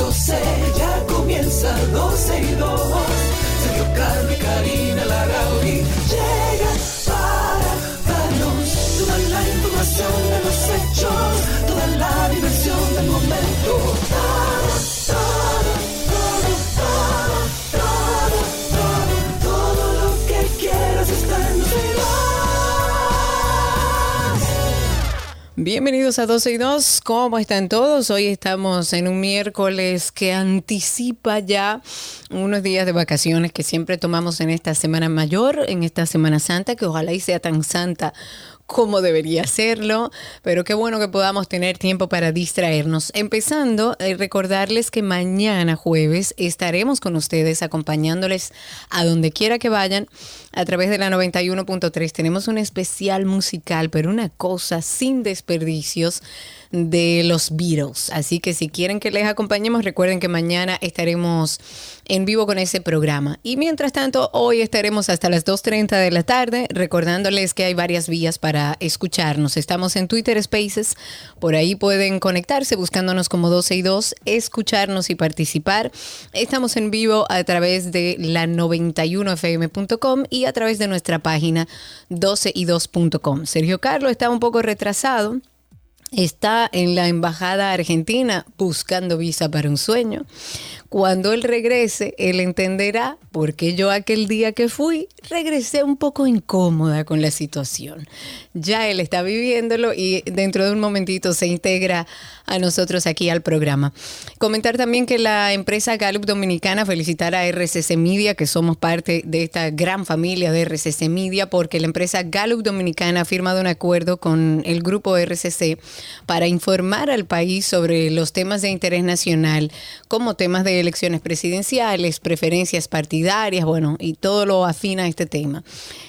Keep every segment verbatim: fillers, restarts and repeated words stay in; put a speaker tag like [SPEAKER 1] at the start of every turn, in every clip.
[SPEAKER 1] doce, ya comienza doce y dos. Sergio, Carlos y Karina Larrauri llega para darnos toda la información de los hechos, toda la diversión del momento. Todo, todo, todo, todo, todo, todo, todo lo que quieras está en doce y dos.
[SPEAKER 2] Bienvenidos a doce y dos, ¿cómo están todos? Hoy estamos en un miércoles que anticipa ya unos días de vacaciones que siempre tomamos en esta Semana Mayor, en esta Semana Santa, que ojalá y sea tan santa como debería serlo, pero qué bueno que podamos tener tiempo para distraernos. Empezando, eh, recordarles que mañana jueves estaremos con ustedes acompañándoles a donde quiera que vayan a través de la noventa y uno punto tres. Tenemos un especial musical, pero una cosa sin desperdicios de los Beatles. Así que si quieren que les acompañemos, recuerden que mañana estaremos en vivo con ese programa. Y mientras tanto, hoy estaremos hasta las dos treinta de la tarde, recordándoles que hay varias vías para escucharnos. Estamos en Twitter Spaces, por ahí pueden conectarse buscándonos como doce y dos, escucharnos y participar. Estamos en vivo a través de la noventa y uno f m punto com y a través de nuestra página doce y dos punto com. Sergio Carlos está un poco retrasado. Está en la embajada argentina buscando visa para un sueño. Cuando él regrese, él entenderá por qué yo aquel día que fui regresé un poco incómoda con la situación. Ya él está viviéndolo y dentro de un momentito se integra a nosotros aquí al programa. Comentar también que la empresa Gallup Dominicana, felicitar a R C C Media, que somos parte de esta gran familia de R C C Media, porque la empresa Gallup Dominicana ha firmado un acuerdo con el grupo R C C para informar al país sobre los temas de interés nacional, como temas de elecciones presidenciales, preferencias partidarias, bueno, y todo lo afín a este tema.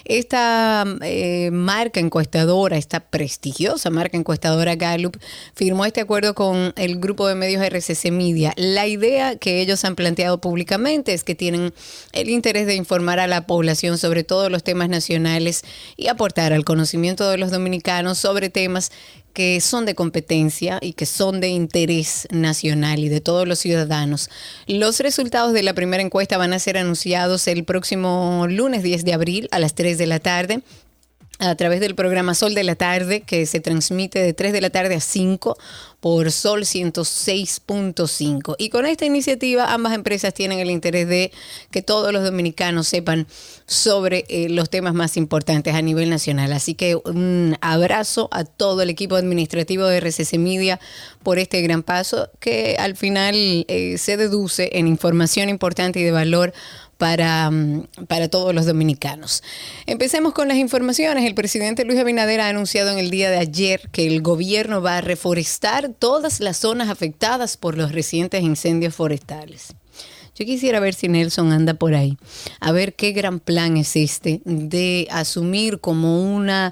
[SPEAKER 2] Esta eh, marca encuestadora, esta prestigiosa marca encuestadora Gallup, firmó este acuerdo con el grupo de medios R C C Media. La idea que ellos han planteado públicamente es que tienen el interés de informar a la población sobre todos los temas nacionales y aportar al conocimiento de los dominicanos sobre temas que son de competencia y que son de interés nacional y de todos los ciudadanos. Los resultados de la primera encuesta van a ser anunciados el próximo lunes diez de abril a las tres de la tarde a través del programa Sol de la Tarde, que se transmite de tres de la tarde a cinco por Sol ciento seis punto cinco. Y con esta iniciativa ambas empresas tienen el interés de que todos los dominicanos sepan sobre eh, los temas más importantes a nivel nacional. Así que un abrazo a todo el equipo administrativo de R C C Media por este gran paso que al final eh, se deduce en información importante y de valor Para, para todos los dominicanos. Empecemos con las informaciones. El presidente Luis Abinader ha anunciado en el día de ayer que el gobierno va a reforestar todas las zonas afectadas por los recientes incendios forestales. Yo quisiera ver si Nelson anda por ahí, a ver qué gran plan es este de asumir como una...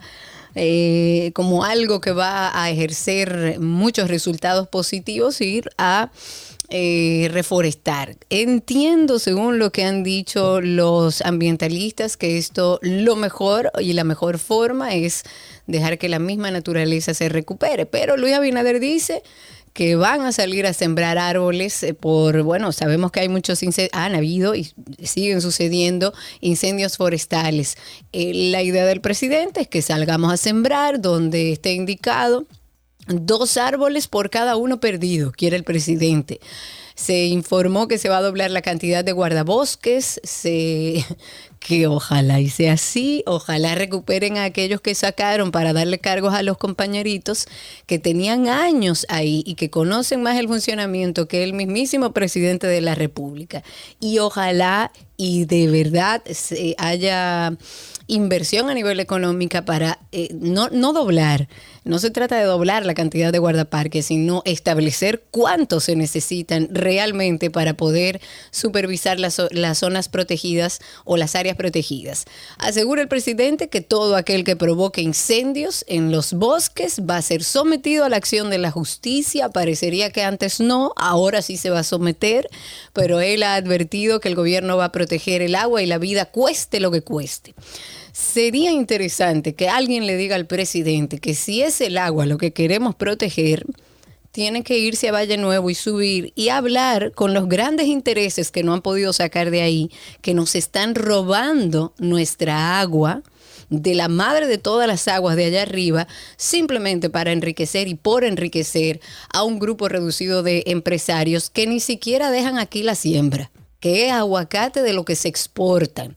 [SPEAKER 2] Eh, como algo que va a ejercer muchos resultados positivos, ir a Eh, reforestar. Entiendo, según lo que han dicho los ambientalistas, que esto lo mejor y la mejor forma es dejar que la misma naturaleza se recupere. Pero Luis Abinader dice que van a salir a sembrar árboles por, bueno, sabemos que hay muchos incendios, han habido y siguen sucediendo incendios forestales. Eh, la idea del presidente es que salgamos a sembrar donde esté indicado. Dos árboles por cada uno perdido, quiere el presidente. Se informó que se va a doblar la cantidad de guardabosques, se, que ojalá y sea así, ojalá recuperen a aquellos que sacaron para darle cargos a los compañeritos que tenían años ahí y que conocen más el funcionamiento que el mismísimo presidente de la República. Y ojalá y de verdad se haya inversión a nivel económica para eh, no, no doblar. No se trata de doblar la cantidad de guardaparques, sino establecer cuántos se necesitan realmente para poder supervisar las, las zonas protegidas o las áreas protegidas. Asegura el presidente que todo aquel que provoque incendios en los bosques va a ser sometido a la acción de la justicia. Parecería que antes no, ahora sí se va a someter, pero él ha advertido que el gobierno va a proteger el agua y la vida, cueste lo que cueste. Sería interesante que alguien le diga al presidente que si es el agua lo que queremos proteger, tienen que irse a Valle Nuevo y subir y hablar con los grandes intereses que no han podido sacar de ahí, que nos están robando nuestra agua de la madre de todas las aguas de allá arriba, simplemente para enriquecer y por enriquecer a un grupo reducido de empresarios que ni siquiera dejan aquí la siembra, que es aguacate de lo que se exportan.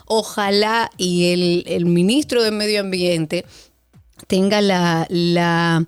[SPEAKER 2] Ojalá y el, el ministro de Medio Ambiente tenga la, la,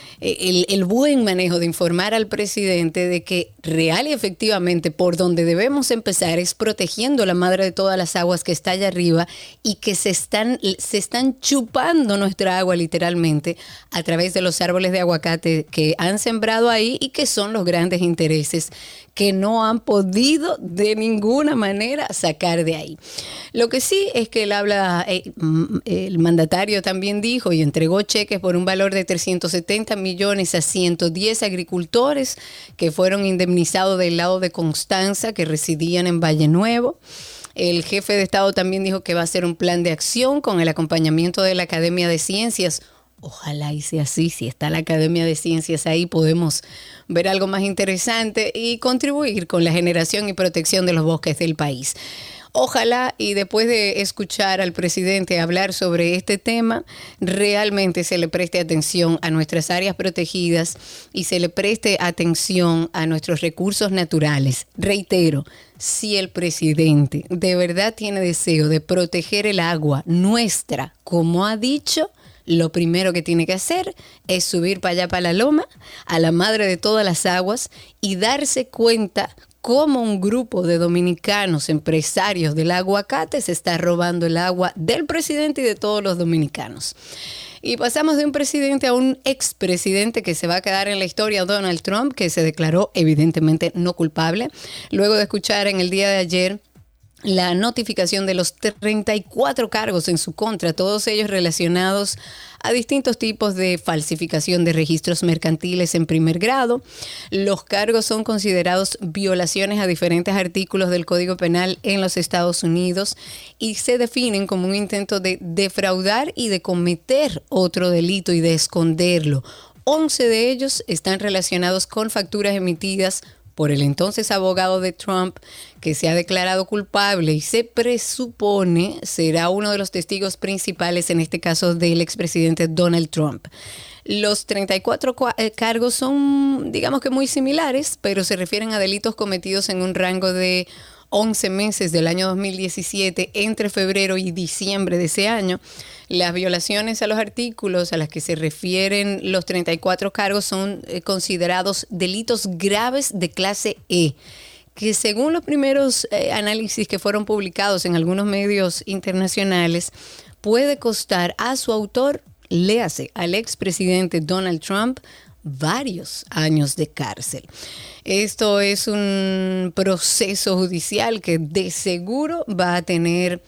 [SPEAKER 2] el, el buen manejo de informar al presidente de que real y efectivamente por donde debemos empezar es protegiendo la madre de todas las aguas que está allá arriba y que se están, se están chupando nuestra agua literalmente a través de los árboles de aguacate que han sembrado ahí y que son los grandes intereses que no han podido de ninguna manera sacar de ahí. Lo que sí es que él habla, eh, el mandatario también dijo y entregó cheques por un valor de trescientos setenta millones a ciento diez agricultores que fueron indemnizados del lado de Constanza, que residían en Valle Nuevo. El jefe de Estado también dijo que va a hacer un plan de acción con el acompañamiento de la Academia de Ciencias. Ojalá y sea así, si está la Academia de Ciencias ahí podemos ver algo más interesante y contribuir con la generación y protección de los bosques del país. Ojalá y después de escuchar al presidente hablar sobre este tema, realmente se le preste atención a nuestras áreas protegidas y se le preste atención a nuestros recursos naturales. Reitero, si el presidente de verdad tiene deseo de proteger el agua nuestra, como ha dicho, lo primero que tiene que hacer es subir para allá, para la loma, a la madre de todas las aguas y darse cuenta cómo un grupo de dominicanos empresarios del aguacate se está robando el agua del presidente y de todos los dominicanos. Y pasamos de un presidente a un expresidente que se va a quedar en la historia, Donald Trump, que se declaró evidentemente no culpable, luego de escuchar en el día de ayer la notificación de los treinta y cuatro cargos en su contra, todos ellos relacionados a distintos tipos de falsificación de registros mercantiles en primer grado. Los cargos son considerados violaciones a diferentes artículos del Código Penal en los Estados Unidos y se definen como un intento de defraudar y de cometer otro delito y de esconderlo. once de ellos están relacionados con facturas emitidas por el entonces abogado de Trump, que se ha declarado culpable y se presupone será uno de los testigos principales en este caso del expresidente Donald Trump. Los treinta y cuatro cargos son, digamos que muy similares, pero se refieren a delitos cometidos en un rango de once meses del año dos mil diecisiete, entre febrero y diciembre de ese año. Las violaciones a los artículos a las que se refieren los treinta y cuatro cargos son eh, considerados delitos graves de clase E, que según los primeros eh, análisis que fueron publicados en algunos medios internacionales, puede costar a su autor, léase, al expresidente Donald Trump, varios años de cárcel. Esto es un proceso judicial que de seguro va a tener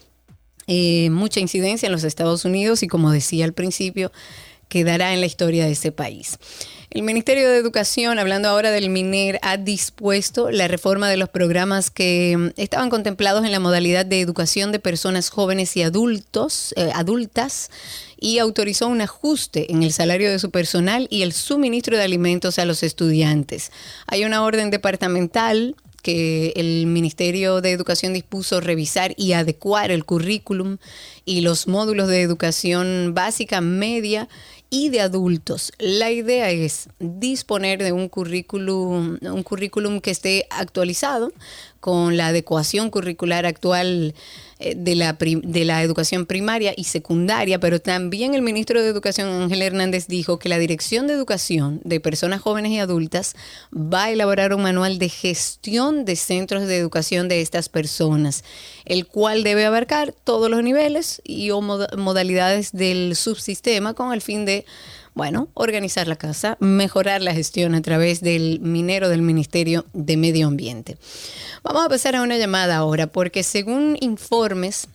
[SPEAKER 2] eh, mucha incidencia en los Estados Unidos y, como decía al principio, quedará en la historia de ese país. El Ministerio de Educación, hablando ahora del MINER, ha dispuesto la reforma de los programas que estaban contemplados en la modalidad de educación de personas jóvenes y adultos, eh, adultas, y autorizó un ajuste en el salario de su personal y el suministro de alimentos a los estudiantes. Hay una orden departamental que el Ministerio de Educación dispuso revisar y adecuar el currículum y los módulos de educación básica, media y de adultos. La idea es disponer de un currículum, un currículum que esté actualizado con la adecuación curricular actual de la, de la educación primaria y secundaria, pero también el ministro de Educación, Ángel Hernández, dijo que la Dirección de Educación de Personas Jóvenes y Adultas va a elaborar un manual de gestión de centros de educación de estas personas, el cual debe abarcar todos los niveles y o modalidades del subsistema con el fin de, bueno, organizar la casa, mejorar la gestión a través del minero del Ministerio de Medio Ambiente. Vamos a pasar a una llamada ahora, porque según informes,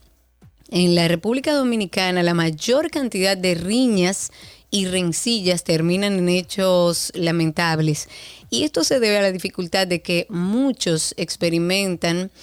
[SPEAKER 2] en la República Dominicana la mayor cantidad de riñas y rencillas terminan en hechos lamentables. Y esto se debe a la dificultad de que muchos experimentan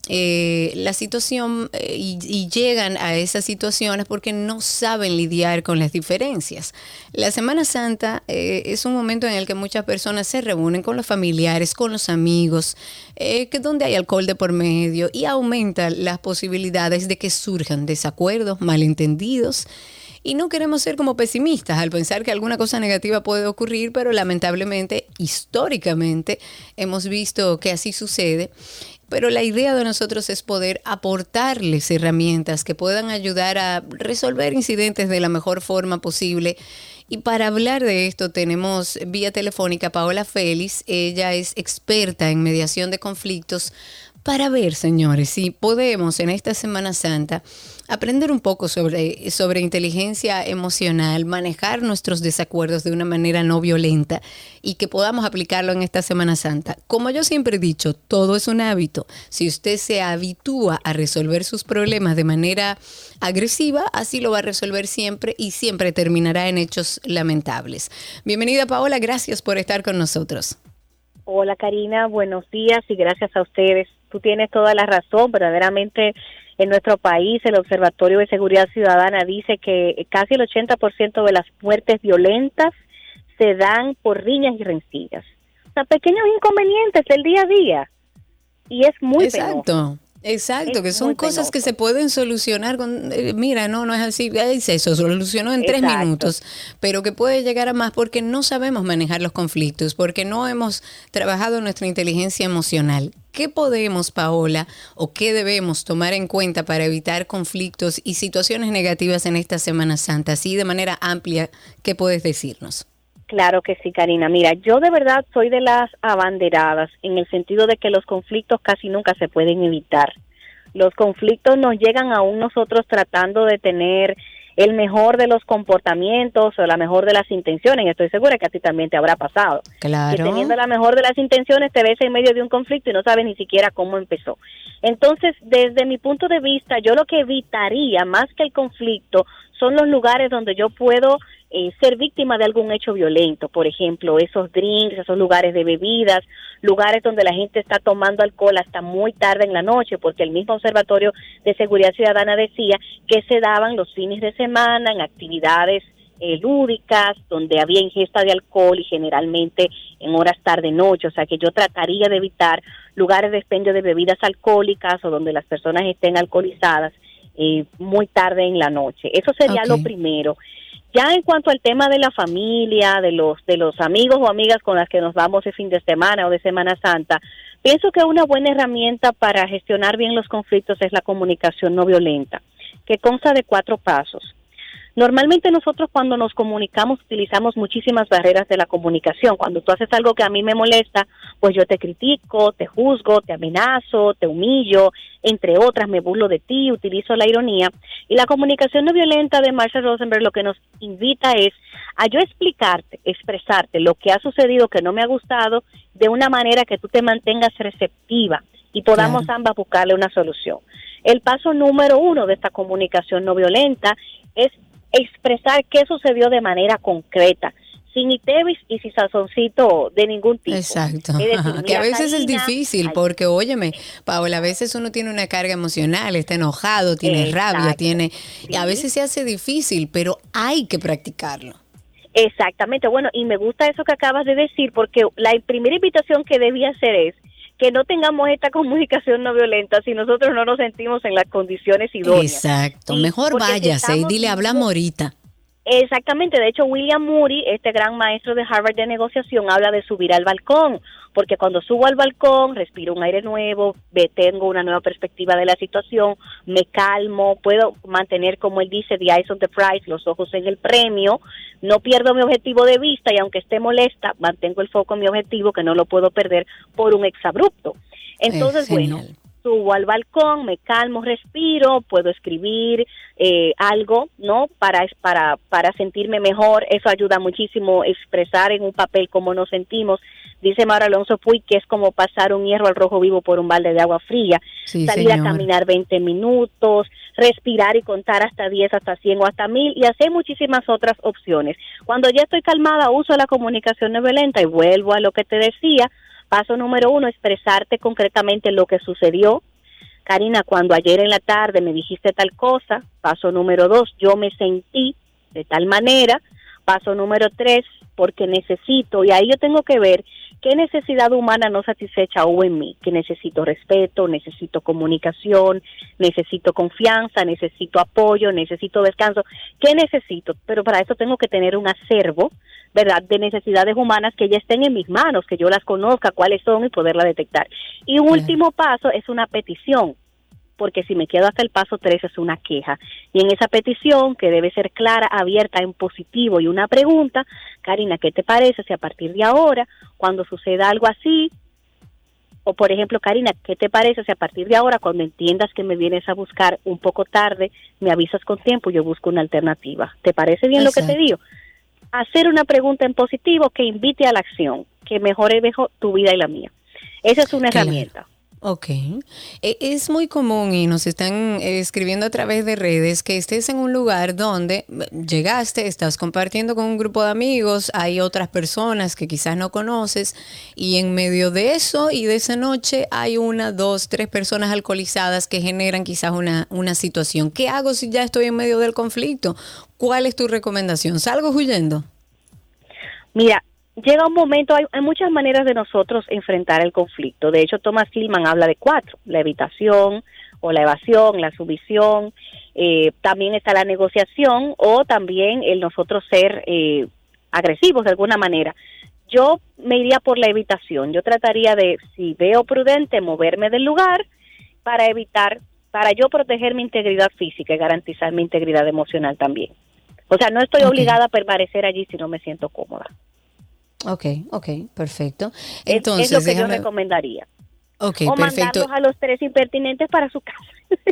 [SPEAKER 2] eh, la situación eh, y, y llegan a esas situaciones porque no saben lidiar con las diferencias. La Semana Santa eh, es un momento en el que muchas personas se reúnen con los familiares, con los amigos, eh, que donde hay alcohol de por medio y aumenta las posibilidades de que surjan desacuerdos, malentendidos. Y no queremos ser como pesimistas al pensar que alguna cosa negativa puede ocurrir, pero lamentablemente, históricamente, hemos visto que así sucede. Pero la idea de nosotros es poder aportarles herramientas que puedan ayudar a resolver incidentes de la mejor forma posible. Y para hablar de esto tenemos vía telefónica a Paola Félix. Ella es experta en mediación de conflictos. Para ver, señores, si podemos en esta Semana Santa aprender un poco sobre, sobre inteligencia emocional, manejar nuestros desacuerdos de una manera no violenta y que podamos aplicarlo en esta Semana Santa. Como yo siempre he dicho, todo es un hábito. Si usted se habitúa a resolver sus problemas de manera agresiva, así lo va a resolver siempre y siempre terminará en hechos lamentables. Bienvenida, Paola, gracias por estar con nosotros.
[SPEAKER 3] Hola, Karina, buenos días y gracias a ustedes. Tú tienes toda la razón, verdaderamente en nuestro país el Observatorio de Seguridad Ciudadana dice que casi el ochenta por ciento de las muertes violentas se dan por riñas y rencillas. O sea, pequeños inconvenientes del día a día. Y es muy
[SPEAKER 2] Exacto.
[SPEAKER 3] penoso.
[SPEAKER 2] Exacto,
[SPEAKER 3] es
[SPEAKER 2] que son cosas
[SPEAKER 3] penoso.
[SPEAKER 2] que se pueden solucionar con, eh, mira, no, no es así, se solucionó en tres
[SPEAKER 3] Exacto.
[SPEAKER 2] minutos, pero que puede llegar a más porque no sabemos manejar los conflictos, porque no hemos trabajado nuestra inteligencia emocional. ¿Qué podemos, Paola, o qué debemos tomar en cuenta para evitar conflictos y situaciones negativas en esta Semana Santa? Así de manera amplia, ¿qué puedes decirnos?
[SPEAKER 3] Claro que sí, Karina. Mira, yo de verdad soy de las abanderadas en el sentido de que los conflictos casi nunca se pueden evitar. Los conflictos nos llegan aún nosotros tratando de tener el mejor de los comportamientos o la mejor de las intenciones. Estoy segura que a ti también te habrá pasado.
[SPEAKER 2] Claro.
[SPEAKER 3] Que teniendo la mejor de las intenciones te ves en medio de un conflicto y no sabes ni siquiera cómo empezó. Entonces, desde mi punto de vista, yo lo que evitaría más que el conflicto son los lugares donde yo puedo eh, ser víctima de algún hecho violento. Por ejemplo, esos drinks, esos lugares de bebidas, lugares donde la gente está tomando alcohol hasta muy tarde en la noche, porque el mismo Observatorio de Seguridad Ciudadana decía que se daban los fines de semana en actividades eh, lúdicas, donde había ingesta de alcohol y generalmente en horas tarde-noche. O sea que yo trataría de evitar lugares de expendio de bebidas alcohólicas o donde las personas estén alcoholizadas Eh, muy tarde en la noche. Eso sería okay. Lo primero. Ya en cuanto al tema de la familia, de los de los amigos o amigas con las que nos vamos de fin de semana o de Semana Santa, pienso que una buena herramienta para gestionar bien los conflictos es la comunicación no violenta, que consta de cuatro pasos. Normalmente nosotros cuando nos comunicamos utilizamos muchísimas barreras de la comunicación. Cuando tú haces algo que a mí me molesta, pues yo te critico, te juzgo, te amenazo, te humillo, entre otras, me burlo de ti, utilizo la ironía. Y la comunicación no violenta de Marshall Rosenberg lo que nos invita es a yo explicarte, expresarte lo que ha sucedido que no me ha gustado de una manera que tú te mantengas receptiva y podamos claro. ambas buscarle una solución. El paso número uno de esta comunicación no violenta es expresar qué sucedió de manera concreta, sin itevis y sin sazoncito de ningún tipo.
[SPEAKER 2] Exacto.
[SPEAKER 3] Es decir,
[SPEAKER 2] Ajá, que a veces Karina, es difícil,
[SPEAKER 3] ay,
[SPEAKER 2] porque óyeme, Paola, a veces uno tiene una carga emocional, está enojado, tiene
[SPEAKER 3] exacto,
[SPEAKER 2] rabia, tiene,
[SPEAKER 3] sí.
[SPEAKER 2] y a veces se hace difícil, pero hay que practicarlo.
[SPEAKER 3] Exactamente, bueno, y me gusta eso que acabas de decir, porque la primera invitación que debía hacer es que no tengamos esta comunicación no violenta si nosotros no nos sentimos en las condiciones idóneas.
[SPEAKER 2] Exacto,
[SPEAKER 3] ¿sí?
[SPEAKER 2] mejor
[SPEAKER 3] Porque
[SPEAKER 2] váyase
[SPEAKER 3] si
[SPEAKER 2] y dile, hablamos ahorita.
[SPEAKER 3] Exactamente, de hecho William Moody, este gran maestro de Harvard de negociación, habla de subir al balcón, porque cuando subo al balcón, respiro un aire nuevo, ve, tengo una nueva perspectiva de la situación, me calmo, puedo mantener, como él dice, the eyes on the prize, los ojos en el premio, no pierdo mi objetivo de vista y aunque esté molesta, mantengo el foco en mi objetivo, que no lo puedo perder por un exabrupto. Entonces, bueno, subo al balcón, me calmo, respiro, puedo escribir eh, algo, ¿no? Para, para, para sentirme mejor. Eso ayuda muchísimo, expresar en un papel cómo nos sentimos. Dice Mauro Alonso Puig que es como pasar un hierro al rojo vivo por un balde de agua fría. Sí, salir señor. a caminar veinte minutos, respirar y contar hasta diez, hasta cien o hasta mil y hacer muchísimas otras opciones. Cuando ya estoy calmada, uso la comunicación no violenta y vuelvo a lo que te decía. Paso número uno, expresarte concretamente lo que sucedió. Karina, cuando ayer en la tarde me dijiste tal cosa. Paso número dos, yo me sentí de tal manera. Paso número tres, porque necesito, y ahí yo tengo que ver qué necesidad humana no satisfecha hubo en mí, que necesito respeto, necesito comunicación, necesito confianza, necesito apoyo, necesito descanso, ¿qué necesito? Pero para eso tengo que tener un acervo, ¿verdad?, de necesidades humanas que ya estén en mis manos, que yo las conozca, cuáles son y poderla detectar. Y un último paso es una petición, porque si me quedo hasta el paso tres es una queja. Y en esa petición, que debe ser clara, abierta, en positivo, y una pregunta, Karina, ¿qué te parece si a partir de ahora, cuando suceda algo así, o por ejemplo, Karina, ¿qué te parece si a partir de ahora, cuando entiendas que me vienes a buscar un poco tarde, me avisas con tiempo y yo busco una alternativa? ¿Te parece bien Exacto. lo que te digo? Hacer una pregunta en positivo que invite a la acción, que mejore mejor tu vida y la mía. Esa es una claro. herramienta.
[SPEAKER 2] Ok. Es muy común y nos están escribiendo a través de redes que estés en un lugar donde llegaste, estás compartiendo con un grupo de amigos, hay otras personas que quizás no conoces y en medio de eso y de esa noche hay una, dos, tres personas alcoholizadas que generan quizás una, una situación. ¿Qué hago si ya estoy en medio del conflicto? ¿Cuál es tu recomendación? ¿Salgo huyendo?
[SPEAKER 3] Mira, llega un momento, hay, hay muchas maneras de nosotros enfrentar el conflicto. De hecho, Thomas Hillman habla de cuatro: la evitación o la evasión, la sumisión, eh, también está la negociación o también el nosotros ser eh, agresivos de alguna manera. Yo me iría por la evitación. Yo trataría de, si veo prudente, moverme del lugar para evitar, para yo proteger mi integridad física y garantizar mi integridad emocional también. O sea, no estoy okay. obligada a permanecer allí si no me siento cómoda.
[SPEAKER 2] Ok, ok, perfecto.
[SPEAKER 3] Entonces, es, es lo que déjame... yo recomendaría.
[SPEAKER 2] Okay,
[SPEAKER 3] o
[SPEAKER 2] perfecto.
[SPEAKER 3] mandarlos a los tres impertinentes para su casa.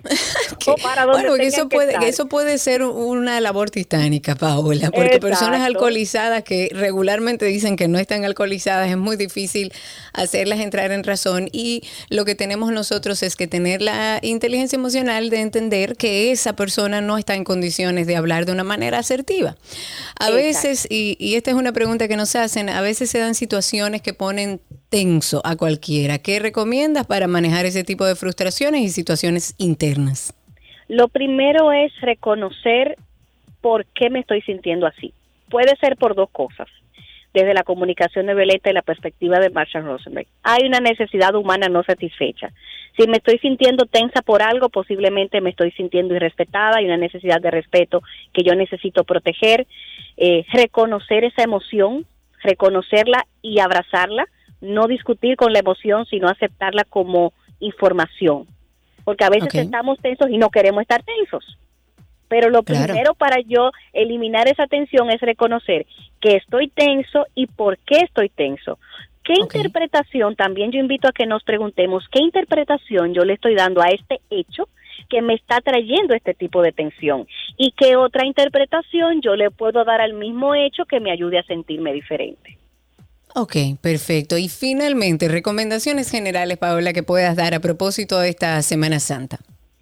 [SPEAKER 2] o para donde bueno, eso que puede, eso puede ser una labor titánica, Paola, porque Exacto. personas alcoholizadas que regularmente dicen que no están alcoholizadas, es muy difícil hacerlas entrar en razón, y lo que tenemos nosotros es que tener la inteligencia emocional de entender que esa persona no está en condiciones de hablar de una manera asertiva. A Exacto. veces, y, y esta es una pregunta que nos hacen, a veces se dan situaciones que ponen tenso a cualquiera. ¿Qué recomiendas para manejar ese tipo de frustraciones y situaciones internas?
[SPEAKER 3] Lo primero es reconocer por qué me estoy sintiendo así. Puede ser por dos cosas. Desde la comunicación de Violeta y la perspectiva de Marshall Rosenberg, hay una necesidad humana no satisfecha. Si me estoy sintiendo tensa por algo, posiblemente me estoy sintiendo irrespetada, hay una necesidad de respeto que yo necesito proteger. Eh, reconocer esa emoción, reconocerla y abrazarla. No discutir con la emoción, sino aceptarla como información. Porque a veces okay. estamos tensos y no queremos estar tensos. Pero lo claro. primero para yo eliminar esa tensión es reconocer que estoy tenso y por qué estoy tenso. ¿Qué okay. interpretación? También yo invito a que nos preguntemos qué interpretación yo le estoy dando a este hecho que me está trayendo este tipo de tensión. Y qué otra interpretación yo le puedo dar al mismo hecho que me ayude a sentirme diferente.
[SPEAKER 2] Ok, perfecto. Y finalmente, recomendaciones generales, Paola, que puedas dar a propósito de esta Semana Santa.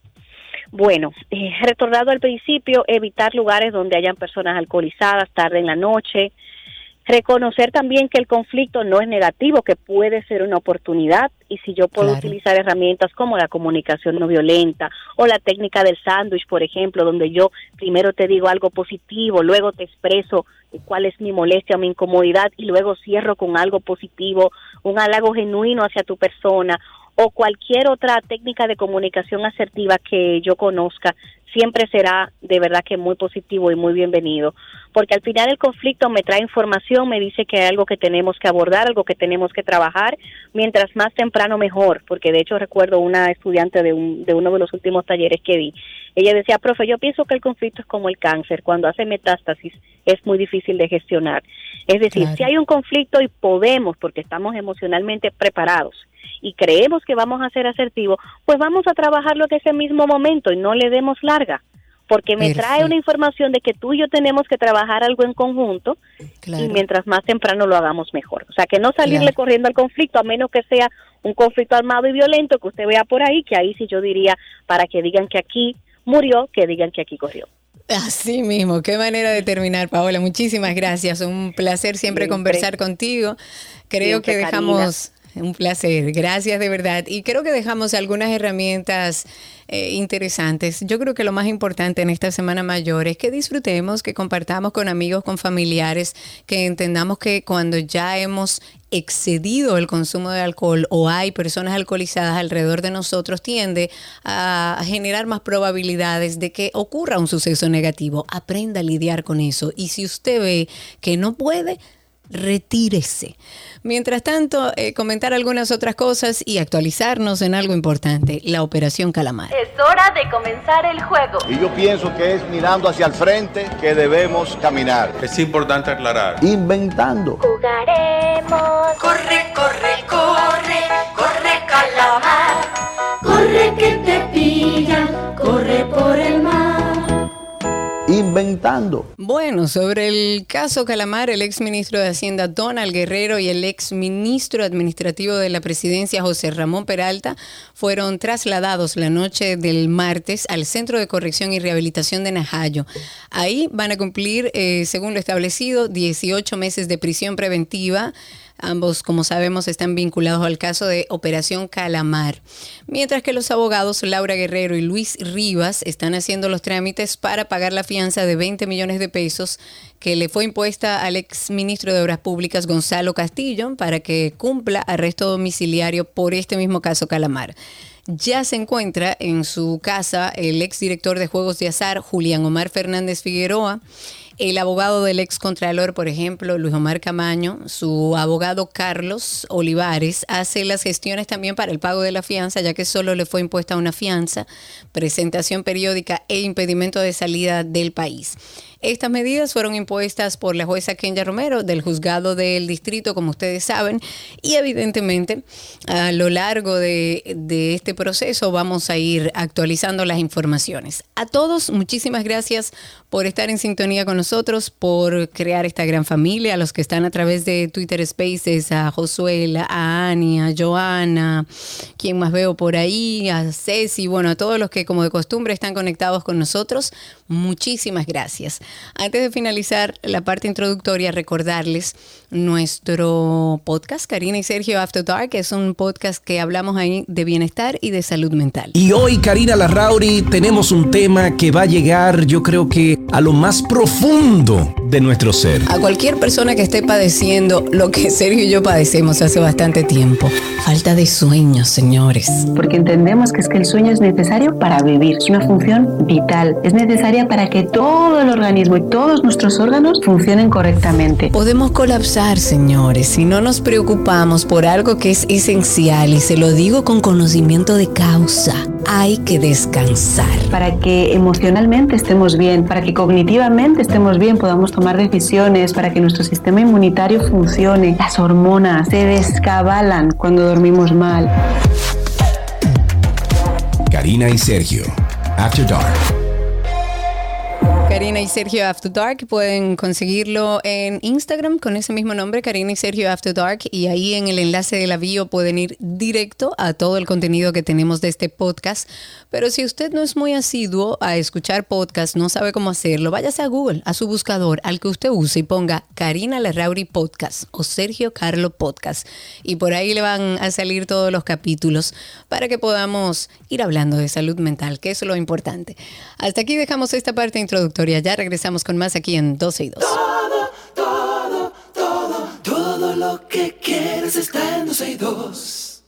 [SPEAKER 3] Bueno, eh, retornando al principio, evitar lugares donde hayan personas alcoholizadas tarde en la noche. Reconocer también que el conflicto no es negativo, que puede ser una oportunidad, y si yo puedo claro. utilizar herramientas como la comunicación no violenta o la técnica del sándwich, por ejemplo, donde yo primero te digo algo positivo, luego te expreso cuál es mi molestia o mi incomodidad y luego cierro con algo positivo, un halago genuino hacia tu persona, o cualquier otra técnica de comunicación asertiva que yo conozca, siempre será de verdad que muy positivo y muy bienvenido, porque al final el conflicto me trae información, me dice que hay algo que tenemos que abordar, algo que tenemos que trabajar, mientras más temprano mejor, porque de hecho recuerdo una estudiante de, un, de uno de los últimos talleres que di, ella decía, profe, yo pienso que el conflicto es como el cáncer, cuando hace metástasis es muy difícil de gestionar, es decir, claro. si hay un conflicto y podemos, porque estamos emocionalmente preparados, y creemos que vamos a ser asertivos, pues vamos a trabajarlo en ese mismo momento y no le demos larga, porque me Perfecto. Trae una información de que tú y yo tenemos que trabajar algo en conjunto, claro. y mientras más temprano lo hagamos mejor. O sea, que no salirle claro. corriendo al conflicto, a menos que sea un conflicto armado y violento que usted vea por ahí, que ahí sí yo diría, para que digan que aquí murió, que digan que aquí corrió.
[SPEAKER 2] Así mismo, qué manera de terminar, Paola. Muchísimas gracias, un placer siempre, siempre. conversar contigo. Creo siempre, que dejamos... Karina. Un placer, gracias de verdad. Y creo que dejamos algunas herramientas eh, interesantes. Yo creo que lo más importante en esta Semana Mayor es que disfrutemos, que compartamos con amigos, con familiares, que entendamos que cuando ya hemos excedido el consumo de alcohol o hay personas alcoholizadas alrededor de nosotros, tiende a generar más probabilidades de que ocurra un suceso negativo. Aprenda a lidiar con eso. Y si usted ve que no puede, retírese. Mientras tanto, eh, comentar algunas otras cosas y actualizarnos en algo importante, la Operación Calamar.
[SPEAKER 4] Es hora de comenzar el juego.
[SPEAKER 5] Y yo pienso que es mirando hacia el frente que debemos caminar.
[SPEAKER 6] Es importante aclarar.
[SPEAKER 5] Inventando.
[SPEAKER 4] Jugaremos.
[SPEAKER 1] Corre, corre, corre, corre calamar. Corre que te pillan, corre por el mar.
[SPEAKER 5] Inventando.
[SPEAKER 2] Bueno, sobre el caso Calamar, el exministro de Hacienda Donald Guerrero y el exministro administrativo de la presidencia José Ramón Peralta fueron trasladados la noche del martes al Centro de Corrección y Rehabilitación de Najayo. Ahí van a cumplir, eh, según lo establecido, dieciocho meses de prisión preventiva. Ambos, como sabemos, están vinculados al caso de Operación Calamar. Mientras que los abogados Laura Guerrero y Luis Rivas están haciendo los trámites para pagar la fianza de veinte millones de pesos que le fue impuesta al exministro de Obras Públicas Gonzalo Castillo para que cumpla arresto domiciliario por este mismo caso Calamar. Ya se encuentra en su casa el exdirector de Juegos de Azar, Julián Omar Fernández Figueroa, el abogado del excontralor, por ejemplo, Luis Omar Camaño, su abogado Carlos Olivares, hace las gestiones también para el pago de la fianza, ya que solo le fue impuesta una fianza, presentación periódica e impedimento de salida del país. Estas medidas fueron impuestas por la jueza Kenya Romero del juzgado del distrito, como ustedes saben, y evidentemente a lo largo de, de este proceso vamos a ir actualizando las informaciones. A todos, muchísimas gracias por estar en sintonía con nosotros, por crear esta gran familia, a los que están a través de Twitter Spaces, a Josuela, a Ani, a Joana, quien más veo por ahí, a Ceci, bueno, a todos los que como de costumbre están conectados con nosotros, muchísimas gracias. Antes de finalizar la parte introductoria, recordarles nuestro podcast, Karina y Sergio After Dark, que es un podcast que hablamos ahí de bienestar y de salud mental.
[SPEAKER 7] Y hoy, Karina Larrauri, tenemos un tema que va a llegar, yo creo que a lo más profundo de nuestro ser.
[SPEAKER 2] A cualquier persona que esté padeciendo lo que Sergio y yo padecemos hace bastante tiempo. Falta de sueño, señores.
[SPEAKER 8] Porque entendemos que es que el sueño es necesario para vivir. Es una función vital. Es necesaria para que todo el organismo y todos nuestros órganos funcionen correctamente.
[SPEAKER 2] Podemos colapsar, señores, si no nos preocupamos por algo que es esencial, y se lo digo con conocimiento de causa. Hay que descansar.
[SPEAKER 8] Para que emocionalmente estemos bien, para que cognitivamente estemos bien, podamos tomar decisiones, para que nuestro sistema inmunitario funcione. Las hormonas se descabalan cuando dormimos mal.
[SPEAKER 7] Karina y Sergio, After Dark.
[SPEAKER 2] Karina y Sergio After Dark, pueden conseguirlo en Instagram con ese mismo nombre, Karina y Sergio After Dark, y ahí en el enlace de la bio pueden ir directo a todo el contenido que tenemos de este podcast. Pero si usted no es muy asiduo a escuchar podcast, no sabe cómo hacerlo, váyase a Google, a su buscador, al que usted use, y ponga Karina Larrauri Podcast o Sergio Carlo Podcast, y por ahí le van a salir todos los capítulos para que podamos ir hablando de salud mental, que eso es lo importante. Hasta aquí dejamos esta parte introductoria. Ya regresamos con más aquí en doce y dos.
[SPEAKER 1] Todo, todo, todo, todo lo que quieres está en doce y dos.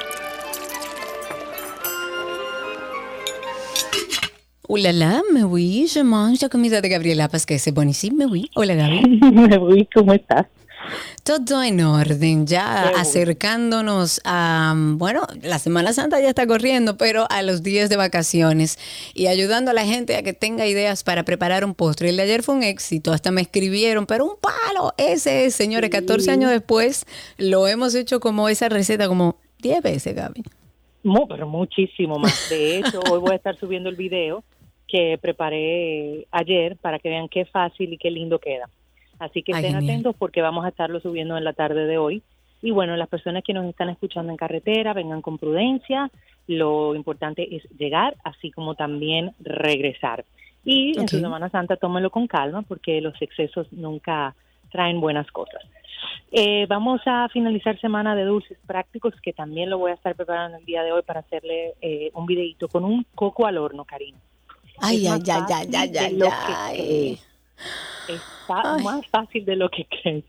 [SPEAKER 2] Hola, la, me voy, je mange la comida de Gabriela Paz, c'est buenísimo, me voy. Hola, Gaby.
[SPEAKER 9] Me voy, ¿cómo estás?
[SPEAKER 2] Todo en orden, ya acercándonos a, bueno, la Semana Santa ya está corriendo, pero a los días de vacaciones y ayudando a la gente a que tenga ideas para preparar un postre. El de ayer fue un éxito, hasta me escribieron, pero un palo, ese es, señores, catorce años después, lo hemos hecho como esa receta como diez veces, Gaby.
[SPEAKER 9] Muy, pero muchísimo más. De hecho, hoy voy a estar subiendo el video que preparé ayer para que vean qué fácil y qué lindo queda. Así que Ay, estén genial. atentos porque vamos a estarlo subiendo en la tarde de hoy. Y bueno, las personas que nos están escuchando en carretera, vengan con prudencia. Lo importante es llegar, así como también regresar. Y okay. en su Semana Santa tómenlo con calma porque los excesos nunca traen buenas cosas. Eh, vamos a finalizar semana de dulces prácticos, que también lo voy a estar preparando el día de hoy para hacerle eh, un videito con un coco al horno, Karina.
[SPEAKER 2] Ay, ay, ay, ay, ay, ay, ay.
[SPEAKER 9] Está ay. más fácil de lo que crees.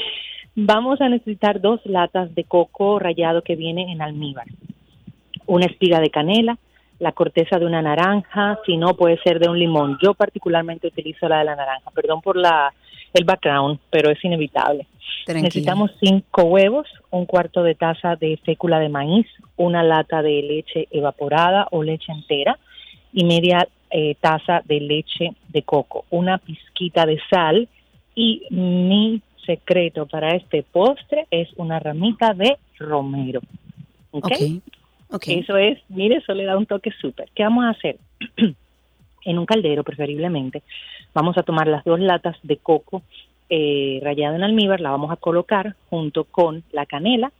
[SPEAKER 9] Vamos a necesitar dos latas de coco rallado que viene en almíbar, una espiga de canela, la corteza de una naranja, si no puede ser de un limón. Yo particularmente utilizo la de la naranja, perdón por la el background, pero es inevitable. Tranquila. Necesitamos cinco huevos, un cuarto de taza de fécula de maíz, una lata de leche evaporada o leche entera y media eh, taza de leche de coco, una pizquita de sal y mi secreto para este postre es una ramita de romero. ¿Ok? okay. Okay. Eso es, mire, eso le da un toque súper. ¿Qué vamos a hacer? En un caldero, preferiblemente, vamos a tomar las dos latas de coco eh, rallado en almíbar, la vamos a colocar junto con la canela,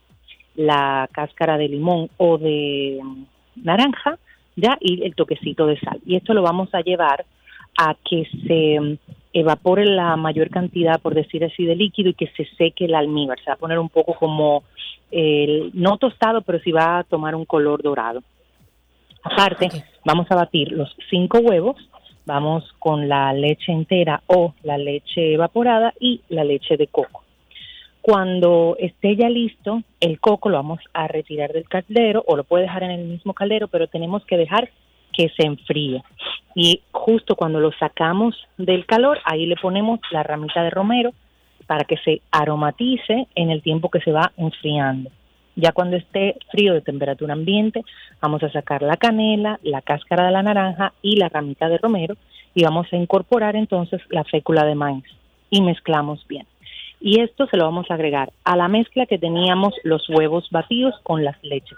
[SPEAKER 9] la cáscara de limón o de um, naranja, ya, y el toquecito de sal. Y esto lo vamos a llevar a que se um, evapore la mayor cantidad, por decir así, de líquido y que se seque el almíbar. Se va a poner un poco como, eh, no tostado, pero sí va a tomar un color dorado. Aparte, okay. vamos a batir los cinco huevos, vamos con la leche entera o la leche evaporada y la leche de coco. Cuando esté ya listo, el coco lo vamos a retirar del caldero o lo puede dejar en el mismo caldero, pero tenemos que dejar que se enfríe. Y justo cuando lo sacamos del calor, ahí le ponemos la ramita de romero para que se aromatice en el tiempo que se va enfriando. Ya cuando esté frío de temperatura ambiente, vamos a sacar la canela, la cáscara de la naranja y la ramita de romero y vamos a incorporar entonces la fécula de maíz y mezclamos bien. Y esto se lo vamos a agregar a la mezcla que teníamos los huevos batidos con las leches.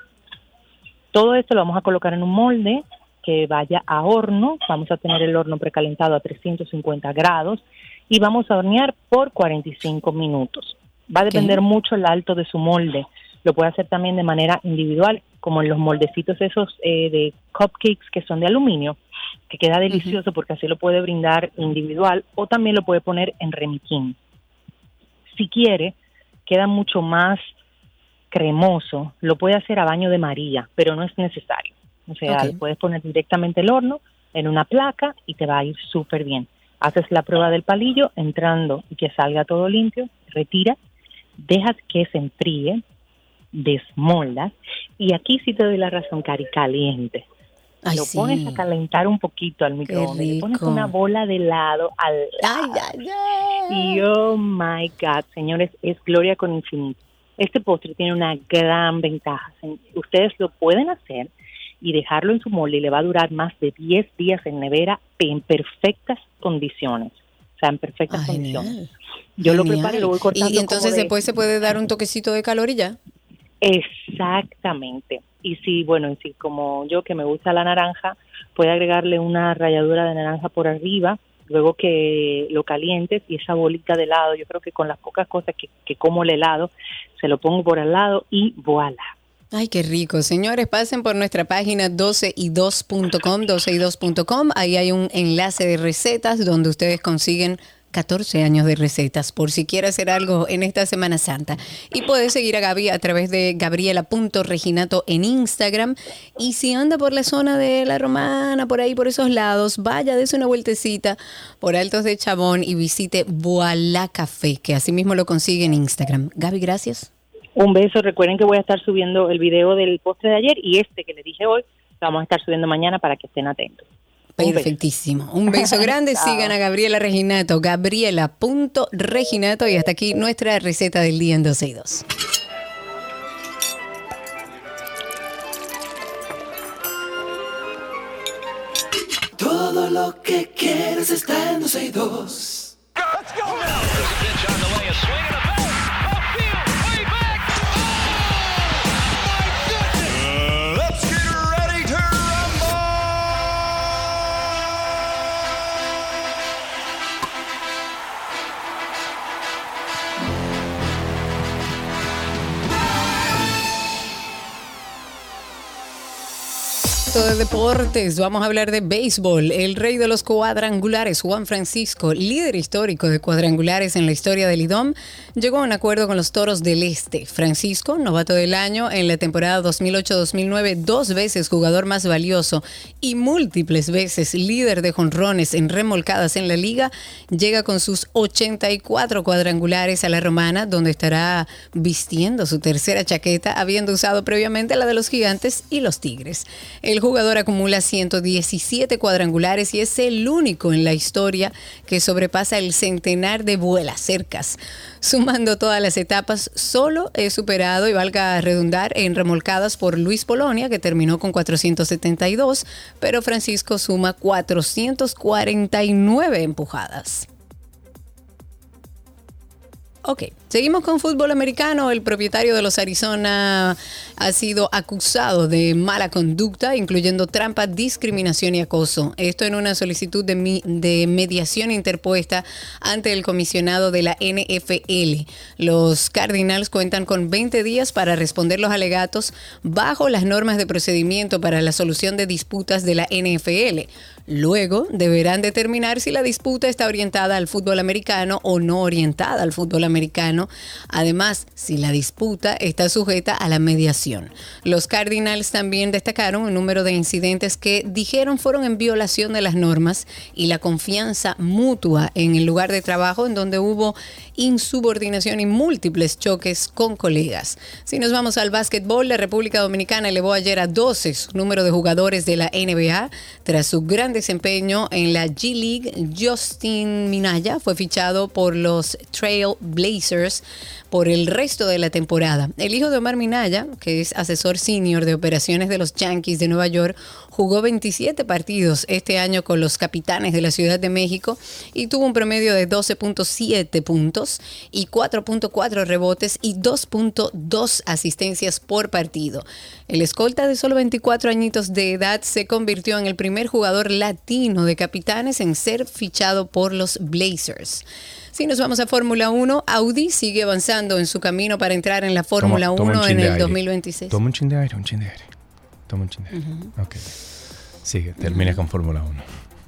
[SPEAKER 9] Todo esto lo vamos a colocar en un molde que vaya a horno. Vamos a tener el horno precalentado a trescientos cincuenta grados y vamos a hornear por cuarenta y cinco minutos. Va a depender okay. mucho el alto de su molde. Lo puede hacer también de manera individual, como en los moldecitos esos eh, de cupcakes que son de aluminio, que queda delicioso uh-huh. porque así lo puede brindar individual, o también lo puede poner en remiquín. Si quiere, queda mucho más cremoso, lo puede hacer a baño de María, pero no es necesario. O sea, okay. puedes poner directamente el horno en una placa y te va a ir súper bien. Haces la prueba del palillo, entrando y que salga todo limpio, retira, dejas que se enfríe, desmoldas, y aquí sí te doy la razón, Cari, caliente. Ay, lo sí. pones a calentar un poquito al microondas, le pones una bola de helado al lado. Ay, ay, ay. Y oh my God, señores, es gloria con infinito. Este postre tiene una gran ventaja. Ustedes lo pueden hacer y dejarlo en su molde y le va a durar más de diez días en nevera en perfectas condiciones. O sea, en perfectas ay, condiciones. Genial. Yo genial. lo preparo y lo voy cortando.
[SPEAKER 2] Y, y entonces
[SPEAKER 9] de...
[SPEAKER 2] después se puede dar un toquecito de calor y ya.
[SPEAKER 9] Exactamente. Y si, bueno, si como yo que me gusta la naranja, puede agregarle una ralladura de naranja por arriba, luego que lo calientes y esa bolita de helado, yo creo que con las pocas cosas que, que como el helado, se lo pongo por al lado y voilà.
[SPEAKER 2] Ay, qué rico. Señores, pasen por nuestra página doce y dos punto com, doce y dos punto com. Ahí hay un enlace de recetas donde ustedes consiguen catorce años de recetas por si quiere hacer algo en esta Semana Santa. Y puede seguir a Gaby a través de gabriela punto reginato en Instagram. Y si anda por la zona de La Romana, por ahí, por esos lados, vaya, dése una vueltecita por Altos de Chabón y visite Voilà Café, que así mismo lo consigue en Instagram. Gaby, gracias.
[SPEAKER 9] Un beso. Recuerden que voy a estar subiendo el video del postre de ayer y este que les dije hoy, lo vamos a estar subiendo mañana para que estén atentos.
[SPEAKER 2] Perfectísimo. Un beso grande. Sigan a Gabriela Reginato, gabriela punto reginato. Y hasta aquí nuestra receta del día en doce y dos.
[SPEAKER 1] Todo lo que quieres está en doce y dos. Let's go now. There's a pitch on the way, a swing and a bat. Upfield, way back. Oh, my goodness. Let's get ready to rumble.
[SPEAKER 2] Momento de deportes, vamos a hablar de béisbol. El rey de los cuadrangulares, Juan Francisco, líder histórico de cuadrangulares en la historia del I D O M, llegó a un acuerdo con los Toros del Este. Francisco, novato del año en la temporada dos mil ocho dos mil nueve, dos veces jugador más valioso y múltiples veces líder de jonrones en remolcadas en la liga, llega con sus ochenta y cuatro cuadrangulares a la Romana, donde estará vistiendo su tercera chaqueta, habiendo usado previamente la de los Gigantes y los Tigres. El jugador acumula ciento diecisiete cuadrangulares y es el único en la historia que sobrepasa el centenar de vuelas cercas. Sumando todas las etapas, solo es superado, y valga redundar, en remolcadas por Luis Polonia, que terminó con cuatrocientos setenta y dos, pero Francisco suma cuatrocientas cuarenta y nueve empujadas. Ok, seguimos con fútbol americano. El propietario de los Arizona ha sido acusado de mala conducta, incluyendo trampa, discriminación y acoso. Esto en una solicitud de, mi, de mediación interpuesta ante el comisionado de la N F L. Los Cardinals cuentan con veinte días para responder los alegatos bajo las normas de procedimiento para la solución de disputas de la N F L. Luego deberán determinar si la disputa está orientada al fútbol americano o no orientada al fútbol americano. Además, si la disputa está sujeta a la mediación. Los Cardinals también destacaron un número de incidentes que dijeron fueron en violación de las normas y la confianza mutua en el lugar de trabajo, en donde hubo insubordinación y múltiples choques con colegas. Si nos vamos al básquetbol, la República Dominicana elevó ayer a doce su número de jugadores de la N B A tras su gran desempeño en la G League. Justin Minaya fue fichado por los Trail Blazers por el resto de la temporada. El hijo de Omar Minaya, que es asesor senior de operaciones de los Yankees de Nueva York, jugó veintisiete partidos este año con los Capitanes de la Ciudad de México y tuvo un promedio de doce punto siete puntos y cuatro punto cuatro rebotes y dos punto dos asistencias por partido. El escolta de solo veinticuatro añitos de edad se convirtió en el primer jugador latino de Capitanes en ser fichado por los Blazers. Si nos vamos a Fórmula uno, Audi sigue avanzando en su camino para entrar en la Fórmula uno en el dos mil veintiséis.
[SPEAKER 6] Toma un chin de aire, un chin de aire. Toma un chin de aire. Uh-huh. Ok. Sigue, termina uh-huh. con Fórmula uno.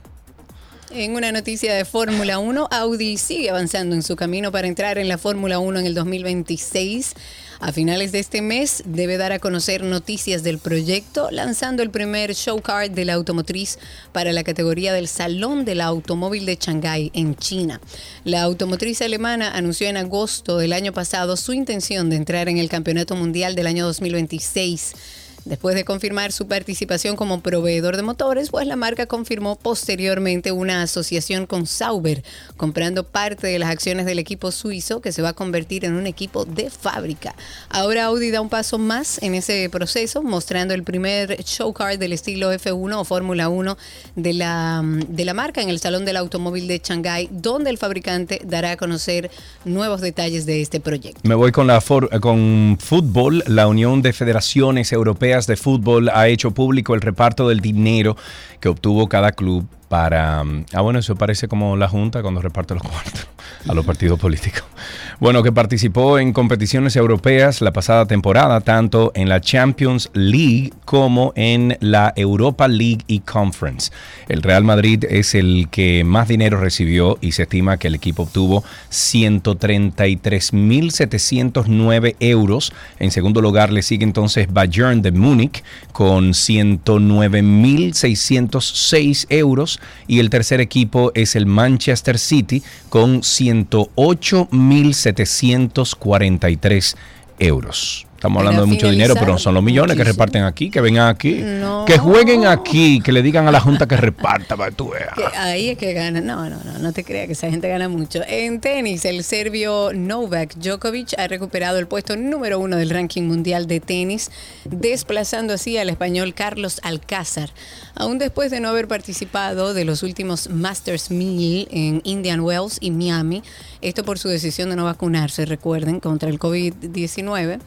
[SPEAKER 2] En una noticia de Fórmula uno, Audi sigue avanzando en su camino para entrar en la Fórmula uno en el dos mil veintiséis. A finales de este mes debe dar a conocer noticias del proyecto, lanzando el primer showcar de la automotriz para la categoría del Salón del Automóvil de Shanghái en China. La automotriz alemana anunció en agosto del año pasado su intención de entrar en el Campeonato Mundial del año dos mil veintiséis. Después de confirmar su participación como proveedor de motores, pues la marca confirmó posteriormente una asociación con Sauber, comprando parte de las acciones del equipo suizo que se va a convertir en un equipo de fábrica. Ahora Audi da un paso más en ese proceso, mostrando el primer showcar del estilo F uno o Fórmula uno de la, de la marca en el Salón del Automóvil de Shanghái, donde el fabricante dará a conocer nuevos detalles de este proyecto.
[SPEAKER 6] Me voy con, la for- con fútbol. La Unión de Federaciones Europeas de Fútbol ha hecho público el reparto del dinero que obtuvo cada club para... Ah, bueno, eso parece como la Junta cuando reparte los cuartos a los partidos políticos. Bueno, que participó en competiciones europeas la pasada temporada, tanto en la Champions League como en la Europa League y Conference. El Real Madrid es el que más dinero recibió y se estima que el equipo obtuvo ciento treinta y tres mil setecientos nueve euros. En segundo lugar le sigue entonces Bayern de Múnich con ciento nueve mil seiscientos seis euros. Y el tercer equipo es el Manchester City con ciento ocho mil setecientos cuarenta y tres euros. Estamos hablando de mucho dinero, pero no son los millones muchísimo. Que reparten aquí, que vengan aquí, no. Que jueguen aquí, que le digan a la Junta que reparta para que tú veas.
[SPEAKER 2] Que ahí es que ganan. No, no, no, no te creas que esa gente gana mucho. En tenis, el serbio Novak Djokovic ha recuperado el puesto número uno del ranking mundial de tenis, desplazando así al español Carlos Alcázar. Aún después de no haber participado de los últimos Masters mil en Indian Wells y Miami, esto por su decisión de no vacunarse, recuerden, contra el covid diecinueve.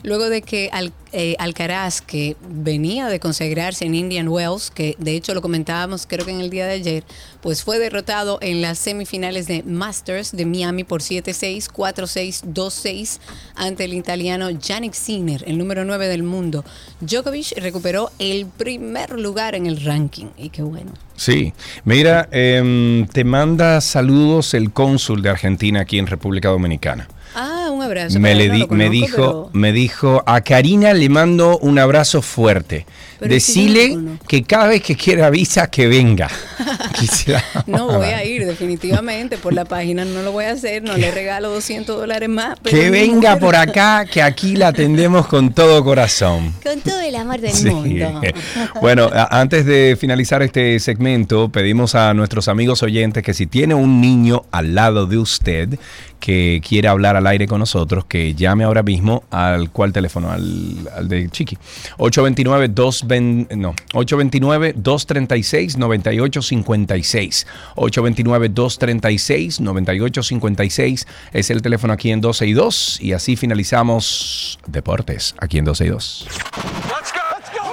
[SPEAKER 2] luego de que Al, eh, Alcaraz, que venía de consagrarse en Indian Wells, que de hecho lo comentábamos creo que en el día de ayer, pues fue derrotado en las semifinales de Masters de Miami por siete seis, cuatro seis, dos seis ante el italiano Jannik Sinner, el número nueve del mundo. Djokovic recuperó el primer lugar en el ranking y qué bueno.
[SPEAKER 6] Sí, mira, eh, te manda saludos el cónsul de Argentina aquí en República Dominicana.
[SPEAKER 2] Ah, un abrazo.
[SPEAKER 6] Me, le di,
[SPEAKER 2] no conozco,
[SPEAKER 6] me dijo,
[SPEAKER 2] pero...
[SPEAKER 6] me dijo, a Karina le mando un abrazo fuerte.
[SPEAKER 2] Pero
[SPEAKER 6] Decile
[SPEAKER 2] si no
[SPEAKER 6] que cada vez que quiera avisa que venga.
[SPEAKER 2] No voy a ir definitivamente por la página, no lo voy a hacer, no le regalo doscientos dólares más. Pero
[SPEAKER 6] que venga mujer... por acá, que aquí la atendemos con todo corazón.
[SPEAKER 2] Con todo el amor del
[SPEAKER 6] sí.
[SPEAKER 2] mundo.
[SPEAKER 6] Bueno, a, antes de finalizar este segmento, pedimos a nuestros amigos oyentes que si tiene un niño al lado de usted que quiere hablar al aire con nosotros, que llame ahora mismo al cual teléfono, al, al de Chiqui. ocho dos nueve, dos veinte, no, ocho dos nueve, dos tres seis, nueve ocho cinco seis. ocho dos nueve, dos tres seis, nueve ocho cinco seis es el teléfono aquí en doce y dos, y así finalizamos Deportes aquí en doce y dos. Let's go. Let's go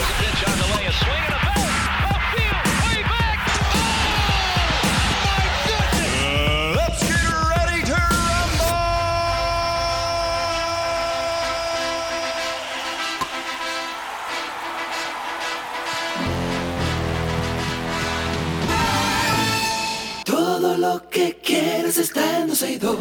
[SPEAKER 1] Todo lo que quieres está en doce y dos.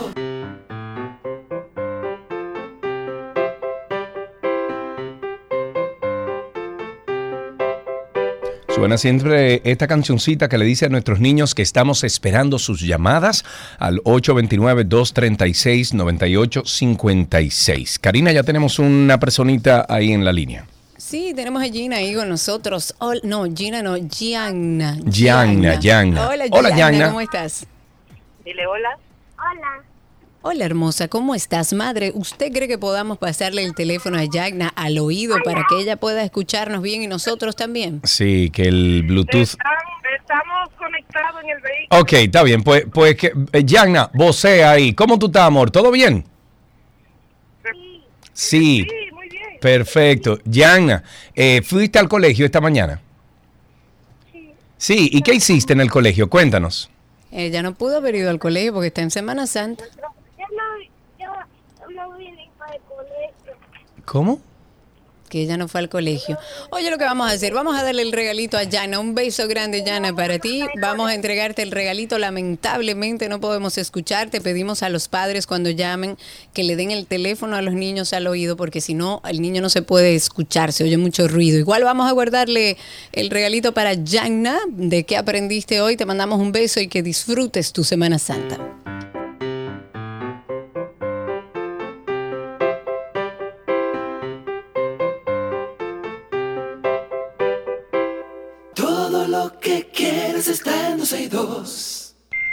[SPEAKER 6] Suena siempre esta cancioncita que le dice a nuestros niños que estamos esperando sus llamadas al ocho dos nueve, dos tres seis, nueve ocho cinco seis. Karina, ya tenemos una personita ahí en la línea.
[SPEAKER 2] Sí, tenemos a Gina ahí con nosotros. Hola, no, Gina no, Gianna.
[SPEAKER 6] Gianna, Gianna.
[SPEAKER 2] Hola,
[SPEAKER 6] hola
[SPEAKER 2] Gianna,
[SPEAKER 6] Gianna.
[SPEAKER 2] ¿Cómo estás?
[SPEAKER 9] Dile hola.
[SPEAKER 4] Hola.
[SPEAKER 2] Hola, hermosa, ¿cómo estás, madre? ¿Usted cree que podamos pasarle el teléfono a Gianna al oído hola. Para que ella pueda escucharnos bien y nosotros también?
[SPEAKER 6] Sí, que el Bluetooth...
[SPEAKER 10] Estamos, estamos conectados en el vehículo.
[SPEAKER 6] Ok, está bien. Pues, pues que, eh, Gianna, vocea ahí. ¿Cómo tú estás, amor? ¿Todo bien?
[SPEAKER 10] Sí.
[SPEAKER 6] Sí.
[SPEAKER 10] Sí, muy bien.
[SPEAKER 6] Perfecto. Gianna, eh, ¿fuiste al colegio esta mañana?
[SPEAKER 4] Sí.
[SPEAKER 6] Sí, ¿y qué hiciste en el colegio? Cuéntanos.
[SPEAKER 2] Ella no pudo haber ido al colegio porque está en Semana Santa.
[SPEAKER 4] Yo no, yo no vine para el colegio.
[SPEAKER 6] ¿Cómo?
[SPEAKER 2] Que ella no fue al colegio. Oye, lo que vamos a hacer, vamos a darle el regalito a Gianna. Un beso grande, Gianna, para ti. Vamos a entregarte el regalito. Lamentablemente no podemos escucharte. Pedimos a los padres cuando llamen que le den el teléfono a los niños al oído, porque si no, el niño no se puede escuchar, se oye mucho ruido. Igual vamos a guardarle el regalito para Gianna. ¿De qué aprendiste hoy? Te mandamos un beso y que disfrutes tu Semana Santa.
[SPEAKER 1] Todo lo que quieres está en doce y dos.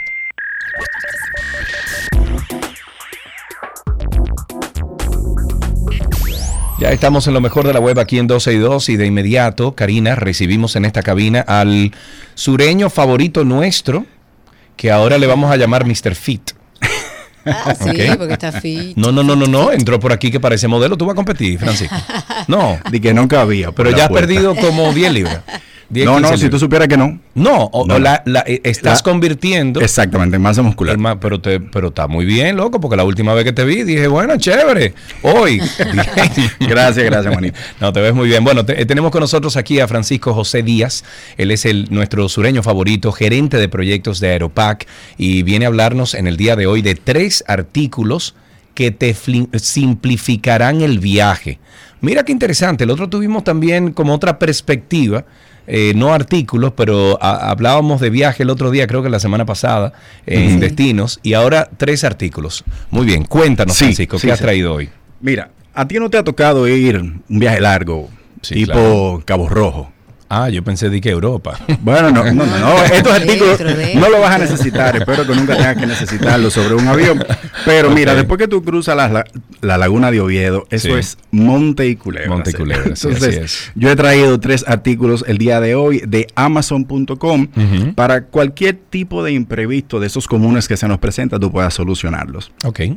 [SPEAKER 6] Ya estamos en lo mejor de la web aquí en doce y dos y de inmediato, Karina, recibimos en esta cabina al sureño favorito nuestro, que ahora le vamos a llamar mister Fit.
[SPEAKER 2] Ah, sí, okay. Porque está fit.
[SPEAKER 6] No, no, no, no, no, entró por aquí que parece modelo. ¿Tú vas a competir, Francisco? No.
[SPEAKER 11] Di que no cabía.
[SPEAKER 6] Pero ya has perdido como diez libras. diez,
[SPEAKER 11] no, no,
[SPEAKER 6] libras.
[SPEAKER 11] Si tú supieras que no.
[SPEAKER 6] No, o,
[SPEAKER 11] no.
[SPEAKER 6] o la, la, estás la, convirtiendo.
[SPEAKER 11] Exactamente, en masa muscular.
[SPEAKER 6] En, pero, te, pero está muy bien, loco, porque la última vez que te vi dije, bueno, chévere. Hoy.
[SPEAKER 11] Gracias, gracias, manito.
[SPEAKER 6] No, te ves muy bien. Bueno, te, tenemos con nosotros aquí a Francisco José Díaz. Él es el nuestro sureño favorito, gerente de proyectos de Aeropac, y viene a hablarnos en el día de hoy de tres artículos que te simplificarán el viaje. Mira qué interesante. El otro tuvimos también como otra perspectiva. Eh, no artículos, pero a, hablábamos de viaje el otro día, creo que la semana pasada, en sí. Destinos, y ahora tres artículos. Muy bien, cuéntanos, sí, Francisco, sí, ¿qué sí. has traído hoy?
[SPEAKER 11] Mira, a ti no te ha tocado ir un viaje largo, sí, tipo claro. Cabo Rojo.
[SPEAKER 6] Ah, yo pensé de que Europa.
[SPEAKER 11] Bueno, no, no, no, no. Estos artículos no lo vas a necesitar. Espero que nunca tengas que necesitarlo sobre un avión. Pero mira, okay. Después que tú cruzas la, la, la laguna de Oviedo, eso sí. es Monte y Culebra.
[SPEAKER 6] Monte y Culebra,
[SPEAKER 11] Entonces,
[SPEAKER 6] sí, así es.
[SPEAKER 11] Yo he traído tres artículos el día de hoy de Amazon punto com uh-huh. para cualquier tipo de imprevisto de esos comunes que se nos presenta, tú puedas solucionarlos.
[SPEAKER 6] Ok.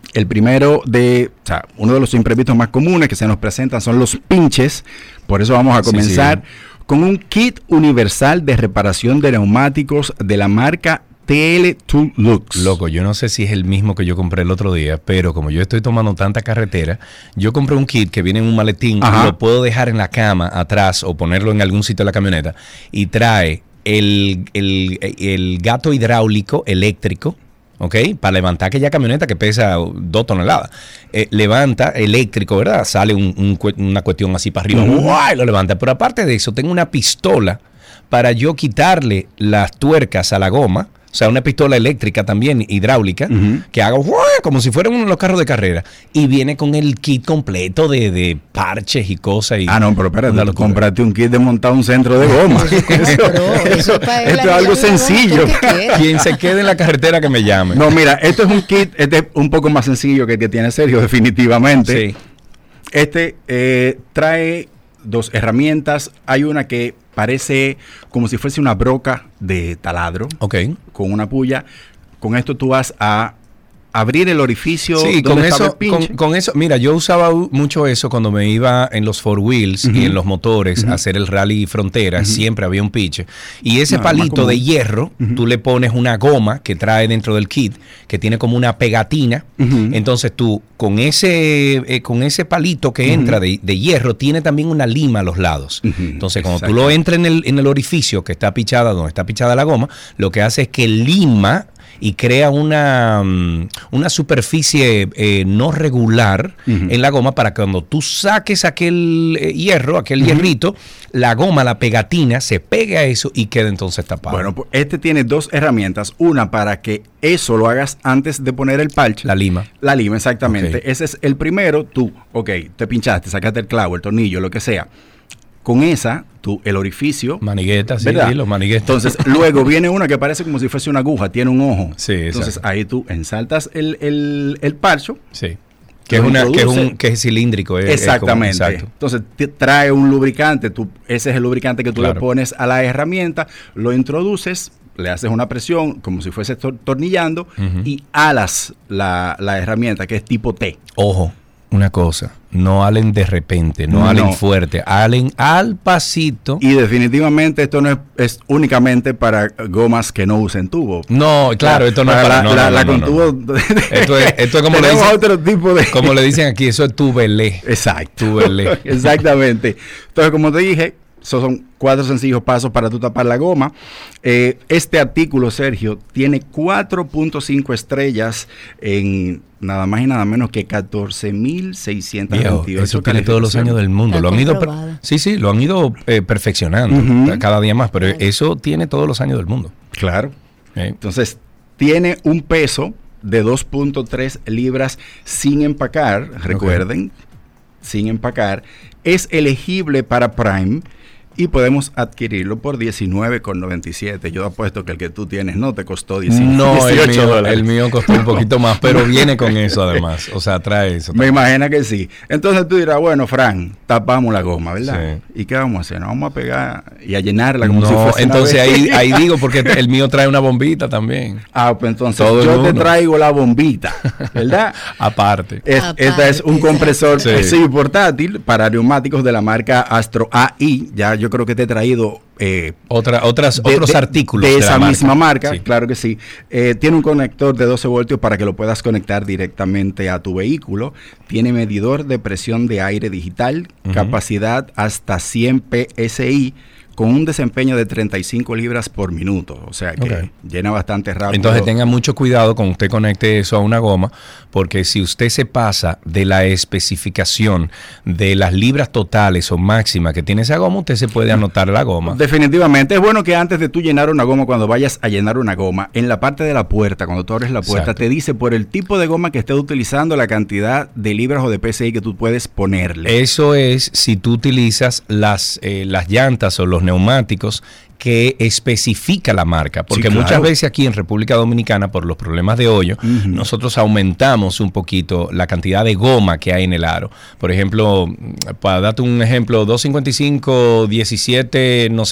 [SPEAKER 11] El primero de, o sea, uno de los imprevistos más comunes que se nos presentan son los pinches. Por eso vamos a comenzar sí, sí. con un kit universal de reparación de neumáticos de la marca T L dos Lux.
[SPEAKER 6] Loco, yo no sé si es el mismo que yo compré el otro día, pero como yo estoy tomando tanta carretera, yo compré un kit que viene en un maletín Ajá. y lo puedo dejar en la cama atrás o ponerlo en algún sitio de la camioneta y trae el, el, el gato hidráulico eléctrico, ¿ok? Para levantar aquella camioneta que pesa dos toneladas. Eh, levanta eléctrico, ¿verdad? Sale un, un, una cuestión así para arriba, uh-huh. ¡Uy! Lo levanta. Pero aparte de eso, tengo una pistola para yo quitarle las tuercas a la goma. O sea, una pistola eléctrica también, hidráulica, uh-huh. que haga ¡uah! Como si fueran uno de los carros de carrera. Y viene con el kit completo de, de parches y cosas. Y
[SPEAKER 11] ah, no, pero espérate, cómprate un kit de montar un centro de goma. eso, eso, eso, esto es algo sencillo.
[SPEAKER 6] Quien se quede en la carretera que me llame.
[SPEAKER 11] No, mira, esto es un kit este es un poco más sencillo que el que tiene Sergio, definitivamente. Sí. Este eh, trae dos herramientas. Hay una que parece como si fuese una broca de taladro,
[SPEAKER 6] okay.
[SPEAKER 11] con una puya. Con esto tú vas a abrir el orificio.
[SPEAKER 6] Sí, con eso, con, con eso, mira, yo usaba mucho eso cuando me iba en los four wheels uh-huh. y en los motores uh-huh. a hacer el rally frontera, uh-huh. siempre había un pinche. Y ese no, palito de hierro, uh-huh. tú le pones una goma que trae dentro del kit, que tiene como una pegatina. Uh-huh. Entonces tú, con ese, eh, con ese palito que uh-huh. entra de, de hierro, tiene también una lima a los lados. Uh-huh. Entonces, cuando Exacto. tú lo entras en el, en el orificio que está pichada, donde está pichada la goma, lo que hace es que lima y crea una, una superficie eh, no regular uh-huh. en la goma para que cuando tú saques aquel eh, hierro, aquel uh-huh. hierrito, la goma, la pegatina, se pegue a eso y quede entonces tapado.
[SPEAKER 11] Bueno, pues este tiene dos herramientas. Una para que eso lo hagas antes de poner el parche.
[SPEAKER 6] La lima.
[SPEAKER 11] La lima, exactamente. Okay. Ese es el primero. Tú, ok, te pinchaste, sacaste el clavo, el tornillo, lo que sea. Con esa, tú, el orificio.
[SPEAKER 6] Maniguetas, sí, sí, los maniguetas.
[SPEAKER 11] Entonces, luego viene una que parece como si fuese una aguja, tiene un ojo.
[SPEAKER 6] Sí,
[SPEAKER 11] Entonces, exacto. ahí tú ensaltas el, el, el parcho.
[SPEAKER 6] Sí. Que es, una, que, es un, que es cilíndrico. Es,
[SPEAKER 11] Exactamente.
[SPEAKER 6] Es como, exacto.
[SPEAKER 11] Entonces, te trae un lubricante. Tú, ese es el lubricante que tú claro. le pones a la herramienta, lo introduces, le haces una presión como si fuese tornillando uh-huh. y alas la, la herramienta, que es tipo T.
[SPEAKER 6] Ojo. Una cosa, no halen de repente, no, no halen fuerte, halen al pasito.
[SPEAKER 11] Y definitivamente esto no es, es únicamente para gomas que no usen tubo.
[SPEAKER 6] No, claro, esto no es para...
[SPEAKER 11] La,
[SPEAKER 6] no,
[SPEAKER 11] la,
[SPEAKER 6] no,
[SPEAKER 11] la
[SPEAKER 6] no,
[SPEAKER 11] con
[SPEAKER 6] no,
[SPEAKER 11] tubo...
[SPEAKER 6] No. Esto es, esto es como, le dicen,
[SPEAKER 11] otro tipo de...
[SPEAKER 6] como le dicen aquí, eso es tubelé.
[SPEAKER 11] Exacto.
[SPEAKER 6] Tubelé.
[SPEAKER 11] Exactamente. Entonces, como te dije, esos son cuatro sencillos pasos para tú tapar la goma. Eh, este artículo, Sergio, tiene cuatro punto cinco estrellas en... nada más y nada menos que catorce mil seiscientos veintiocho.
[SPEAKER 6] Eso tiene todos los años del mundo. Lo han ido, sí, sí, lo han ido eh, perfeccionando uh-huh. cada día más, pero uh-huh. eso tiene todos los años del mundo.
[SPEAKER 11] Claro. ¿Eh? Entonces, tiene un peso de dos punto tres libras sin empacar, recuerden, okay. sin empacar. Es elegible para Prime y podemos adquirirlo por diecinueve con noventa y siete. Yo apuesto que el que tú tienes no te costó dieciocho,
[SPEAKER 6] no,
[SPEAKER 11] dieciocho
[SPEAKER 6] el mío,
[SPEAKER 11] dólares.
[SPEAKER 6] El mío costó un poquito más, pero viene con eso además. O sea, trae eso.
[SPEAKER 11] Me imagino que sí. Entonces tú dirás, bueno, Fran, tapamos la goma, ¿verdad? Sí. ¿Y qué vamos a hacer? ¿Nos vamos a pegar y a llenarla como
[SPEAKER 6] no,
[SPEAKER 11] si fuese
[SPEAKER 6] entonces ahí, ahí digo, porque el mío trae una bombita también.
[SPEAKER 11] Ah, pues entonces Todo yo te traigo la bombita, ¿verdad?
[SPEAKER 6] Aparte.
[SPEAKER 11] Es, Aparte. Esta es un compresor sí. sí, portátil para neumáticos de la marca Astro A I. Ya yo creo que te he traído Eh,
[SPEAKER 6] Otra, otras,
[SPEAKER 11] de,
[SPEAKER 6] otros
[SPEAKER 11] de,
[SPEAKER 6] artículos
[SPEAKER 11] de, de esa
[SPEAKER 6] la
[SPEAKER 11] misma marca,
[SPEAKER 6] sí.
[SPEAKER 11] claro que sí. Eh, tiene un conector de doce voltios para que lo puedas conectar directamente a tu vehículo. Tiene medidor de presión de aire digital, uh-huh. capacidad hasta cien P S I, con un desempeño de treinta y cinco libras por minuto, o sea que okay. llena bastante rápido.
[SPEAKER 6] Entonces tenga mucho cuidado cuando usted conecte eso a una goma, porque si usted se pasa de la especificación de las libras totales o máximas que tiene esa goma, usted se puede anotar la goma.
[SPEAKER 11] Definitivamente, es bueno que antes de tú llenar una goma, cuando vayas a llenar una goma, en la parte de la puerta, cuando tú abres la puerta, Exacto. te dice por el tipo de goma que estés utilizando, la cantidad de libras o de P S I que tú puedes ponerle.
[SPEAKER 6] Eso es si tú utilizas las, eh, las llantas o los neumáticos que especifica la marca, porque sí, claro. muchas veces aquí en República Dominicana, por los problemas de hoyo, uh-huh. nosotros aumentamos un poquito la cantidad de goma que hay en el aro. Por ejemplo, para darte un ejemplo, doscientos cincuenta y cinco, diecisiete, no sé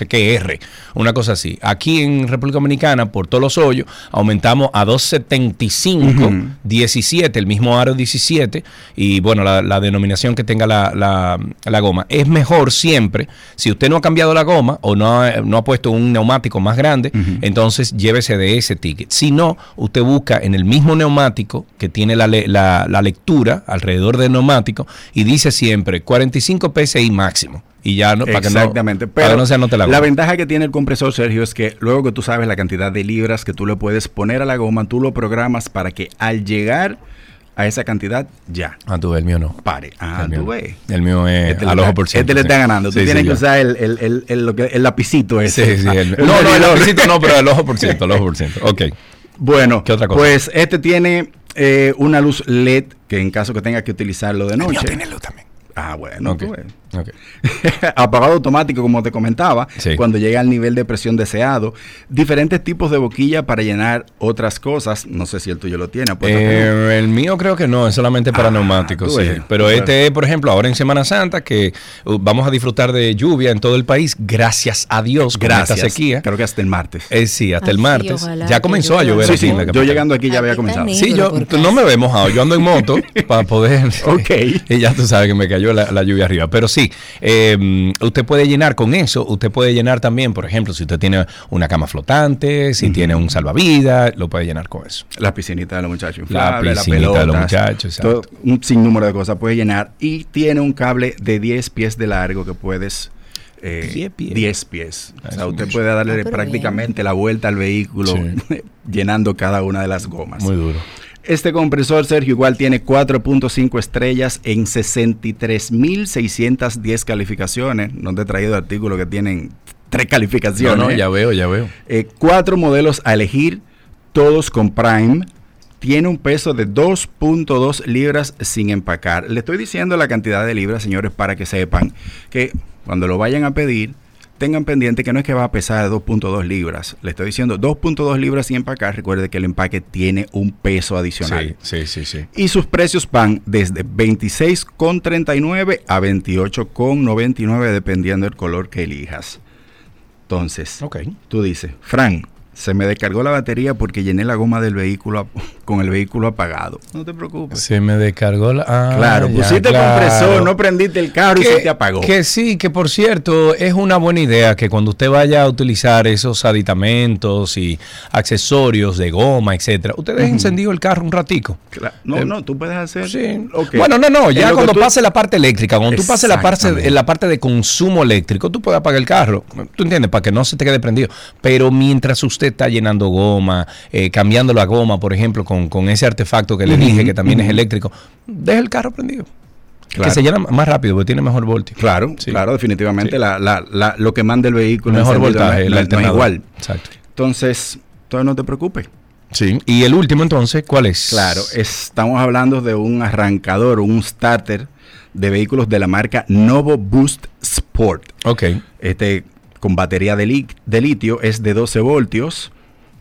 [SPEAKER 6] sé qué R, una cosa así. Aquí en República Dominicana, por todos los hoyos, aumentamos a dos setenta y cinco, uh-huh. diecisiete, el mismo aro diecisiete, y bueno, la, la denominación que tenga la, la, la goma. Es mejor siempre, si usted no ha cambiado la goma o no ha, no ha puesto un neumático más grande, uh-huh. entonces llévese de ese ticket. Si no, usted busca en el mismo neumático que tiene la, la, la lectura alrededor del neumático y dice siempre cuarenta y cinco P S I máximo. Y ya no, para
[SPEAKER 11] Exactamente.
[SPEAKER 6] que no, para
[SPEAKER 11] pero
[SPEAKER 6] que no se anote la goma.
[SPEAKER 11] La ventaja que tiene el compresor, Sergio, es que luego que tú sabes la cantidad de libras que tú le puedes poner a la goma, tú lo programas para que al llegar a esa cantidad, ya.
[SPEAKER 6] Ah, tú ves, el mío no.
[SPEAKER 11] Pare. Ah,
[SPEAKER 6] el
[SPEAKER 11] tú
[SPEAKER 6] mío,
[SPEAKER 11] ves.
[SPEAKER 6] El mío es
[SPEAKER 11] este
[SPEAKER 6] al ojo por ciento.
[SPEAKER 11] Este le está ganando. Tú
[SPEAKER 6] sí,
[SPEAKER 11] tienes
[SPEAKER 6] sí,
[SPEAKER 11] que
[SPEAKER 6] ya.
[SPEAKER 11] usar el, el, el, el, lo que, el lapicito ese.
[SPEAKER 6] Sí, sí. El,
[SPEAKER 11] el
[SPEAKER 6] no, no, el
[SPEAKER 11] medidor.
[SPEAKER 6] lapicito no, pero el ojo por ciento, el ojo por ciento. Ok.
[SPEAKER 11] Bueno,
[SPEAKER 6] ¿qué otra cosa?
[SPEAKER 11] Pues este tiene eh, una luz L E D que en caso que tenga que utilizarlo de noche.
[SPEAKER 6] El mío tiene luz también.
[SPEAKER 11] Ah, bueno.
[SPEAKER 6] Okay.
[SPEAKER 11] Pues.
[SPEAKER 6] Okay.
[SPEAKER 11] Apagado automático, como te comentaba,
[SPEAKER 6] sí.
[SPEAKER 11] cuando llega al nivel de presión deseado. Diferentes tipos de boquilla para llenar otras cosas. No sé si el tuyo lo tiene.
[SPEAKER 6] Eh, el mío creo que no, es solamente para ah, neumáticos. Sí. Ves, pero este es, por ejemplo, ahora en Semana Santa, que uh, vamos a disfrutar de lluvia en todo el país, gracias a Dios, con
[SPEAKER 11] gracias.
[SPEAKER 6] esta sequía.
[SPEAKER 11] Creo que hasta el martes.
[SPEAKER 6] Eh, sí, hasta
[SPEAKER 2] Así,
[SPEAKER 6] el martes. Ya comenzó a llover.
[SPEAKER 11] Sí,
[SPEAKER 6] aquí
[SPEAKER 11] sí,
[SPEAKER 6] en la
[SPEAKER 11] yo llegando aquí ya había comenzado.
[SPEAKER 2] Negro,
[SPEAKER 6] sí, yo no me veo mojado, yo ando en moto para poder.
[SPEAKER 11] Ok.
[SPEAKER 6] Y ya tú sabes que me cayó la, la lluvia arriba. Pero sí, eh, usted puede llenar con eso, usted puede llenar también, por ejemplo, si usted tiene una cama flotante, si uh-huh. tiene un salvavidas, lo puede llenar con eso.
[SPEAKER 11] La piscinita de los muchachos
[SPEAKER 6] inflable, la piscinita la pelota, de los muchachos,
[SPEAKER 11] todo, un sinnúmero de cosas puede llenar y tiene un cable de diez pies de largo que puedes... Eh, diez pies. diez pies. O sea, usted puede darle ah, prácticamente bien. la vuelta al vehículo sí. llenando cada una de las gomas.
[SPEAKER 6] Muy duro.
[SPEAKER 11] Este compresor, Sergio, igual tiene cuatro punto cinco estrellas en sesenta y tres mil seiscientas diez calificaciones. No te he traído artículos que tienen tres calificaciones.
[SPEAKER 6] No, no, ya veo, ya veo.
[SPEAKER 11] Eh, cuatro modelos a elegir, todos con Prime. Tiene un peso de dos punto dos libras sin empacar. Le estoy diciendo la cantidad de libras, señores, para que sepan que cuando lo vayan a pedir, tengan pendiente que no es que va a pesar dos punto dos libras. Le estoy diciendo dos punto dos libras sin empacar. Recuerde que el empaque tiene un peso adicional.
[SPEAKER 6] Sí, sí, sí, sí.
[SPEAKER 11] Y sus precios van desde veintiséis con treinta y nueve a veintiocho con noventa y nueve dependiendo del color que elijas. Entonces, okay. tú dices, Fran, se me descargó la batería porque llené la goma del vehículo con el vehículo apagado. No te preocupes.
[SPEAKER 6] Se me descargó la... Ah,
[SPEAKER 11] claro, pusiste
[SPEAKER 6] ya,
[SPEAKER 11] el compresor,
[SPEAKER 6] claro.
[SPEAKER 11] no prendiste el carro
[SPEAKER 6] que,
[SPEAKER 11] y se te apagó.
[SPEAKER 6] Que sí, que por cierto, es una buena idea que cuando usted vaya a utilizar esos aditamentos y accesorios de goma, etcétera, usted deje uh-huh. encendido el carro un ratico.
[SPEAKER 11] Claro. No, eh, no, tú puedes hacer...
[SPEAKER 6] Sí. Okay. Bueno, no, no, ya cuando tú... pase la parte eléctrica, cuando tú pases la parte, en la parte de consumo eléctrico, tú puedes apagar el carro. ¿Tú entiendes? Para que no se te quede prendido. Pero mientras usted está llenando goma, eh, cambiando la goma, por ejemplo, con, con ese artefacto que le uh-huh, dije, que también uh-huh. es eléctrico, deja el carro prendido. Claro. Que se llena más rápido porque tiene mejor voltio.
[SPEAKER 11] Claro, sí. claro, definitivamente sí. la, la, la, lo que manda el vehículo
[SPEAKER 6] mejor voltaje,
[SPEAKER 11] no,
[SPEAKER 6] el
[SPEAKER 11] no, no es igual.
[SPEAKER 6] Exacto.
[SPEAKER 11] Entonces, entonces no te preocupes.
[SPEAKER 6] Sí. Y el último entonces, ¿cuál es?
[SPEAKER 11] Claro, estamos hablando de un arrancador, un starter de vehículos de la marca Novo Boost Sport.
[SPEAKER 6] Ok.
[SPEAKER 11] Este con batería de, li- de litio es de doce voltios.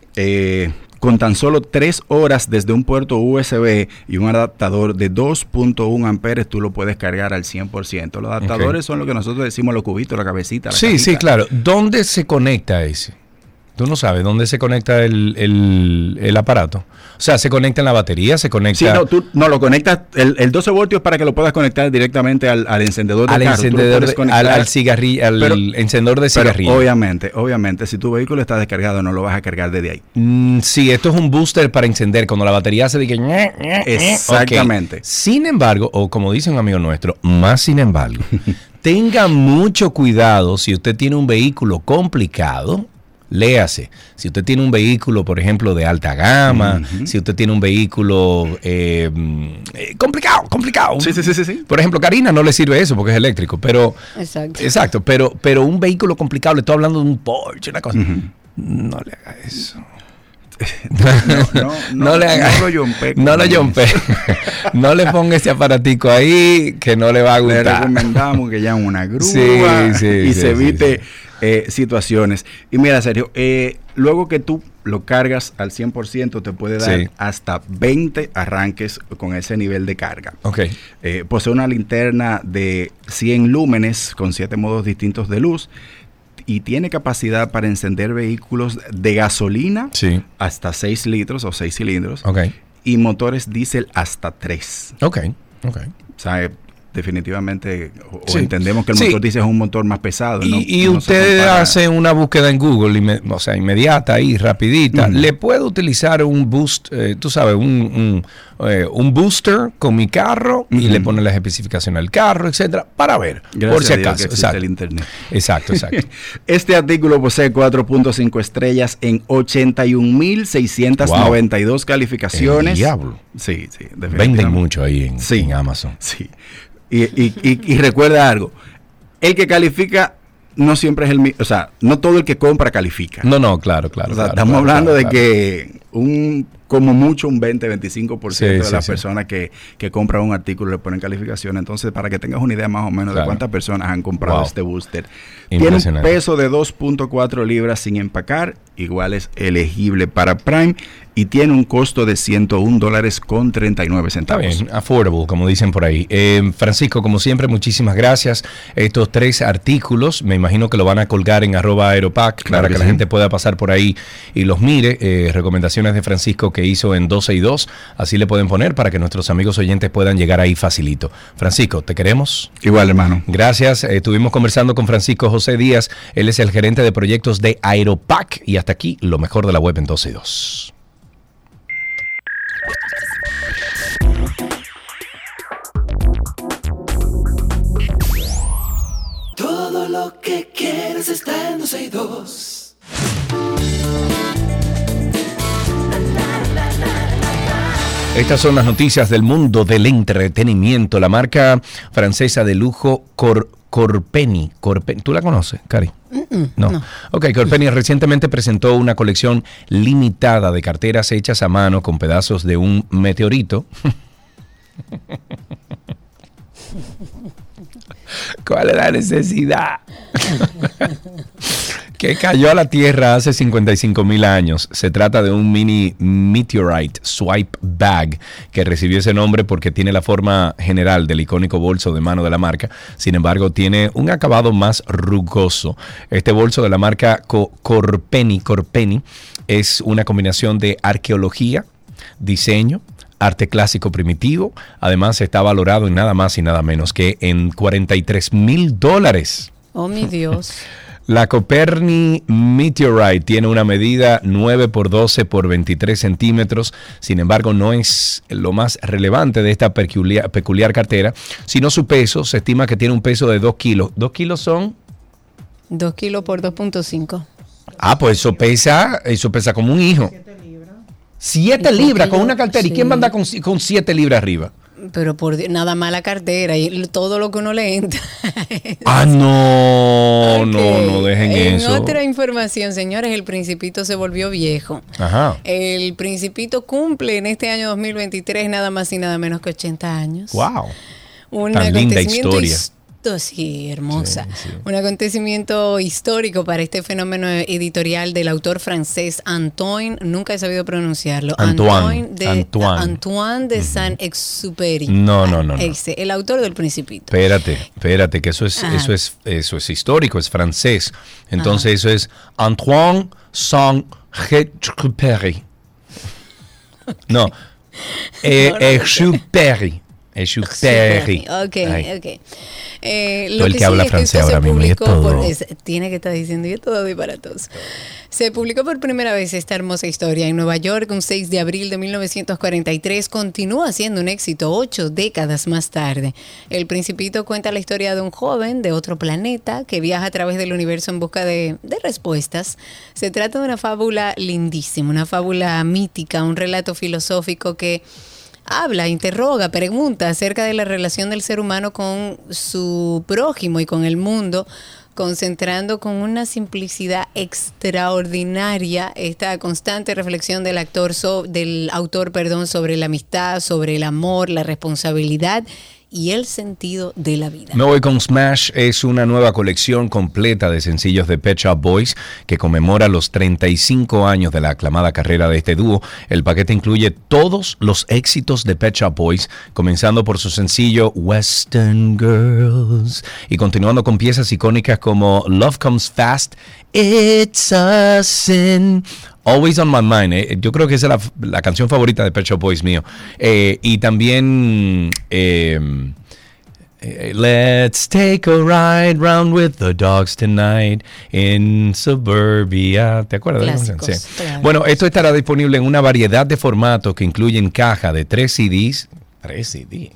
[SPEAKER 11] Eh, con tan solo tres horas desde un puerto U S B y un adaptador de dos punto uno amperes, tú lo puedes cargar al cien por ciento. Los adaptadores okay. son lo que nosotros decimos los cubitos, la cabecita. La
[SPEAKER 6] sí,
[SPEAKER 11] cajita.
[SPEAKER 6] sí, claro. ¿Dónde se conecta ese? Tú no sabes dónde se conecta el, el, el aparato. O sea, se conecta en la batería, se conecta...
[SPEAKER 11] Sí, no, tú no lo conectas, el, el doce voltios para que lo puedas conectar directamente al, al encendedor
[SPEAKER 6] al
[SPEAKER 11] del carro.
[SPEAKER 6] Encendedor de, al, al cigarrillo, al pero, encendedor de cigarrillo.
[SPEAKER 11] Pero obviamente, obviamente, si tu vehículo está descargado, no lo vas a cargar desde ahí.
[SPEAKER 6] Mm, sí, esto es un booster para encender cuando la batería se dice...
[SPEAKER 11] Exactamente.
[SPEAKER 6] Okay. Sin embargo, o como dice un amigo nuestro, más sin embargo, tenga mucho cuidado si usted tiene un vehículo complicado. Léase, si usted tiene un vehículo, por ejemplo, de alta gama, uh-huh. si usted tiene un vehículo eh, eh, complicado, complicado.
[SPEAKER 11] Sí, sí, sí, sí, sí.
[SPEAKER 6] Por ejemplo, Karina no le sirve eso porque es eléctrico, pero
[SPEAKER 2] exacto,
[SPEAKER 6] exacto pero, pero un vehículo complicado, le estoy hablando de un Porsche, una cosa. Uh-huh. No le haga eso.
[SPEAKER 11] No, no, no,
[SPEAKER 6] no le haga,
[SPEAKER 11] no lo yompe.
[SPEAKER 6] No lo yompe. No le ponga ese aparatico ahí que no le va a gustar.
[SPEAKER 11] Le recomendamos que llame una grúa
[SPEAKER 6] sí, sí,
[SPEAKER 11] y
[SPEAKER 6] sí,
[SPEAKER 11] se evite
[SPEAKER 6] sí, sí.
[SPEAKER 11] Eh, situaciones. Y mira, Sergio, eh, luego que tú lo cargas al cien por ciento, te puede dar sí. hasta veinte arranques con ese nivel de carga.
[SPEAKER 6] Okay.
[SPEAKER 11] Eh, posee una linterna de cien lúmenes con siete modos distintos de luz. y tiene capacidad para encender vehículos de gasolina
[SPEAKER 6] sí.
[SPEAKER 11] hasta seis litros o seis cilindros
[SPEAKER 6] okay.
[SPEAKER 11] y motores diésel hasta tres.
[SPEAKER 6] Ok, ok.
[SPEAKER 11] O sea, definitivamente o
[SPEAKER 6] sí.
[SPEAKER 11] entendemos que el
[SPEAKER 6] sí.
[SPEAKER 11] motor diésel es un motor más pesado.
[SPEAKER 6] Y,
[SPEAKER 11] no,
[SPEAKER 6] y
[SPEAKER 11] no
[SPEAKER 6] usted hace una búsqueda en Google, inme, o sea, inmediata ahí, rapidita. Mm. Le puedo utilizar un boost, eh, tú sabes, un, un, eh, un booster con mi carro mm-hmm. y le pone las especificaciones del carro, etcétera, para ver,
[SPEAKER 11] Gracias
[SPEAKER 6] por si
[SPEAKER 11] a Dios
[SPEAKER 6] acaso.
[SPEAKER 11] Que existe el internet.
[SPEAKER 6] Exacto, exacto.
[SPEAKER 11] Este artículo posee cuatro punto cinco estrellas en ochenta y un mil seiscientas noventa y dos wow. calificaciones.
[SPEAKER 6] El diablo.
[SPEAKER 11] Sí, sí.
[SPEAKER 6] Venden mucho ahí en,
[SPEAKER 11] sí,
[SPEAKER 6] en Amazon.
[SPEAKER 11] Sí. Y, y, y, y recuerda algo, el que califica no siempre es el mismo, o sea, no todo el que compra califica.
[SPEAKER 6] No, no, claro, claro.
[SPEAKER 11] O sea,
[SPEAKER 6] claro
[SPEAKER 11] estamos
[SPEAKER 6] claro,
[SPEAKER 11] hablando
[SPEAKER 6] claro,
[SPEAKER 11] de
[SPEAKER 6] claro.
[SPEAKER 11] que un como mucho un veinte, veinticinco por ciento sí, de
[SPEAKER 6] sí,
[SPEAKER 11] las
[SPEAKER 6] sí.
[SPEAKER 11] personas que, que compran un artículo le ponen calificación. Entonces, para que tengas una idea más o menos claro. de cuántas personas han comprado wow. este booster. Tiene un peso de dos punto cuatro libras sin empacar, igual es elegible para Prime y tiene un costo de ciento un dólares con treinta y nueve centavos.
[SPEAKER 6] Está bien, affordable, como dicen por ahí. Eh, Francisco, como siempre, muchísimas gracias. Estos tres artículos, me imagino que lo van a colgar en arroba aeropack claro para que, que la sí. gente pueda pasar por ahí y los mire. Eh, recomendaciones de Francisco que hizo en doce y dos, así le pueden poner para que nuestros amigos oyentes puedan llegar ahí facilito. Francisco, te queremos.
[SPEAKER 11] Igual, hermano.
[SPEAKER 6] Gracias. Eh, estuvimos conversando con Francisco José Díaz. Él es el gerente de proyectos de Aeropack y hasta aquí lo mejor de la web en doce y dos.
[SPEAKER 1] Todo lo que quieres está en doce y dos.
[SPEAKER 6] Estas son las noticias del mundo del entretenimiento. La marca francesa de lujo Cor Corpenny. Corpenny. ¿Tú la conoces, Cari?
[SPEAKER 2] Mm-mm,
[SPEAKER 6] no.
[SPEAKER 2] no.
[SPEAKER 6] Ok, Corpenny recientemente presentó una colección limitada de carteras hechas a mano con pedazos de un meteorito. ¿Cuál es la necesidad? Que cayó a la Tierra hace cincuenta y cinco mil años. Se trata de un mini meteorite swipe bag que recibió ese nombre porque tiene la forma general del icónico bolso de mano de la marca. Sin embargo, tiene un acabado más rugoso. Este bolso de la marca Co Corpenny, Corpenny es una combinación de arqueología, diseño, arte clásico primitivo. Además está valorado en nada más y nada menos que en cuarenta y tres mil dólares.
[SPEAKER 2] Oh, mi Dios.
[SPEAKER 6] La Corpenny Meteorite tiene una medida nueve por doce por veintitrés centímetros. Sin embargo, no es lo más relevante de esta peculiar, peculiar cartera, sino su peso. Se estima que tiene un peso de dos kilos. ¿Dos kilos son?
[SPEAKER 2] dos kilos por dos punto cinco.
[SPEAKER 6] Ah, pues eso pesa, eso pesa como un hijo. Siete libras con una cartera. Sí. ¿Y quién va a andar con, con siete libras arriba?
[SPEAKER 2] Pero por nada más la cartera y todo lo que uno le entra.
[SPEAKER 6] Ah, no, okay. no, no dejen
[SPEAKER 2] en
[SPEAKER 6] eso.
[SPEAKER 2] En otra información, señores, el Principito se volvió viejo.
[SPEAKER 6] Ajá.
[SPEAKER 2] El Principito cumple en este año dos mil veintitrés nada más y nada menos que ochenta años.
[SPEAKER 6] Wow.
[SPEAKER 2] Un
[SPEAKER 6] Tan linda historia.
[SPEAKER 2] Sí, hermosa.
[SPEAKER 6] Sí, sí.
[SPEAKER 2] Un acontecimiento histórico para este fenómeno editorial del autor francés Antoine, nunca he sabido pronunciarlo.
[SPEAKER 6] Antoine.
[SPEAKER 2] Antoine de,
[SPEAKER 6] Antoine.
[SPEAKER 2] Antoine de uh-huh. Saint-Exupéry.
[SPEAKER 6] No, no, no, no.
[SPEAKER 2] Ese, el autor del Principito.
[SPEAKER 6] Espérate, espérate, que eso es, eso es, eso es histórico, es francés. Entonces Ajá. eso es Antoine Saint-Exupéry. No, Exupéry. Exupéry.
[SPEAKER 2] Ok, ok. Eh,
[SPEAKER 6] lo el que, que habla francés ahora mismo y es todo.
[SPEAKER 2] Por, es, tiene que estar diciendo y todo disparatoso. Se publicó por primera vez esta hermosa historia en Nueva York un seis de abril de mil novecientos cuarenta y tres. Continúa siendo un éxito ocho décadas más tarde. El Principito cuenta la historia de un joven de otro planeta que viaja a través del universo en busca de, de respuestas. Se trata de una fábula lindísima, una fábula mítica, un relato filosófico que habla, interroga, pregunta acerca de la relación del ser humano con su prójimo y con el mundo, concentrando con una simplicidad extraordinaria esta constante reflexión del actor so, del autor, perdón, sobre la amistad, sobre el amor, la responsabilidad y el sentido de la vida.
[SPEAKER 6] Me voy con Smash. Es una nueva colección completa de sencillos de Pet Shop Boys que conmemora los treinta y cinco años de la aclamada carrera de este dúo. El paquete incluye todos los éxitos de Pet Shop Boys, comenzando por su sencillo Western Girls y continuando con piezas icónicas como Love Comes Fast, It's a Sin, Always on My Mind. Eh. Yo creo que esa es la, la canción favorita de Pet Shop Boys mío. Eh, y también eh, eh, Let's take a ride round with the dogs tonight in suburbia. ¿Te acuerdas de la canción? Sí. Claro. Bueno, esto estará disponible en una variedad de formatos que incluyen caja de tres C Ds. ¿Tres C D?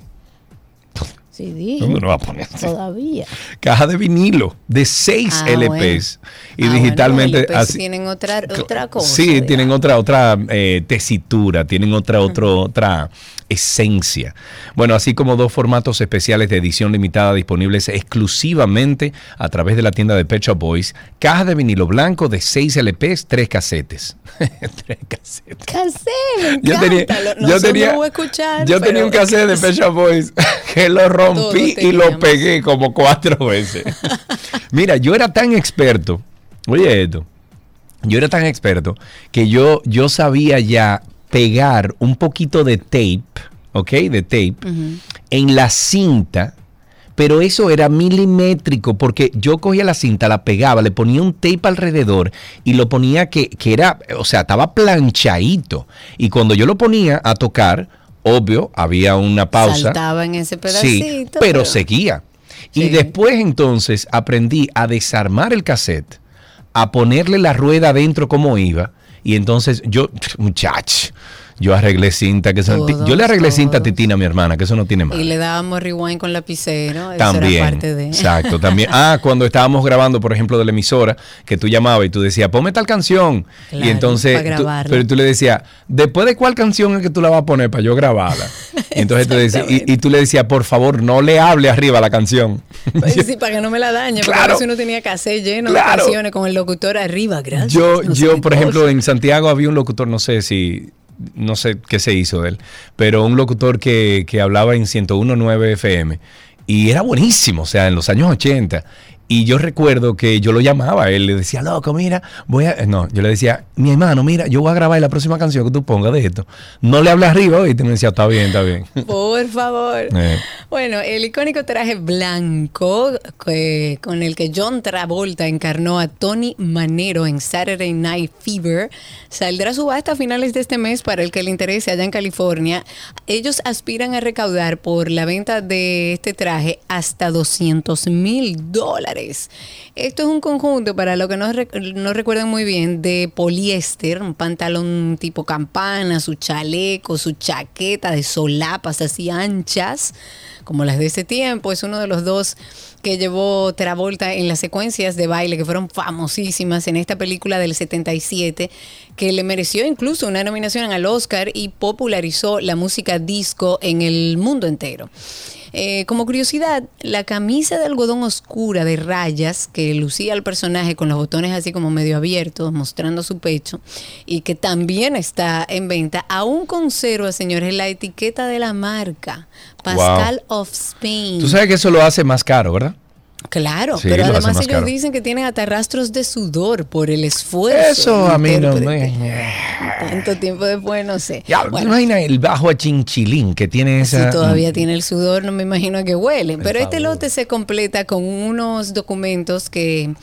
[SPEAKER 2] C D.
[SPEAKER 6] ¿Dónde lo va a poner?
[SPEAKER 2] Todavía.
[SPEAKER 6] Caja de vinilo de seis ah, L Ps bueno. y ah, digitalmente.
[SPEAKER 2] Bueno, L Ps así, tienen otra otra cosa.
[SPEAKER 6] Sí, digamos. tienen otra otra eh, tesitura, tienen otra uh-huh. otra otra esencia. Bueno, así como dos formatos especiales de edición limitada disponibles exclusivamente a través de la tienda de Pet Shop Boys. Caja de vinilo blanco de seis L Ps, tres casetes. tres casetes.
[SPEAKER 2] Cassette,
[SPEAKER 6] yo tenía,
[SPEAKER 2] no
[SPEAKER 6] yo tenía,
[SPEAKER 2] voy a escuchar,
[SPEAKER 6] yo tenía un cassette de Pet Shop Boys que lo rompí y lo pegué como cuatro veces. Mira, yo era tan experto, oye esto, yo era tan experto que yo, yo sabía ya pegar un poquito de tape, ¿ok? De tape uh-huh. en la cinta, pero eso era milimétrico porque yo cogía la cinta, la pegaba, le ponía un tape alrededor y lo ponía que, que era, o sea, estaba planchadito. Y cuando yo lo ponía a tocar, obvio, había una pausa.
[SPEAKER 2] Saltaba en ese pedacito.
[SPEAKER 6] Sí, pero, pero seguía. Sí. Y después entonces aprendí a desarmar el cassette, a ponerle la rueda adentro como iba. Y entonces yo, muchacho, yo arreglé cinta. que eso, todos, Yo le arreglé todos. cinta a Titina, mi hermana, que eso no tiene más.
[SPEAKER 2] Y le dábamos rewind con lapicero.
[SPEAKER 6] También,
[SPEAKER 2] eso era parte de...
[SPEAKER 6] exacto, también. Ah, cuando estábamos grabando, por ejemplo, de la emisora, que tú llamabas y tú decías, ponme tal canción. Claro, y entonces, tú, pero tú le decías, ¿después de cuál canción es que tú la vas a poner para yo grabarla? Y entonces te decía, y, y tú le decías, por favor, no le hable arriba a la canción.
[SPEAKER 2] Pues sí, para que no me la dañe, porque claro, a veces uno tenía cassette lleno claro. de canciones con el locutor arriba, gracias.
[SPEAKER 6] Yo,
[SPEAKER 2] no
[SPEAKER 6] yo por ejemplo, en Santiago había un locutor, no sé si... no sé qué se hizo de él, pero un locutor que, que hablaba en ciento uno punto nueve F M y era buenísimo, o sea, en los años ochenta. Y yo recuerdo que yo lo llamaba, él le decía, loco, mira, voy a... No, yo le decía, mi hermano, mira, yo voy a grabar la próxima canción que tú pongas de esto. No le hables arriba, y te me decía, está bien, está bien.
[SPEAKER 2] Por favor. Eh. Bueno, el icónico traje blanco que, con el que John Travolta encarnó a Tony Manero en Saturday Night Fever saldrá a subasta a finales de este mes para el que le interese allá en California. Ellos aspiran a recaudar por la venta de este traje hasta doscientos mil dólares. Esto es un conjunto, para los que no, rec- no recuerdan muy bien, de poliéster, un pantalón tipo campana, su chaleco, su chaqueta de solapas así anchas, como las de ese tiempo. Es uno de los dos que llevó Travolta en las secuencias de baile que fueron famosísimas en esta película del setenta y siete, que le mereció incluso una nominación al Oscar y popularizó la música disco en el mundo entero. Eh, como curiosidad, la camisa de algodón oscura de rayas que lucía el personaje con los botones así como medio abiertos, mostrando su pecho, y que también está en venta, aún conserva, señores, la etiqueta de la marca Pascal wow. of Spain.
[SPEAKER 6] Tú sabes que eso lo hace más caro, ¿verdad?
[SPEAKER 2] Claro, sí, pero además ellos caro. dicen que tienen hasta rastros de sudor por el esfuerzo.
[SPEAKER 6] Eso a mí no me...
[SPEAKER 2] Tanto tiempo después, no sé.
[SPEAKER 6] Ya, bueno, imagina el bajo a chinchilín que tiene esa...
[SPEAKER 2] Si todavía mm. tiene el sudor, no me imagino a qué huele. Pero favor. Este lote se completa con unos documentos que...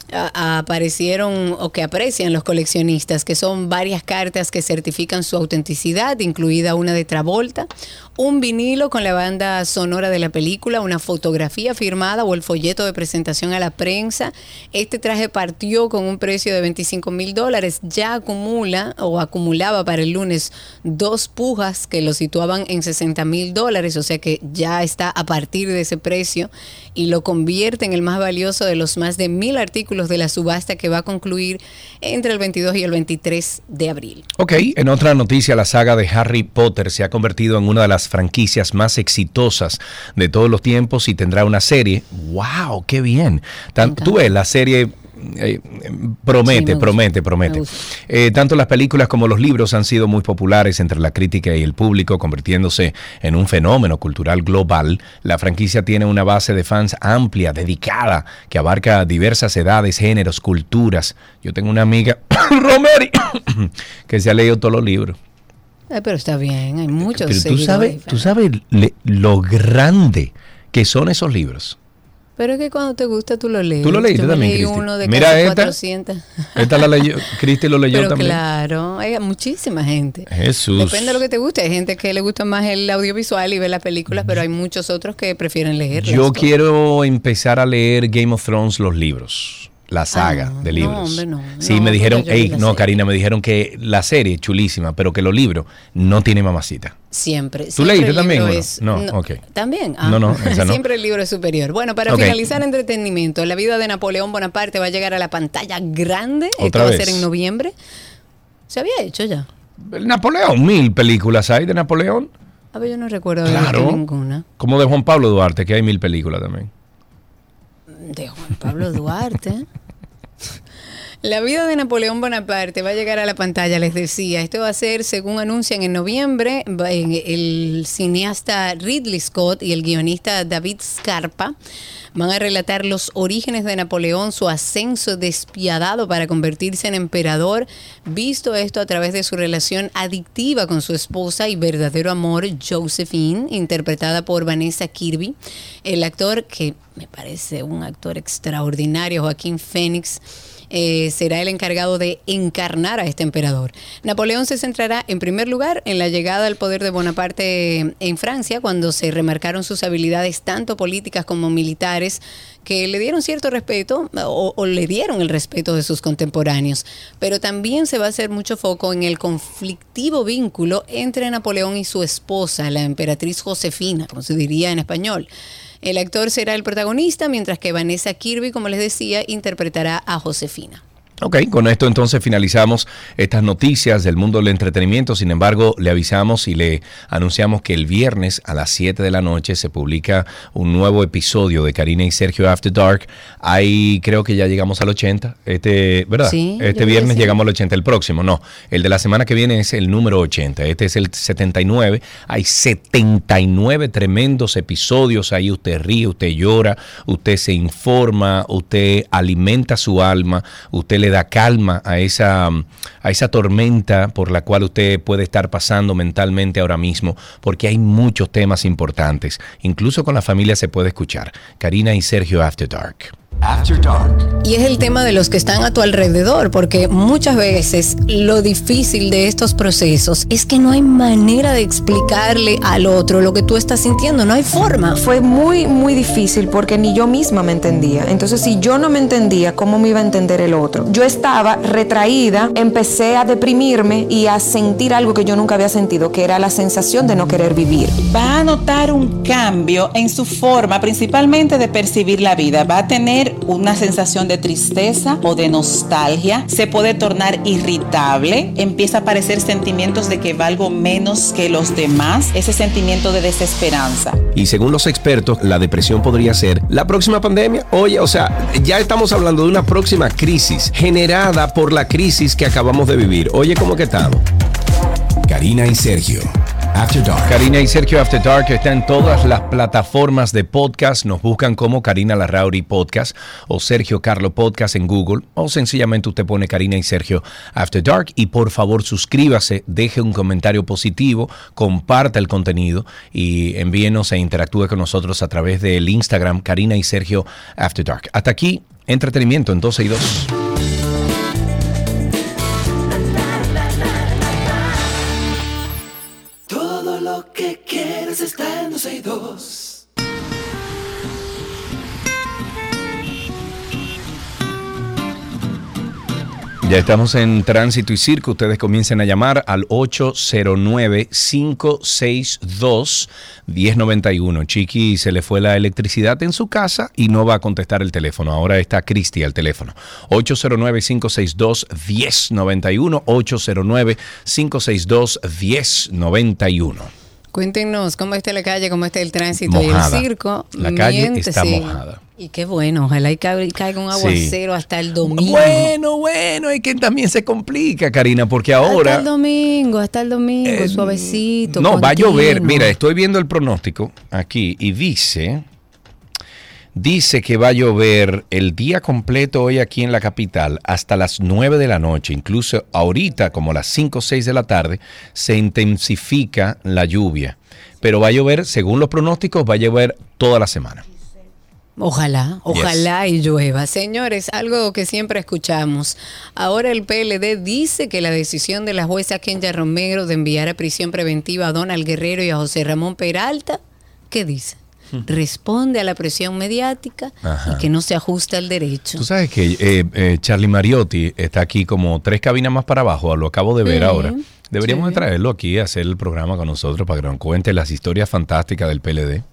[SPEAKER 2] A, aparecieron o que aprecian los coleccionistas, que son varias cartas que certifican su autenticidad, incluida una de Travolta, un vinilo con la banda sonora de la película, una fotografía firmada o el folleto de presentación a la prensa. Este traje partió con un precio de veinticinco mil dólares, ya acumula o acumulaba para el lunes dos pujas que lo situaban en sesenta mil dólares, o sea que ya está a partir de ese precio y lo convierte en el más valioso de los más de mil artículos de la subasta que va a concluir entre el veintidós y el veintitrés de abril.
[SPEAKER 6] Ok, en otra noticia, la saga de Harry Potter se ha convertido en una de las franquicias más exitosas de todos los tiempos y tendrá una serie. ¡Wow! ¡Qué bien! Tan, tú ves, la serie eh, promete, sí, promete, promete. Eh, tanto las películas como los libros han sido muy populares entre la crítica y el público, convirtiéndose en un fenómeno cultural global. La franquicia tiene una base de fans amplia, dedicada, que abarca diversas edades, géneros, culturas. Yo tengo una amiga, Romeri, que se ha leído todos los libros.
[SPEAKER 2] Eh, pero está bien, hay muchos.
[SPEAKER 6] Pero tú sabes, tú sabes le, lo grande que son esos libros.
[SPEAKER 2] Pero es que cuando te gusta tú lo lees.
[SPEAKER 6] Tú lo leíste
[SPEAKER 2] Yo
[SPEAKER 6] también,
[SPEAKER 2] leí
[SPEAKER 6] Cristi.
[SPEAKER 2] uno de
[SPEAKER 6] Mira
[SPEAKER 2] casi
[SPEAKER 6] esta.
[SPEAKER 2] cuatrocientas.
[SPEAKER 6] Esta la leyó, Cristi lo leyó
[SPEAKER 2] Pero
[SPEAKER 6] también.
[SPEAKER 2] Claro, hay muchísima gente.
[SPEAKER 6] Jesús.
[SPEAKER 2] Depende de lo que te guste. Hay gente que le gusta más el audiovisual y ver las películas, pero hay muchos otros que prefieren leer.
[SPEAKER 6] Yo quiero empezar a leer Game of Thrones, los libros. La saga ah, de libros. No, hombre, no. Sí, no, me dijeron, hey, no, Karina, me dijeron que la serie es chulísima, pero que los libros no tienen mamacita.
[SPEAKER 2] Siempre.
[SPEAKER 6] ¿Tú
[SPEAKER 2] siempre
[SPEAKER 6] leíste también?
[SPEAKER 2] Es,
[SPEAKER 6] no,
[SPEAKER 2] no,
[SPEAKER 6] ok.
[SPEAKER 2] También. Ah,
[SPEAKER 6] no, no, esa no.
[SPEAKER 2] Siempre el libro es superior. Bueno, para okay. finalizar entretenimiento, la vida de Napoleón Bonaparte va a llegar a la pantalla grande.
[SPEAKER 6] ¿Otra
[SPEAKER 2] Esto
[SPEAKER 6] vez?
[SPEAKER 2] va a ser en noviembre. Se había hecho ya.
[SPEAKER 6] El Napoleón, mil películas hay de Napoleón.
[SPEAKER 2] A ver, yo no recuerdo
[SPEAKER 6] claro.
[SPEAKER 2] de ninguna.
[SPEAKER 6] Como de Juan Pablo Duarte, que hay mil películas también.
[SPEAKER 2] De Juan Pablo Duarte. La vida de Napoleón Bonaparte va a llegar a la pantalla, les decía. Esto va a ser, según anuncian en noviembre, el cineasta Ridley Scott y el guionista David Scarpa van a relatar los orígenes de Napoleón, su ascenso despiadado para convertirse en emperador, visto esto a través de su relación adictiva con su esposa y verdadero amor, Josephine, interpretada por Vanessa Kirby. El actor, que me parece un actor extraordinario, Joaquín Phoenix, Eh, será el encargado de encarnar a este emperador. Napoleón se centrará en primer lugar en la llegada al poder de Bonaparte en Francia, cuando se remarcaron sus habilidades tanto políticas como militares, que le dieron cierto respeto o, o le dieron el respeto de sus contemporáneos. Pero también se va a hacer mucho foco en el conflictivo vínculo entre Napoleón y su esposa, la emperatriz Josefina, como se diría en español. El actor será el protagonista, mientras que Vanessa Kirby, como les decía, interpretará a Josefina.
[SPEAKER 6] Ok, con esto entonces finalizamos estas noticias del mundo del entretenimiento. Sin embargo, le avisamos y le anunciamos que el viernes a las siete de la noche se publica un nuevo episodio de Karina y Sergio After Dark. Ahí creo que ya llegamos al ochenta, este, ¿verdad?
[SPEAKER 2] Sí,
[SPEAKER 6] este viernes llegamos al ochenta, el próximo no. El de la semana que viene es el número ochenta, este es el setenta y nueve. Hay setenta y nueve tremendos episodios, ahí usted ríe, usted llora, usted se informa, usted alimenta su alma, usted le da calma a esa, a esa tormenta por la cual usted puede estar pasando mentalmente ahora mismo, porque hay muchos temas importantes. Incluso con la familia se puede escuchar. Karina y Sergio After Dark.
[SPEAKER 2] After Dark. Y es el tema de los que están a tu alrededor, porque muchas veces lo difícil de estos procesos es que no hay manera de explicarle al otro lo que tú estás sintiendo, no hay forma.
[SPEAKER 12] Fue muy, muy difícil porque ni yo misma me entendía. Entonces, si yo no me entendía, ¿cómo me iba a entender el otro? Yo estaba retraída, empecé a deprimirme y a sentir algo que yo nunca había sentido, que era la sensación de no querer vivir.
[SPEAKER 13] Va a notar un cambio en su forma, principalmente de percibir la vida. Va a tener una sensación de tristeza o de nostalgia, se puede tornar irritable, empieza a aparecer sentimientos de que valgo menos que los demás, ese sentimiento de desesperanza.
[SPEAKER 7] Y según los expertos, la depresión podría ser la próxima pandemia. Oye, o sea, ya estamos hablando de una próxima crisis generada por la crisis que acabamos de vivir. Oye, ¿cómo que estamos?
[SPEAKER 6] Karina y Sergio After Dark. Karina y Sergio After Dark está en todas las plataformas de podcast. Nos buscan como Karina Larrauri Podcast o Sergio Carlo Podcast en Google, o sencillamente usted pone Karina y Sergio After Dark. Y por favor suscríbase, deje un comentario positivo, comparta el contenido y envíenos e interactúe con nosotros a través del Instagram Karina y Sergio After Dark. Hasta aquí, entretenimiento en doce y dos.
[SPEAKER 1] Lo que quieres está en doce y dos.
[SPEAKER 6] Ya estamos en Tránsito y Circo. Ustedes comiencen a llamar al ocho cero nueve, cinco seis dos, uno cero nueve uno. Chiqui, se le fue la electricidad en su casa y no va a contestar el teléfono. Ahora está Cristi al teléfono. ocho cero nueve, cinco seis dos, uno cero nueve uno. ocho cero nueve, cinco seis dos, uno cero nueve uno.
[SPEAKER 2] Cuéntenos cómo está la calle, cómo está el tránsito
[SPEAKER 6] mojada.
[SPEAKER 2] y el circo.
[SPEAKER 6] La calle
[SPEAKER 2] Miente,
[SPEAKER 6] está
[SPEAKER 2] sí.
[SPEAKER 6] mojada.
[SPEAKER 2] Y qué bueno, ojalá y caiga, caiga un aguacero sí. hasta el domingo.
[SPEAKER 6] Bueno, bueno, y que también se complica, Karina, porque ahora...
[SPEAKER 2] Hasta el domingo, hasta el domingo, eh, suavecito.
[SPEAKER 6] No,
[SPEAKER 2] continuo.
[SPEAKER 6] va a llover. Mira, estoy viendo el pronóstico aquí y dice... Dice que va a llover el día completo hoy aquí en la capital hasta las nueve de la noche. Incluso ahorita, como las cinco o seis de la tarde, se intensifica la lluvia. Pero va a llover, según los pronósticos, va a llover toda la semana.
[SPEAKER 2] Ojalá, ojalá yes. y llueva. Señores, algo que siempre escuchamos. Ahora el P L D dice que la decisión de la jueza Kenya Romero de enviar a prisión preventiva a Donald Guerrero y a José Ramón Peralta, ¿qué dice? Responde a la presión mediática Ajá. y que no se ajusta al derecho.
[SPEAKER 6] Tú sabes que eh, eh, Charlie Mariotti está aquí como tres cabinas más para abajo, lo acabo de ver mm, ahora. Deberíamos sí. de traerlo aquí a hacer el programa con nosotros para que nos cuente las historias fantásticas del P L D.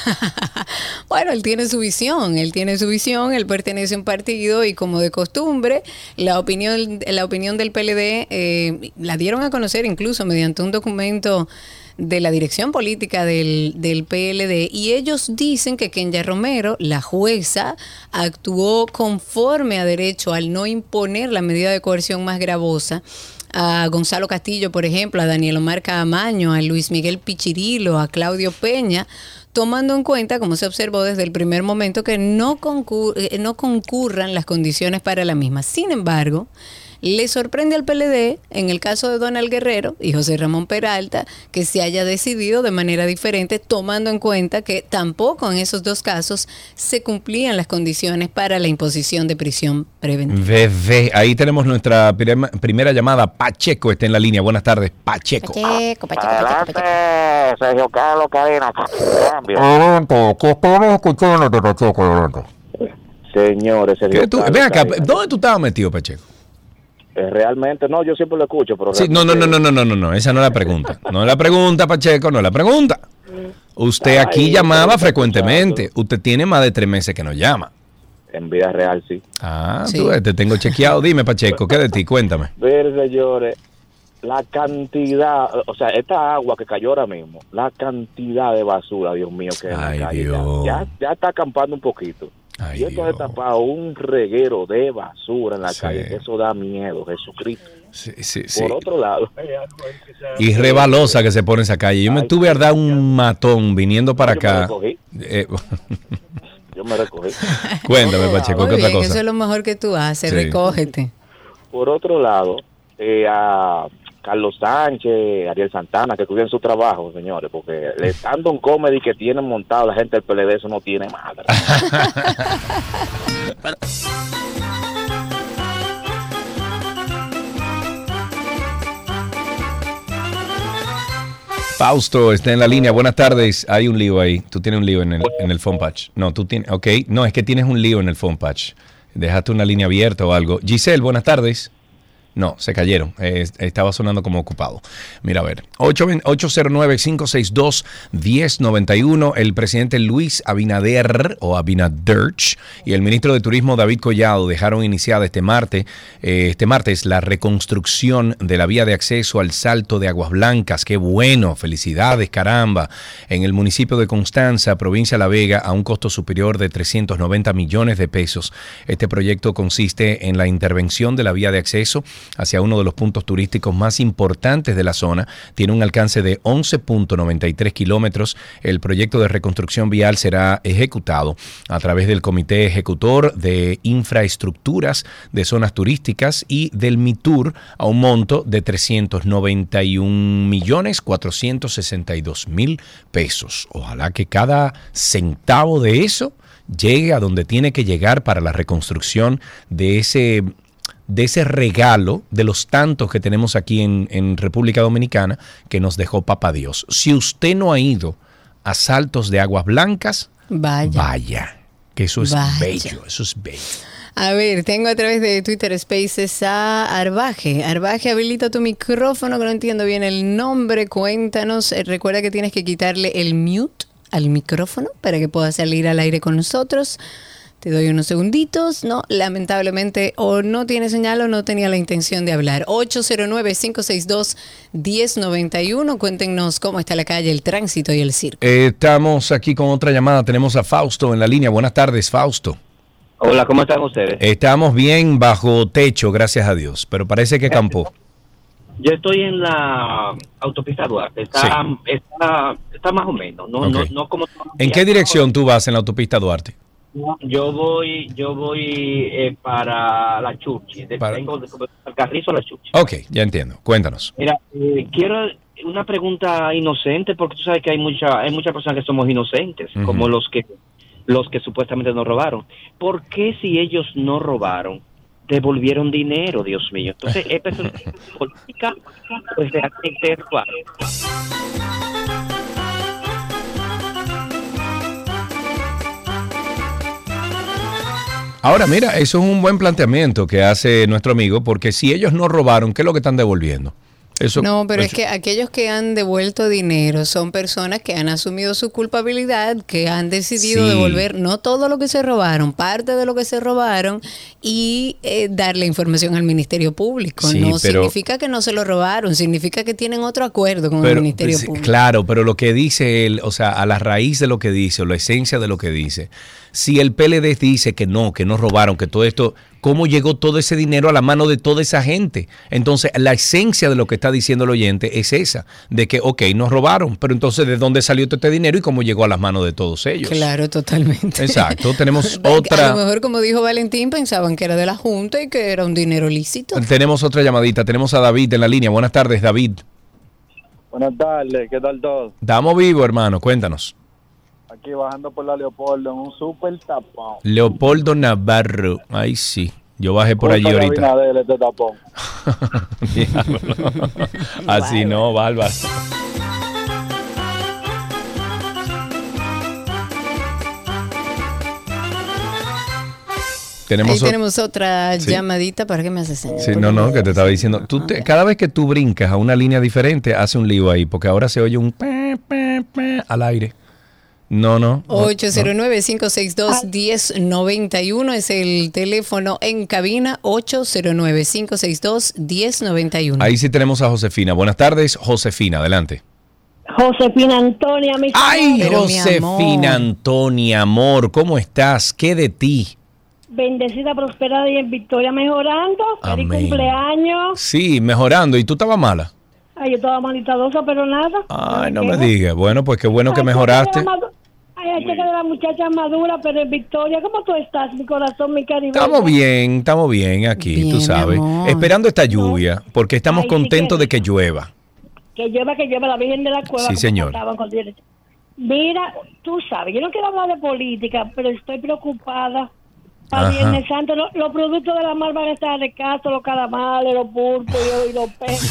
[SPEAKER 2] Bueno, él tiene su visión, él tiene su visión, él pertenece a un partido y como de costumbre, la opinión, la opinión del P L D eh, la dieron a conocer incluso mediante un documento de la dirección política del, del P L D y ellos dicen que Kenya Romero, la jueza, actuó conforme a derecho al no imponer la medida de coerción más gravosa a Gonzalo Castillo, por ejemplo, a Daniel Omar Caamaño, a Luis Miguel Pichirilo, a Claudio Peña, tomando en cuenta, como se observó desde el primer momento, que no, concur- no concurran las condiciones para la misma. Sin embargo, le sorprende al P L D, en el caso de Donald Guerrero y José Ramón Peralta, que se haya decidido de manera diferente, tomando en cuenta que tampoco en esos dos casos se cumplían las condiciones para la imposición de prisión preventiva.
[SPEAKER 6] Bebé, ahí tenemos nuestra prim- primera llamada. Pacheco está en la línea. Buenas tardes, Pacheco.
[SPEAKER 14] Pacheco, Pacheco, Pacheco, Pacheco. Sergio Carlos Cadena.
[SPEAKER 15] Adelante, ¿qué estamos escuchando de Pacheco? Adelante.
[SPEAKER 14] Señores, Sergio
[SPEAKER 6] tú, ven acá, ¿dónde tú estabas metido, Pacheco?
[SPEAKER 14] Eh, realmente, no, yo siempre lo escucho, pero...
[SPEAKER 6] Sí, no, no, no, no, no, no, no, no, esa no es la pregunta. No es la pregunta, Pacheco, no es la pregunta. Usted aquí Ay, llamaba frecuentemente. Usted tiene más de tres meses que no llama.
[SPEAKER 14] En vida real, sí.
[SPEAKER 6] Ah, sí. Tú te tengo chequeado. Dime, Pacheco, ¿qué de ti? Cuéntame.
[SPEAKER 14] Ver, señores, la cantidad, o sea, esta agua que cayó ahora mismo, la cantidad de basura, Dios mío, que
[SPEAKER 6] Ay,
[SPEAKER 14] en la calle,
[SPEAKER 6] Dios.
[SPEAKER 14] Ya, ya está acampando un poquito.
[SPEAKER 6] Ay,
[SPEAKER 14] y esto ha destapado un reguero de basura en la sí. calle, que eso da miedo, Jesucristo.
[SPEAKER 6] Sí, sí,
[SPEAKER 14] Por
[SPEAKER 6] sí.
[SPEAKER 14] otro lado.
[SPEAKER 6] Y rebalosa que se pone esa calle. Yo me Ay, tuve a dar un matón viniendo para
[SPEAKER 14] yo
[SPEAKER 6] acá.
[SPEAKER 14] Me recogí.
[SPEAKER 6] Eh,
[SPEAKER 14] yo me recogí.
[SPEAKER 6] Cuéntame, Pacheco, ¿qué otra cosa?
[SPEAKER 2] Eso es lo mejor que tú haces, sí. recógete.
[SPEAKER 14] Por otro lado, eh, a Carlos Sánchez, Ariel Santana, que cuiden su trabajo, señores, porque el stand-up comedy que tienen montado la gente del P L D, eso no tiene madre.
[SPEAKER 6] Fausto está en la línea. Buenas tardes. Hay un lío ahí. Tú tienes un lío en el, en el phone patch. No, tú tienes. Ok. No, es que tienes un lío en el phone patch. Dejaste una línea abierta o algo. Giselle, buenas tardes. No, se cayeron. Eh, estaba sonando como ocupado. Mira, a ver. ocho cero nueve, cinco seis dos, uno cero nueve uno. El presidente Luis Abinader o Abinaderch y el ministro de Turismo David Collado dejaron iniciada este martes, eh, este martes la reconstrucción de la vía de acceso al Salto de Aguas Blancas. ¡Qué bueno! ¡Felicidades, caramba! En el municipio de Constanza, provincia de La Vega, a un costo superior de trescientos noventa millones de pesos. Este proyecto consiste en la intervención de la vía de acceso hacia uno de los puntos turísticos más importantes de la zona. Tiene un alcance de once punto noventa y tres kilómetros. El proyecto de reconstrucción vial será ejecutado a través del Comité Ejecutor de Infraestructuras de Zonas Turísticas y del MITUR a un monto de trescientos noventa y un millones cuatrocientos sesenta y dos mil pesos. Ojalá que cada centavo de eso llegue a donde tiene que llegar para la reconstrucción de ese de ese regalo de los tantos que tenemos aquí en, en República Dominicana que nos dejó Papá Dios. Si usted no ha ido a Saltos de Aguas Blancas,
[SPEAKER 2] vaya,
[SPEAKER 6] vaya que eso es
[SPEAKER 2] vaya.
[SPEAKER 6] bello, eso es bello.
[SPEAKER 2] A ver, tengo a través de Twitter Spaces a Arbaje. Arbaje, habilita tu micrófono, que no entiendo bien el nombre. Cuéntanos, eh, recuerda que tienes que quitarle el mute al micrófono para que pueda salir al aire con nosotros. Te doy unos segunditos. No, lamentablemente o no tiene señal o no tenía la intención de hablar. ocho cero nueve, cinco seis dos, uno cero nueve uno. Cuéntenos cómo está la calle, el tránsito y el circo.
[SPEAKER 6] Eh, estamos aquí con otra llamada. Tenemos a Fausto en la línea. Buenas tardes, Fausto.
[SPEAKER 16] Hola, ¿cómo están ustedes?
[SPEAKER 6] Estamos bien bajo techo, gracias a Dios, pero parece que campó.
[SPEAKER 16] Yo estoy en la autopista Duarte. Está,
[SPEAKER 6] Sí.
[SPEAKER 16] está, está más o menos. No,
[SPEAKER 6] Ok.
[SPEAKER 16] no, no como.
[SPEAKER 6] ¿En qué dirección tú vas en la autopista Duarte?
[SPEAKER 16] Yo voy, yo voy eh, para la Chuchi. De,
[SPEAKER 6] Para-
[SPEAKER 16] Tengo de, al Carrizo a la Chuchi.
[SPEAKER 6] Ok, ya entiendo. Cuéntanos.
[SPEAKER 16] Mira, eh, quiero una pregunta inocente, porque tú sabes que hay mucha, hay muchas personas que somos inocentes,
[SPEAKER 6] Ujú.
[SPEAKER 16] como los que, los que supuestamente nos robaron. ¿Por qué si ellos no robaron, devolvieron dinero, Dios mío? Entonces, ¿esta es una política pues realmente robaron?
[SPEAKER 6] Ahora, mira, eso es un buen planteamiento que hace nuestro amigo, porque si ellos no robaron, ¿qué es lo que están devolviendo? Eso,
[SPEAKER 2] No, pero es
[SPEAKER 6] eso-
[SPEAKER 2] que aquellos que han devuelto dinero son personas que han asumido su culpabilidad, que han decidido
[SPEAKER 6] Sí.
[SPEAKER 2] devolver no todo lo que se robaron, parte de lo que se robaron y eh, darle información al Ministerio Público.
[SPEAKER 6] Sí,
[SPEAKER 2] no
[SPEAKER 6] pero-
[SPEAKER 2] significa que no se lo robaron, significa que tienen otro acuerdo con el
[SPEAKER 6] Pero,
[SPEAKER 2] Ministerio
[SPEAKER 6] sí,
[SPEAKER 2] Público.
[SPEAKER 6] claro, pero lo que dice él, o sea, a la raíz de lo que dice, o la esencia de lo que dice, si el P L D dice que no, que no robaron, que todo esto, ¿cómo llegó todo ese dinero a la mano de toda esa gente? Entonces, la esencia de lo que está diciendo el oyente es esa, de que, ok, nos robaron, pero entonces, ¿de dónde salió todo este dinero y cómo llegó a las manos de todos ellos?
[SPEAKER 2] Claro, totalmente.
[SPEAKER 6] Exacto, tenemos
[SPEAKER 2] A
[SPEAKER 6] otra...
[SPEAKER 2] lo mejor, como dijo Valentín, pensaban que era de la Junta y que era un dinero lícito.
[SPEAKER 6] Tenemos otra llamadita, tenemos a David en la línea. Buenas tardes, David.
[SPEAKER 17] Buenas tardes, ¿qué tal todo?
[SPEAKER 6] Estamos vivos, hermano, cuéntanos.
[SPEAKER 17] Aquí bajando por la Leopoldo en un super tapón.
[SPEAKER 6] Leopoldo Navarro, ay sí, yo bajé por allí
[SPEAKER 17] Culpa de
[SPEAKER 6] ahorita.
[SPEAKER 17] Abinader, este tapón.
[SPEAKER 6] Diablo. Así no, bárbaro. Tenemos
[SPEAKER 2] Ahí
[SPEAKER 6] ot-
[SPEAKER 2] tenemos otra
[SPEAKER 6] Sí.
[SPEAKER 2] llamadita. ¿Para qué me haces señas?
[SPEAKER 6] Sí, no, no, que te estaba diciendo. Tú te- cada vez que tú brincas a una línea diferente, hace un lío ahí, porque ahora se oye un pe, pe, pe al aire. No, no. no,
[SPEAKER 2] ocho cero
[SPEAKER 6] no.
[SPEAKER 2] nueve, cinco seis dos, uno cero nueve uno es el teléfono en cabina. ocho cero nueve, cinco seis dos, uno cero nueve uno.
[SPEAKER 6] Ahí sí tenemos a Josefina. Buenas tardes, Josefina, adelante.
[SPEAKER 18] Josefina Antonia, mi
[SPEAKER 6] Ay,
[SPEAKER 18] favor. mi
[SPEAKER 6] Josefina Antonia, amor, ¿cómo estás? ¿Qué de ti?
[SPEAKER 18] Bendecida, prosperada y en victoria mejorando. Feliz
[SPEAKER 6] Amén.
[SPEAKER 18] cumpleaños.
[SPEAKER 6] Sí, mejorando. ¿Y tú estabas mala?
[SPEAKER 18] Ay, yo estaba malitadosa, pero nada.
[SPEAKER 6] Ay, no me digas. Bueno, pues qué bueno que mejoraste.
[SPEAKER 18] Ay, hay que de la muchacha madura, pero en victoria. ¿Cómo tú estás, mi corazón, mi cariño?
[SPEAKER 6] Estamos bien, estamos bien aquí,
[SPEAKER 18] Bien,
[SPEAKER 6] tú sabes.
[SPEAKER 18] amor.
[SPEAKER 6] Esperando esta lluvia, porque estamos
[SPEAKER 18] Ay, sí
[SPEAKER 6] contentos
[SPEAKER 18] que-
[SPEAKER 6] de que llueva.
[SPEAKER 18] Que llueva, que llueva la Virgen de la Cueva.
[SPEAKER 6] Sí,
[SPEAKER 18] como
[SPEAKER 6] señor.
[SPEAKER 18] cantaban cuando yo- Mira, tú sabes, yo no quiero hablar de política, pero estoy preocupada. Para
[SPEAKER 6] Ajá.
[SPEAKER 18] Viernes Santo, lo- los productos de la mar van a estar de caso, los calamares, los pulpos y, y los peces.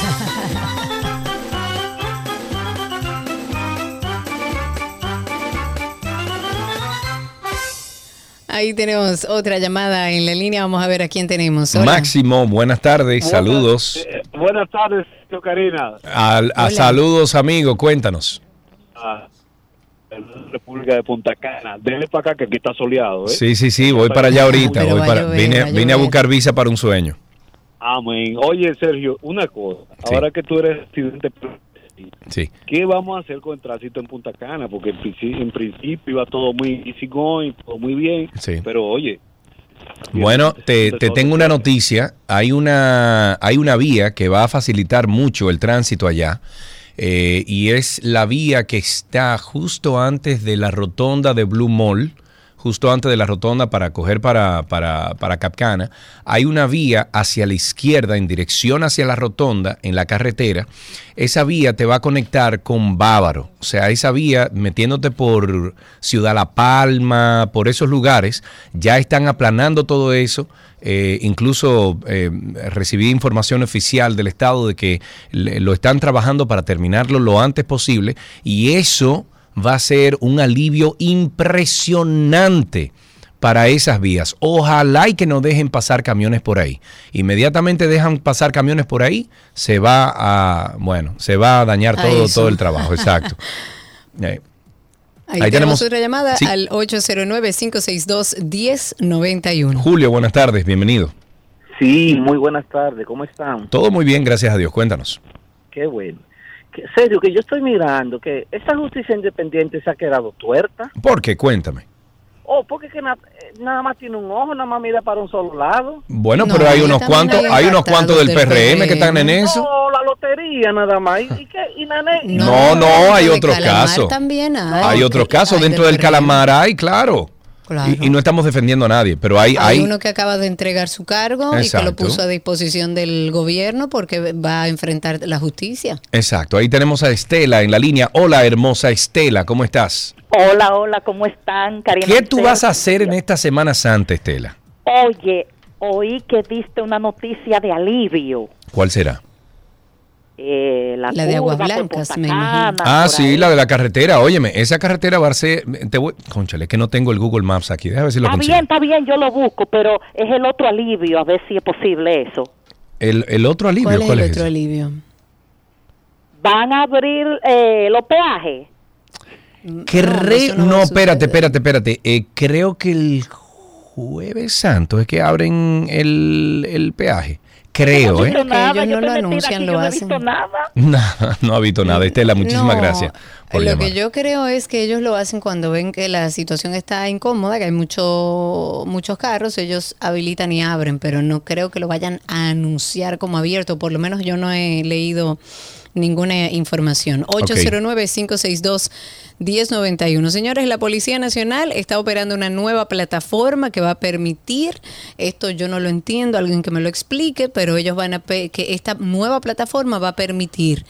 [SPEAKER 2] Ahí tenemos otra llamada en la línea. Vamos a ver a quién tenemos. Hola.
[SPEAKER 6] Máximo, buenas tardes, saludos.
[SPEAKER 17] Eh, buenas tardes, tío Karina.
[SPEAKER 6] Al- a
[SPEAKER 2] Hola.
[SPEAKER 6] saludos, amigo, cuéntanos.
[SPEAKER 17] Ah, en la República de Punta Cana. Déjeme para acá que aquí está soleado, ¿eh?
[SPEAKER 6] Sí, sí, sí, voy para allá ahorita.
[SPEAKER 17] Pero
[SPEAKER 6] Voy
[SPEAKER 17] va a
[SPEAKER 6] para,
[SPEAKER 17] llover,
[SPEAKER 6] vine,
[SPEAKER 17] va a
[SPEAKER 6] vine a
[SPEAKER 17] llover.
[SPEAKER 6] buscar visa para un sueño.
[SPEAKER 17] Amén. Oye, Sergio, una cosa.
[SPEAKER 6] Sí.
[SPEAKER 17] Ahora que tú eres residente,
[SPEAKER 6] Sí.
[SPEAKER 17] ¿qué vamos a hacer con el tránsito en Punta Cana? Porque en, princi- en principio iba todo muy easy going, todo muy bien.
[SPEAKER 6] Sí.
[SPEAKER 17] Pero oye,
[SPEAKER 6] Bueno, te, te tengo una noticia. Hay una, hay una vía que va a facilitar mucho el tránsito allá. eh, y es la vía que está justo antes de la rotonda de Blue Mall, justo antes de la rotonda para coger para, para, para Capcana. Hay una vía hacia la izquierda en dirección hacia la rotonda en la carretera. Esa vía te va a conectar con Bávaro. O sea, esa vía metiéndote por Ciudad La Palma, por esos lugares, ya están aplanando todo eso. Eh, incluso eh, recibí información oficial del Estado de que le- lo están trabajando para terminarlo lo antes posible, y eso va a ser un alivio impresionante para esas vías. Ojalá y que no dejen pasar camiones por ahí. Inmediatamente dejan pasar camiones por ahí, se va a, bueno, se va a dañar
[SPEAKER 2] A
[SPEAKER 6] todo,
[SPEAKER 2] eso.
[SPEAKER 6] todo el trabajo, exacto. Eh,
[SPEAKER 2] Ahí, Ahí tenemos otra llamada sí. al ocho cero nueve, cinco seis dos, uno cero nueve uno.
[SPEAKER 6] Julio, buenas tardes, bienvenido.
[SPEAKER 19] Sí, muy buenas tardes, ¿cómo están?
[SPEAKER 6] Todo muy bien, gracias a Dios, cuéntanos.
[SPEAKER 19] Qué bueno. Que, serio, que yo estoy mirando que esa justicia independiente se ha quedado tuerta.
[SPEAKER 6] ¿Por qué? Cuéntame.
[SPEAKER 19] Oh, porque que na, nada más tiene un ojo, nada más mira para un solo lado.
[SPEAKER 6] Bueno, no, pero hay unos cuantos, hay unos cuantos del P R M que están en eso.
[SPEAKER 19] No, la lotería nada más. ¿Y, y qué? ¿Y nane?
[SPEAKER 6] No, no, no, hay otros casos.
[SPEAKER 2] También hay.
[SPEAKER 6] Hay otros casos dentro del calamar, hay, claro. Claro. Y, y no estamos defendiendo a nadie, pero hay,
[SPEAKER 2] hay...
[SPEAKER 6] hay
[SPEAKER 2] uno que acaba de entregar su cargo. Exacto. Y que lo puso a disposición del gobierno porque va a enfrentar la justicia.
[SPEAKER 6] Exacto, ahí tenemos a Estela en la línea. Hola, hermosa Estela, ¿cómo estás?
[SPEAKER 20] Hola, hola, ¿cómo están, Karina?
[SPEAKER 6] ¿Qué tú vas a hacer en esta Semana Santa, Estela?
[SPEAKER 20] Oye, oí que diste una noticia de alivio.
[SPEAKER 6] ¿Cuál será?
[SPEAKER 20] Eh, la,
[SPEAKER 2] la de Aguas Blancas, me imagino.
[SPEAKER 6] Ah, sí, ahí. La de la carretera. Óyeme, esa carretera va a ser... Te voy, cónchale, que no tengo el Google Maps aquí. Déjame ver si lo
[SPEAKER 20] consigo. Está bien, está bien, yo lo busco, pero es el otro alivio, a ver si es posible eso.
[SPEAKER 6] ¿El, el otro alivio?
[SPEAKER 2] ¿Cuál es
[SPEAKER 6] ¿Cuál
[SPEAKER 2] el
[SPEAKER 6] es
[SPEAKER 2] otro
[SPEAKER 6] ese?
[SPEAKER 2] alivio?
[SPEAKER 20] ¿Van a abrir eh, los peajes?
[SPEAKER 6] Creo... No, no espérate, espérate, espérate. Eh, creo que el Jueves Santo es que abren el, el peaje. Creo,
[SPEAKER 20] no
[SPEAKER 6] ¿eh?
[SPEAKER 2] Nada, ellos no lo anuncian, lo
[SPEAKER 20] no
[SPEAKER 2] hacen.
[SPEAKER 20] No he visto nada.
[SPEAKER 6] Nada, no ha visto nada. Estela, muchísimas
[SPEAKER 2] no,
[SPEAKER 6] gracias por
[SPEAKER 2] Lo
[SPEAKER 6] llamar.
[SPEAKER 2] que yo creo es que ellos lo hacen cuando ven que la situación está incómoda, que hay mucho, muchos carros, ellos habilitan y abren, pero no creo que lo vayan a anunciar como abierto. Por lo menos yo no he leído ninguna información. ocho cero nueve, cinco seis dos, uno cero nueve uno. Señores, la Policía Nacional está operando una nueva plataforma que va a permitir, esto yo no lo entiendo, alguien que me lo explique, pero ellos van a, pe- que esta nueva plataforma va a permitir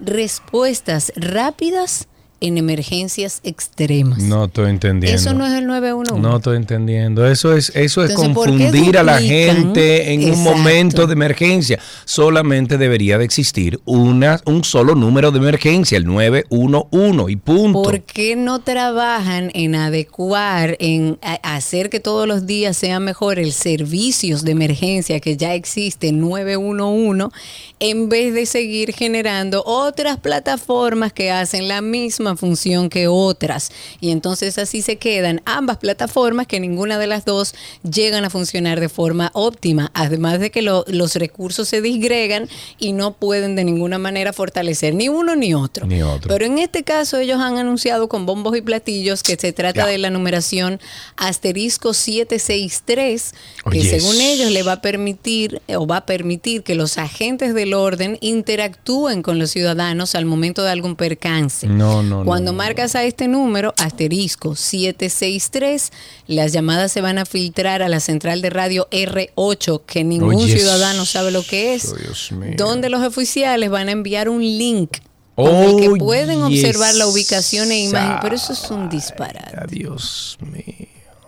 [SPEAKER 2] respuestas rápidas en emergencias extremas.
[SPEAKER 6] No estoy entendiendo.
[SPEAKER 2] Eso no es el nueve uno uno.
[SPEAKER 6] No estoy entendiendo. Eso es eso es
[SPEAKER 2] Entonces,
[SPEAKER 6] confundir a la gente en
[SPEAKER 2] Exacto.
[SPEAKER 6] un momento de emergencia. Solamente debería de existir una un solo número de emergencia, el nueve uno uno y punto.
[SPEAKER 2] ¿Por qué no trabajan en adecuar, en a- hacer que todos los días sea mejor el servicios de emergencia que ya existe nueve uno uno en vez de seguir generando otras plataformas que hacen la misma función que otras? Y entonces así se quedan ambas plataformas que ninguna de las dos llegan a funcionar de forma óptima, además de que lo- los recursos se disgregan y no pueden de ninguna manera fortalecer ni uno ni otro.
[SPEAKER 6] Ni otro.
[SPEAKER 2] Pero en este caso ellos han anunciado con bombos y platillos que se trata
[SPEAKER 6] Ya.
[SPEAKER 2] de la numeración asterisco siete seis tres, que
[SPEAKER 6] Oye,
[SPEAKER 2] según ellos le va a permitir eh, o va a permitir que los agentes del orden interactúen con los ciudadanos al momento de algún percance.
[SPEAKER 6] No, no,
[SPEAKER 2] Cuando
[SPEAKER 6] no,
[SPEAKER 2] marcas a este número, asterisco siete seis tres, las llamadas se van a filtrar a la central de radio R ocho, que ningún
[SPEAKER 6] Oye,
[SPEAKER 2] ciudadano sabe lo que es,
[SPEAKER 6] Dios mío.
[SPEAKER 2] donde los oficiales van a enviar un link con el que
[SPEAKER 6] Oye,
[SPEAKER 2] pueden observar la ubicación e imagen, pero eso es un disparate.
[SPEAKER 6] Dios mío.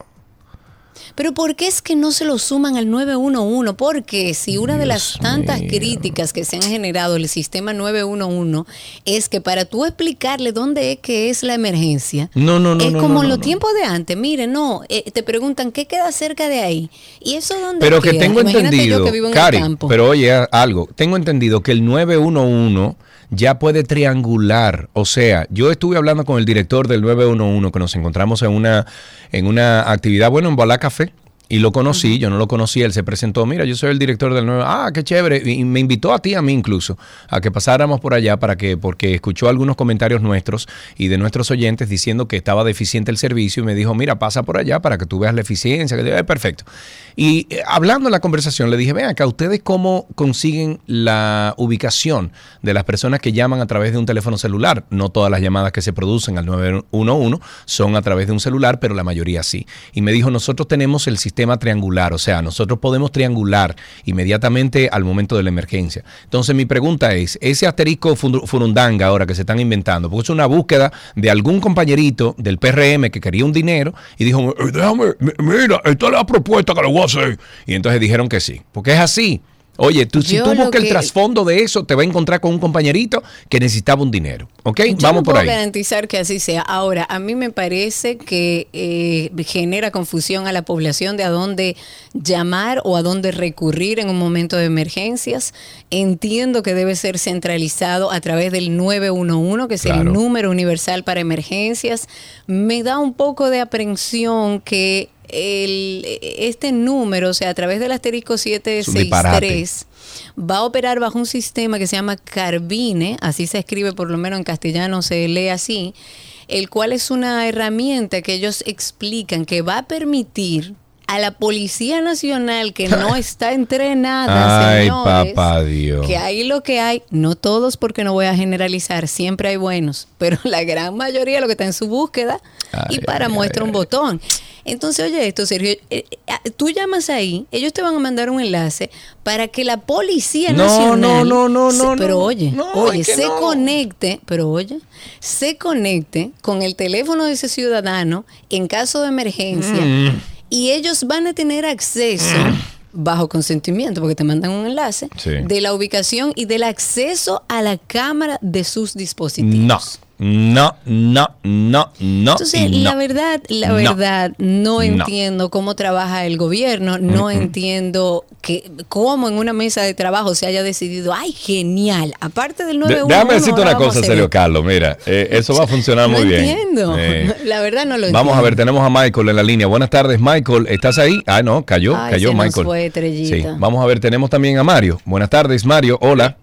[SPEAKER 2] Pero ¿por qué es que no se lo suman al nueve uno uno? Porque si una de las tantas críticas que se han generado el sistema nueve uno uno es que para tú explicarle dónde es que es la emergencia,
[SPEAKER 6] No, no, no,
[SPEAKER 2] es
[SPEAKER 6] no,
[SPEAKER 2] como
[SPEAKER 6] no,
[SPEAKER 2] en
[SPEAKER 6] no,
[SPEAKER 2] los
[SPEAKER 6] no.
[SPEAKER 2] tiempos de antes. Mire, no, eh, te preguntan qué queda cerca de ahí. ¿Y eso dónde
[SPEAKER 6] Pero que
[SPEAKER 2] queda?
[SPEAKER 6] tengo
[SPEAKER 2] Imagínate
[SPEAKER 6] entendido,
[SPEAKER 2] yo que vivo en
[SPEAKER 6] Cari,
[SPEAKER 2] el campo.
[SPEAKER 6] pero oye algo, tengo entendido que el nueve uno uno ya puede triangular, o sea, yo estuve hablando con el director del nueve uno uno que nos encontramos en una en una actividad, bueno, en Balá Café. Y lo conocí, yo no lo conocía, él se presentó, mira, yo soy el director del nuevo, ah, qué chévere, y me invitó a ti, a mí incluso, a que pasáramos por allá para que, porque escuchó algunos comentarios nuestros y de nuestros oyentes diciendo que estaba deficiente el servicio y me dijo, mira, pasa por allá para que tú veas la eficiencia, que eh, perfecto. Y eh, hablando en la conversación le dije, ven acá, ¿ustedes cómo consiguen la ubicación de las personas que llaman a través de un teléfono celular? No todas las llamadas que se producen al nueve uno uno son a través de un celular, pero la mayoría sí. Y me dijo, nosotros tenemos el sistema sistema triangular, o sea, nosotros podemos triangular inmediatamente al momento de la emergencia. Entonces mi pregunta es, ese asterisco furundanga ahora que se están inventando, porque es una búsqueda de algún compañerito del P R M que quería un dinero y dijo, eh, déjame, mira, esta es la propuesta que le voy a hacer. Y entonces dijeron que sí, porque es así. Oye, tú, si
[SPEAKER 2] Yo
[SPEAKER 6] tú
[SPEAKER 2] lo
[SPEAKER 6] buscas
[SPEAKER 2] que-
[SPEAKER 6] el trasfondo de eso, te va a encontrar con un compañerito que necesitaba un dinero. ¿Ok?
[SPEAKER 2] Yo
[SPEAKER 6] Vamos
[SPEAKER 2] no
[SPEAKER 6] por
[SPEAKER 2] puedo
[SPEAKER 6] ahí.
[SPEAKER 2] garantizar que así sea. Ahora, a mí me parece que eh, genera confusión a la población de a dónde llamar o a dónde recurrir en un momento de emergencias. Entiendo que debe ser centralizado a través del nueve uno uno, que es
[SPEAKER 6] Claro.
[SPEAKER 2] el número universal para emergencias. Me da un poco de aprensión que el, este número, o sea, a través del asterisco siete
[SPEAKER 6] Es un
[SPEAKER 2] seis
[SPEAKER 6] disparate.
[SPEAKER 2] tres, va a operar bajo un sistema que se llama Carvine, así se escribe, por lo menos en castellano se lee así, el cual es una herramienta que ellos explican que va a permitir a la Policía Nacional, que no está entrenada,
[SPEAKER 6] Ay,
[SPEAKER 2] señores,
[SPEAKER 6] papá Dios.
[SPEAKER 2] que ahí lo que hay, no todos porque no voy a generalizar, siempre hay buenos, pero la gran mayoría lo que está en su búsqueda y para muestra un botón. Entonces, oye esto, Sergio, eh, eh, tú llamas ahí, ellos te van a mandar un enlace para que la Policía
[SPEAKER 6] No,
[SPEAKER 2] Nacional,
[SPEAKER 6] no, no, no,
[SPEAKER 2] se-
[SPEAKER 6] no,
[SPEAKER 2] pero
[SPEAKER 6] no.
[SPEAKER 2] oye,
[SPEAKER 6] No,
[SPEAKER 2] oye,
[SPEAKER 6] es que
[SPEAKER 2] se
[SPEAKER 6] no.
[SPEAKER 2] conecte, pero oye, se conecte con el teléfono de ese ciudadano en caso de emergencia
[SPEAKER 6] Mm.
[SPEAKER 2] y ellos van a tener acceso bajo consentimiento, porque te mandan un enlace,
[SPEAKER 6] Sí.
[SPEAKER 2] de la ubicación y del acceso a la cámara de sus dispositivos.
[SPEAKER 6] No, no, no, no, no.
[SPEAKER 2] Entonces,
[SPEAKER 6] y no.
[SPEAKER 2] la verdad, la
[SPEAKER 6] No.
[SPEAKER 2] verdad, no,
[SPEAKER 6] No.
[SPEAKER 2] entiendo cómo trabaja el gobierno, no
[SPEAKER 6] Mm-mm.
[SPEAKER 2] entiendo que cómo en una mesa de trabajo se haya decidido, ay, genial, aparte del nueve
[SPEAKER 6] De-
[SPEAKER 2] uno uno,
[SPEAKER 6] déjame decirte
[SPEAKER 2] ahora
[SPEAKER 6] una
[SPEAKER 2] vamos a
[SPEAKER 6] cosa,
[SPEAKER 2] hacer
[SPEAKER 6] Sergio
[SPEAKER 2] esto.
[SPEAKER 6] Carlos. Mira, eh, eso va a funcionar
[SPEAKER 2] No
[SPEAKER 6] muy bien.
[SPEAKER 2] entiendo,
[SPEAKER 6] Eh,
[SPEAKER 2] la verdad no lo entiendo.
[SPEAKER 6] Vamos a ver, tenemos a Michael en la línea. Buenas tardes, Michael. ¿Estás ahí? Ah, no, cayó,
[SPEAKER 2] Ay,
[SPEAKER 6] cayó
[SPEAKER 2] se nos
[SPEAKER 6] Michael.
[SPEAKER 2] fue, Estrellita.
[SPEAKER 6] Sí, vamos a ver, tenemos también a Mario. Buenas tardes, Mario. Hola.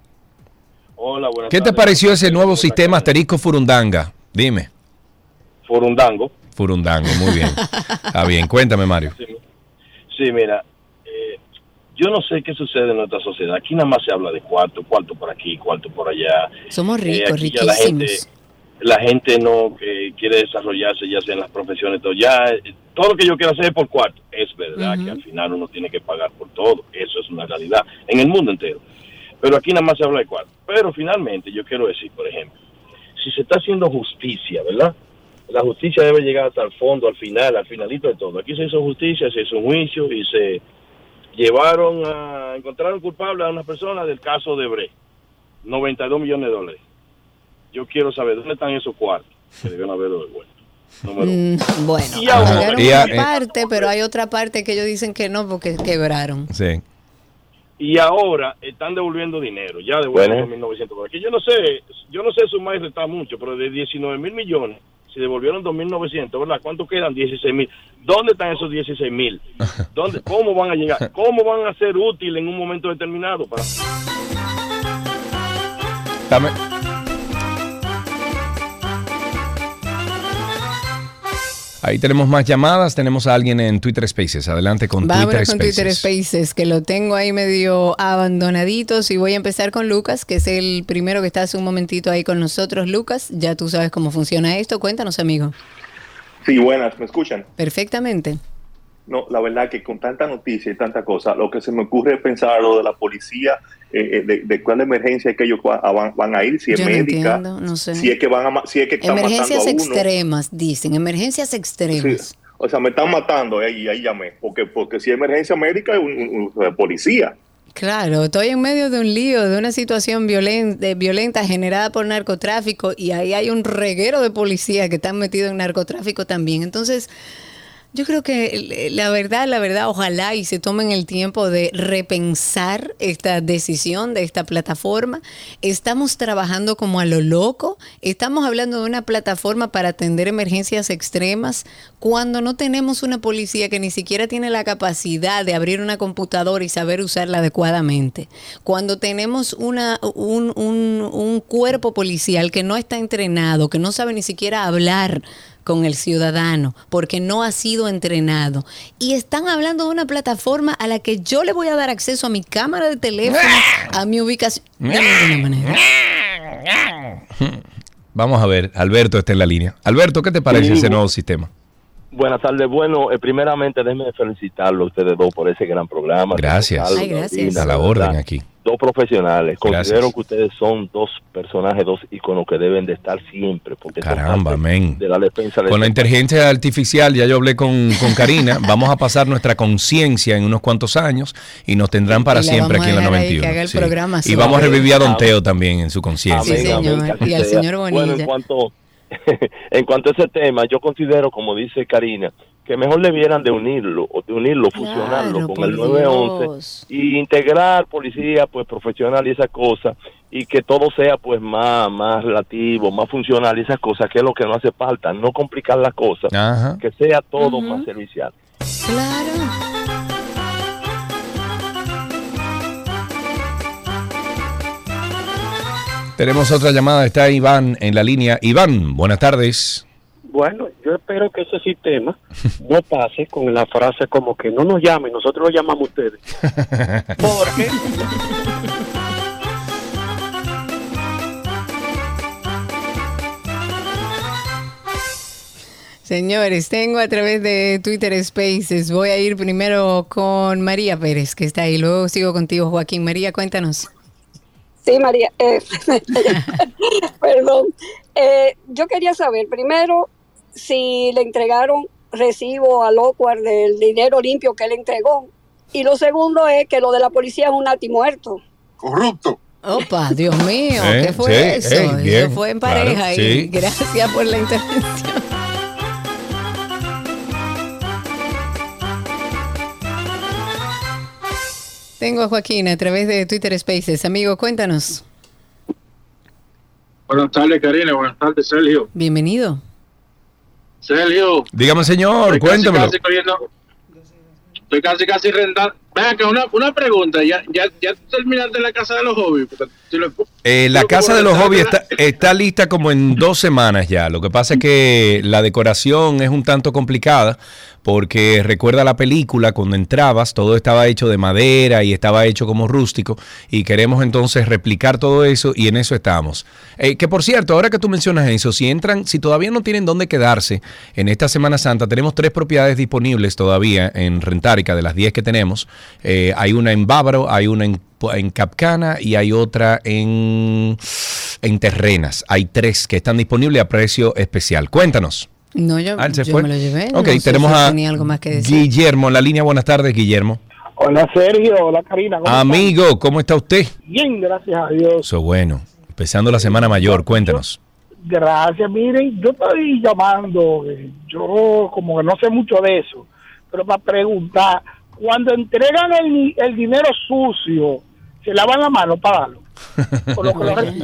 [SPEAKER 10] Hola, buenas
[SPEAKER 6] ¿Qué te
[SPEAKER 10] tardes.
[SPEAKER 6] pareció ese nuevo sistema asterisco Furundanga? Dime.
[SPEAKER 10] Furundango.
[SPEAKER 6] Furundango, muy bien. Está bien, cuéntame, Mario.
[SPEAKER 10] Sí, sí, mira, eh, yo no sé qué sucede en nuestra sociedad. Aquí nada más se habla de cuarto, cuarto por aquí, cuarto por allá.
[SPEAKER 2] Somos
[SPEAKER 10] Eh,
[SPEAKER 2] ricos,
[SPEAKER 10] aquí ya la gente,
[SPEAKER 2] riquísimos.
[SPEAKER 10] la gente no eh, quiere desarrollarse ya sea en las profesiones, todo. Ya eh, todo lo que yo quiero hacer es por cuarto. Es verdad
[SPEAKER 2] Ujú.
[SPEAKER 10] que al final uno tiene que pagar por todo. Eso es una realidad en el mundo entero. Pero aquí nada más se habla de cuarto. Pero finalmente yo quiero decir, por ejemplo, si se está haciendo justicia, ¿verdad? La justicia debe llegar hasta el fondo, al final, al finalito de todo. Aquí se hizo justicia, se hizo un juicio y se llevaron a, encontraron culpable a una persona del caso de Bre, noventa y dos millones de dólares. Yo quiero saber dónde están esos cuartos que deben haberlo devuelto. Número uno.
[SPEAKER 2] Mm, bueno,
[SPEAKER 10] Y ahora-
[SPEAKER 2] pagaron
[SPEAKER 6] Y a-
[SPEAKER 2] una parte, pero hay otra parte que ellos dicen que no porque quebraron.
[SPEAKER 6] Sí.
[SPEAKER 10] Y ahora están devolviendo dinero, ya devuelven
[SPEAKER 14] Bueno.
[SPEAKER 10] dos mil novecientos dólares. Que yo no sé, yo no sé sumar y restar mucho, pero de diecinueve mil millones, si devolvieron dos mil novecientos, ¿verdad? ¿Cuánto quedan? dieciséis mil. ¿Dónde están esos dieciséis mil? ¿Dónde? ¿Cómo van a llegar? ¿Cómo van a ser útiles en un momento determinado? Para...
[SPEAKER 6] Dame. Ahí tenemos más llamadas. Tenemos a alguien en Twitter Spaces. Adelante con
[SPEAKER 2] Vámonos
[SPEAKER 6] Twitter
[SPEAKER 2] con
[SPEAKER 6] Spaces.
[SPEAKER 2] Twitter Spaces, que lo tengo ahí medio abandonaditos. Y voy a empezar con Lucas, que es el primero que está hace un momentito ahí con nosotros. Lucas, ya tú sabes cómo funciona esto. Cuéntanos, amigo.
[SPEAKER 21] Sí, buenas, ¿me escuchan?
[SPEAKER 2] Perfectamente.
[SPEAKER 21] No, la verdad que con tanta noticia y tanta cosa, lo que se me ocurre es pensar lo de la policía, eh, de, de cuál emergencia es que ellos va- van, van a ir, si es
[SPEAKER 2] Yo no
[SPEAKER 21] médica,
[SPEAKER 2] entiendo, no sé.
[SPEAKER 21] si es que van a, ma- si es que están
[SPEAKER 2] Emergencias
[SPEAKER 21] matando a uno.
[SPEAKER 2] extremas, dicen. Emergencias extremas.
[SPEAKER 21] Sí, o sea, me están matando, eh, y ahí llamé, porque porque si es emergencia médica es un, un- un policía.
[SPEAKER 2] Claro, estoy en medio de un lío, de una situación violenta, violenta generada por narcotráfico y ahí hay un reguero de policías que están metidos en narcotráfico también. Entonces, yo creo que la verdad, la verdad, ojalá y se tomen el tiempo de repensar esta decisión de esta plataforma. Estamos trabajando como a lo loco. Estamos hablando de una plataforma para atender emergencias extremas cuando no tenemos una policía que ni siquiera tiene la capacidad de abrir una computadora y saber usarla adecuadamente. Cuando tenemos una, un, un, un cuerpo policial que no está entrenado, que no sabe ni siquiera hablar con el ciudadano porque no ha sido entrenado y están hablando de una plataforma a la que yo le voy a dar acceso a mi cámara de teléfono, a mi ubicación de ninguna manera.
[SPEAKER 6] Vamos a ver, Alberto está en la línea. Alberto, ¿qué te parece
[SPEAKER 22] Sí.
[SPEAKER 6] ese nuevo sistema?
[SPEAKER 22] Buenas tardes. Bueno, eh, primeramente déjenme felicitarlo a ustedes dos por ese gran programa.
[SPEAKER 6] Gracias.
[SPEAKER 22] Carlos,
[SPEAKER 6] Ay, gracias.
[SPEAKER 22] Paulina,
[SPEAKER 6] A la
[SPEAKER 22] de
[SPEAKER 6] orden
[SPEAKER 22] verdad.
[SPEAKER 6] aquí.
[SPEAKER 22] dos profesionales.
[SPEAKER 6] Gracias.
[SPEAKER 22] Considero que ustedes son dos personajes, dos íconos que deben de estar siempre. Porque
[SPEAKER 6] Caramba, men.
[SPEAKER 22] De la defensa
[SPEAKER 6] Con la inteligencia artificial, ya yo hablé con, con Karina, vamos a pasar nuestra conciencia en unos cuantos años y nos tendrán para siempre aquí en la noventa y uno.
[SPEAKER 2] Que haga el
[SPEAKER 6] Sí.
[SPEAKER 2] programa
[SPEAKER 6] Y vamos a revivir a Don
[SPEAKER 22] Amén.
[SPEAKER 6] Teo también en su conciencia.
[SPEAKER 2] Sí, señor. Y al señor Bonilla.
[SPEAKER 22] Bueno, en cuanto, en cuanto a ese tema, yo considero, como dice Karina, que mejor debieran de unirlo, o de unirlo, fusionarlo con el nueve once y integrar policía pues profesional y esas cosas, y que todo sea pues más, más relativo, más funcional y esas cosas, que es lo que no hace falta, no complicar las cosas,
[SPEAKER 6] Ajá.
[SPEAKER 22] que sea todo
[SPEAKER 2] Ujú.
[SPEAKER 22] más servicial.
[SPEAKER 2] Claro.
[SPEAKER 6] Tenemos otra llamada, está Iván en la línea. Iván, buenas tardes.
[SPEAKER 17] Bueno, yo espero que ese sistema no pase con la frase como que no nos llamen, nosotros lo llamamos a ustedes. Porque
[SPEAKER 2] Señores, tengo a través de Twitter Spaces, voy a ir primero con María Pérez, que está ahí, luego sigo contigo, Joaquín. María, cuéntanos.
[SPEAKER 3] Sí, María, eh, perdón. Eh, yo quería saber, primero, si le entregaron recibo a Locuar del dinero limpio que él entregó. Y lo segundo es que lo de la policía es un natimuerto.
[SPEAKER 5] Corrupto.
[SPEAKER 2] Opa, Dios mío,
[SPEAKER 6] Eh,
[SPEAKER 2] ¿qué fue
[SPEAKER 6] sí,
[SPEAKER 2] eso?
[SPEAKER 6] eh, bien,
[SPEAKER 2] Eso fue en
[SPEAKER 6] claro,
[SPEAKER 2] pareja
[SPEAKER 6] sí.
[SPEAKER 2] y gracias por la intervención. Tengo a Joaquín a través de Twitter Spaces. Amigo, cuéntanos.
[SPEAKER 23] Buenas tardes, Karina. Buenas tardes, Sergio.
[SPEAKER 2] Bienvenido.
[SPEAKER 23] Sergio.
[SPEAKER 6] Dígame, señor,
[SPEAKER 23] estoy casi,
[SPEAKER 6] cuéntemelo.
[SPEAKER 23] casi cogiendo- estoy casi, casi rentando. Venga, que una, una pregunta. ¿Ya, ya, ya terminaste la casa de los hobbies? Porque si lo-
[SPEAKER 6] Eh, la
[SPEAKER 23] Yo
[SPEAKER 6] casa
[SPEAKER 23] como
[SPEAKER 6] de los
[SPEAKER 23] rentar-
[SPEAKER 6] hobbies está, está lista como en dos semanas ya. Lo que pasa es que la decoración es un tanto complicada porque recuerda la película, cuando entrabas todo estaba hecho de madera y estaba hecho como rústico y queremos entonces replicar todo eso y en eso estamos. Eh, que por cierto, ahora que tú mencionas eso, si entran, si todavía no tienen dónde quedarse en esta Semana Santa, tenemos tres propiedades disponibles todavía en Rentárica de las diez que tenemos. Eh, hay una en Bávaro, hay una en en Capcana y hay otra en, en Terrenas. Hay tres que están disponibles a precio especial. Cuéntanos.
[SPEAKER 2] No, yo,
[SPEAKER 6] Ah, ¿él se
[SPEAKER 2] yo
[SPEAKER 6] fue?
[SPEAKER 2] me lo llevé.
[SPEAKER 6] Ok,
[SPEAKER 2] no sé
[SPEAKER 6] tenemos
[SPEAKER 2] si
[SPEAKER 6] a
[SPEAKER 2] tenía algo más que decir.
[SPEAKER 6] Guillermo en la línea. Buenas tardes, Guillermo.
[SPEAKER 24] Hola Sergio, hola Karina. ¿cómo
[SPEAKER 6] Amigo, ¿cómo está usted?
[SPEAKER 24] están? Bien, gracias a Dios.
[SPEAKER 6] Eso bueno. Empezando la Semana Mayor, cuéntanos.
[SPEAKER 24] Gracias, miren, yo estoy llamando, eh, yo como que no sé mucho de eso, pero para preguntar, cuando entregan el, ni- el dinero sucio, ¿se lavan la mano para darlo? Por lo que lo reciben.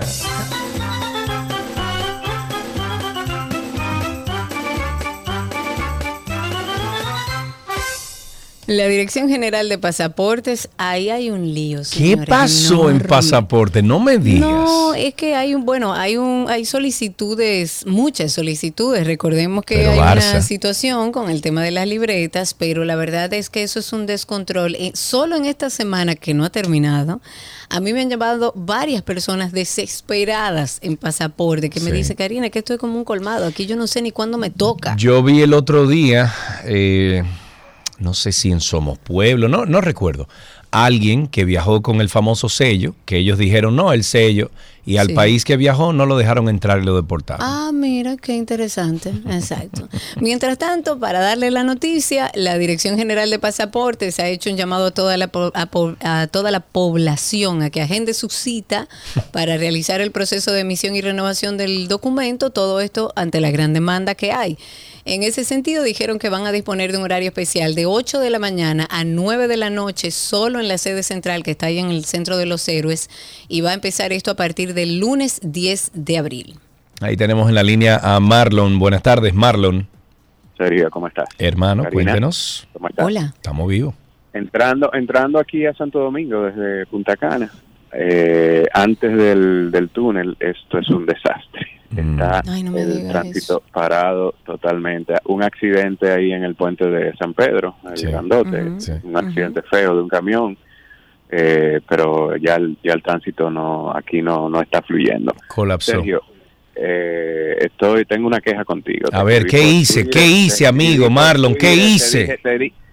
[SPEAKER 2] La Dirección General de Pasaportes, ahí hay un lío.
[SPEAKER 6] ¿Qué
[SPEAKER 2] señores,
[SPEAKER 6] pasó en
[SPEAKER 2] enorme.
[SPEAKER 6] pasaporte? No me digas.
[SPEAKER 2] No, es que hay un, bueno, hay un, hay solicitudes, muchas solicitudes. Recordemos que
[SPEAKER 6] Pero
[SPEAKER 2] hay
[SPEAKER 6] Barça.
[SPEAKER 2] una situación con el tema de las libretas, pero la verdad es que eso es un descontrol. Eh, solo en esta semana que no ha terminado, a mí me han llamado varias personas desesperadas en pasaporte que me
[SPEAKER 6] Sí.
[SPEAKER 2] dicen, Karina, que esto es como un colmado. Aquí yo no sé ni cuándo me toca.
[SPEAKER 6] Yo vi el otro día, eh, no sé si en Somos Pueblo, no, no recuerdo, alguien que viajó con el famoso sello, que ellos dijeron no, el sello, y al
[SPEAKER 2] Sí.
[SPEAKER 6] país que viajó no lo dejaron entrar y lo deportaron.
[SPEAKER 2] Ah, mira, qué interesante. Exacto. Mientras tanto, para darle la noticia, la Dirección General de Pasaportes ha hecho un llamado a toda la, po- a, po- a toda la población a que agende su cita para realizar el proceso de emisión y renovación del documento, todo esto ante la gran demanda que hay. En ese sentido, dijeron que van a disponer de un horario especial de ocho de la mañana a nueve de la noche, solo en la sede central que está ahí en el Centro de los Héroes, y va a empezar esto a partir del lunes diez de abril.
[SPEAKER 6] Ahí tenemos en la línea a Marlon. Buenas tardes, Marlon.
[SPEAKER 25] Sergio, ¿cómo estás?
[SPEAKER 6] Hermano,
[SPEAKER 25] Karina,
[SPEAKER 6] cuéntenos.
[SPEAKER 25] ¿cómo estás?
[SPEAKER 2] Hola.
[SPEAKER 6] Estamos vivos.
[SPEAKER 25] Entrando, entrando aquí a Santo Domingo desde Punta Cana, eh, antes del, del túnel, esto es un desastre. Está
[SPEAKER 2] Ay, no me
[SPEAKER 25] el
[SPEAKER 2] digas
[SPEAKER 25] tránsito parado totalmente. Un accidente ahí en el puente de San Pedro, el
[SPEAKER 6] Sí.
[SPEAKER 25] grandote,
[SPEAKER 6] Ujú. Sí.
[SPEAKER 25] un accidente feo de un camión, eh, pero ya el, ya el tránsito no aquí no, no está fluyendo.
[SPEAKER 6] Colapsó.
[SPEAKER 25] Sergio, eh, estoy, tengo una queja contigo.
[SPEAKER 6] A
[SPEAKER 25] Te
[SPEAKER 6] ver,
[SPEAKER 25] escribí
[SPEAKER 6] ¿qué
[SPEAKER 25] por
[SPEAKER 6] hice?
[SPEAKER 25] Twitter,
[SPEAKER 6] ¿Qué
[SPEAKER 25] te
[SPEAKER 6] hice,
[SPEAKER 25] escribí
[SPEAKER 6] amigo
[SPEAKER 25] por
[SPEAKER 6] Marlon? ¿Qué
[SPEAKER 25] Twitter, te
[SPEAKER 6] hice?
[SPEAKER 25] dije- Te, di-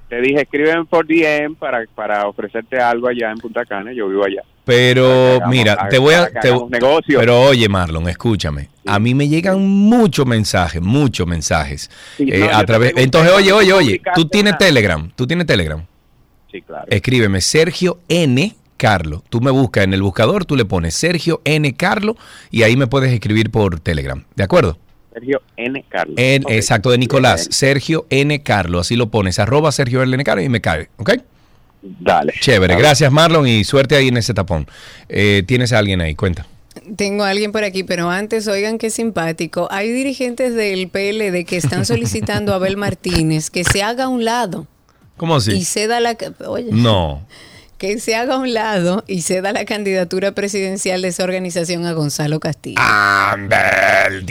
[SPEAKER 25] te dije, escríbeme por D M para, para ofrecerte algo allá en Punta Cana. Yo vivo allá.
[SPEAKER 6] Pero hagamos, mira, te voy a... Te,
[SPEAKER 25] negocio.
[SPEAKER 6] Pero oye, Marlon, escúchame. Sí. A mí me llegan muchos mensajes, muchos mensajes. Sí, eh, no, a través. Entonces, oye, oye, oye, tú tienes Telegram. ¿Tú tienes Telegram?
[SPEAKER 25] Sí, claro.
[SPEAKER 6] Escríbeme Sergio N. Carlo. Tú me buscas en el buscador, tú le pones Sergio N. Carlo y ahí me puedes escribir por Telegram. ¿De acuerdo?
[SPEAKER 25] Sergio N. Carlo.
[SPEAKER 6] En, okay. Exacto, de Nicolás. Bien. Sergio N. Carlo. Así lo pones, arroba Sergio N. Carlo y me cae. ¿Ok?
[SPEAKER 25] Dale.
[SPEAKER 6] Chévere.
[SPEAKER 25] Dale.
[SPEAKER 6] Gracias, Marlon, y suerte ahí en ese tapón. Eh, ¿Tienes a alguien ahí? Cuenta.
[SPEAKER 2] Tengo a alguien por aquí, pero antes, oigan qué simpático. Hay dirigentes del P L D que están solicitando a Abel Martínez que se haga a un lado.
[SPEAKER 6] ¿Cómo así?
[SPEAKER 2] Y ceda la... Oye.
[SPEAKER 6] No.
[SPEAKER 2] Que se haga a un lado y ceda la candidatura presidencial de esa organización a Gonzalo Castillo.
[SPEAKER 6] Ambel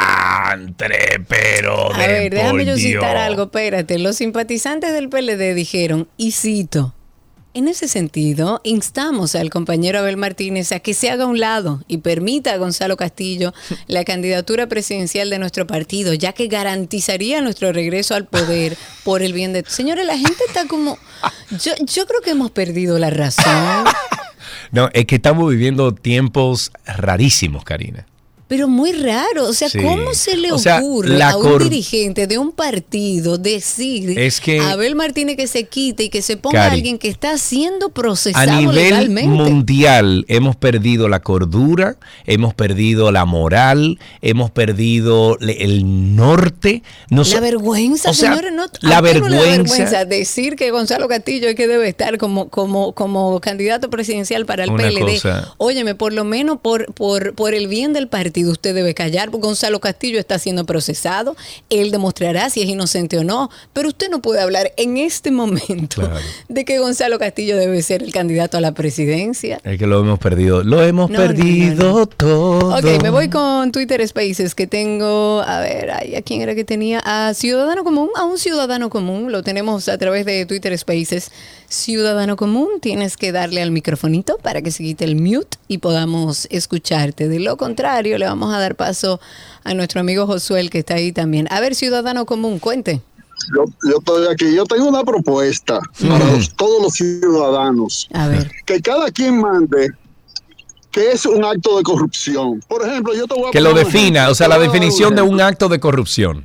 [SPEAKER 6] diantre, pero
[SPEAKER 2] de A ver, déjame yo citar algo, espérate. Los simpatizantes del P L D dijeron, y cito, en ese sentido, instamos al compañero Abel Martínez a que se haga a un lado y permita a Gonzalo Castillo la candidatura presidencial de nuestro partido, ya que garantizaría nuestro regreso al poder por el bien de... Señores, la gente está como... Yo, yo creo que hemos perdido la razón.
[SPEAKER 6] No, es que estamos viviendo tiempos rarísimos, Karina.
[SPEAKER 2] Pero muy raro, o sea, sí. ¿Cómo se le o sea, ocurre a un cor... dirigente de un partido decir
[SPEAKER 6] es que,
[SPEAKER 2] a Abel Martínez que se quite y que se ponga Cari, a alguien que está siendo procesado
[SPEAKER 6] a nivel
[SPEAKER 2] legalmente?
[SPEAKER 6] Mundial hemos perdido la cordura, hemos perdido la moral, hemos perdido el norte.
[SPEAKER 2] No la so... vergüenza,
[SPEAKER 6] o sea,
[SPEAKER 2] señores, no,
[SPEAKER 6] la vergüenza.
[SPEAKER 2] No le da vergüenza decir que Gonzalo Castillo es que debe estar como, como, como candidato presidencial para el P L D. Cosa... Óyeme, por lo menos por, por, por el bien del partido. Usted debe callar, porque Gonzalo Castillo está siendo procesado, él demostrará si es inocente o no, pero usted no puede hablar en este momento claro. de que Gonzalo Castillo debe ser el candidato a la presidencia.
[SPEAKER 6] Es que lo hemos perdido, lo hemos no, perdido no, no, no. todo.
[SPEAKER 2] Ok, me voy con Twitter Spaces que tengo, a ver, ay, ¿a quién era que tenía? A Ciudadano Común, a un Ciudadano Común, lo tenemos a través de Twitter Spaces. Ciudadano Común, tienes que darle al microfonito para que se quite el mute y podamos escucharte. De lo contrario, le vamos a dar paso a nuestro amigo Josué, que está ahí también. A ver, Ciudadano Común, cuente.
[SPEAKER 4] Yo, yo estoy aquí. Yo tengo una propuesta mm. para los, todos los ciudadanos.
[SPEAKER 2] A ver.
[SPEAKER 4] Que cada quien mande que es un acto de corrupción. Por ejemplo, yo te voy a
[SPEAKER 6] que lo defina, o sea, la definición de un acto de corrupción.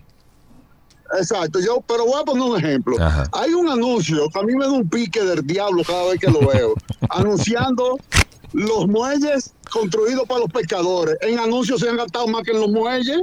[SPEAKER 4] Exacto, yo, pero voy a poner un ejemplo.
[SPEAKER 6] Ajá.
[SPEAKER 4] Hay un anuncio que a mí me da un pique del diablo cada vez que lo veo, anunciando los muelles construidos para los pescadores. En anuncios se han gastado más que en los muelles.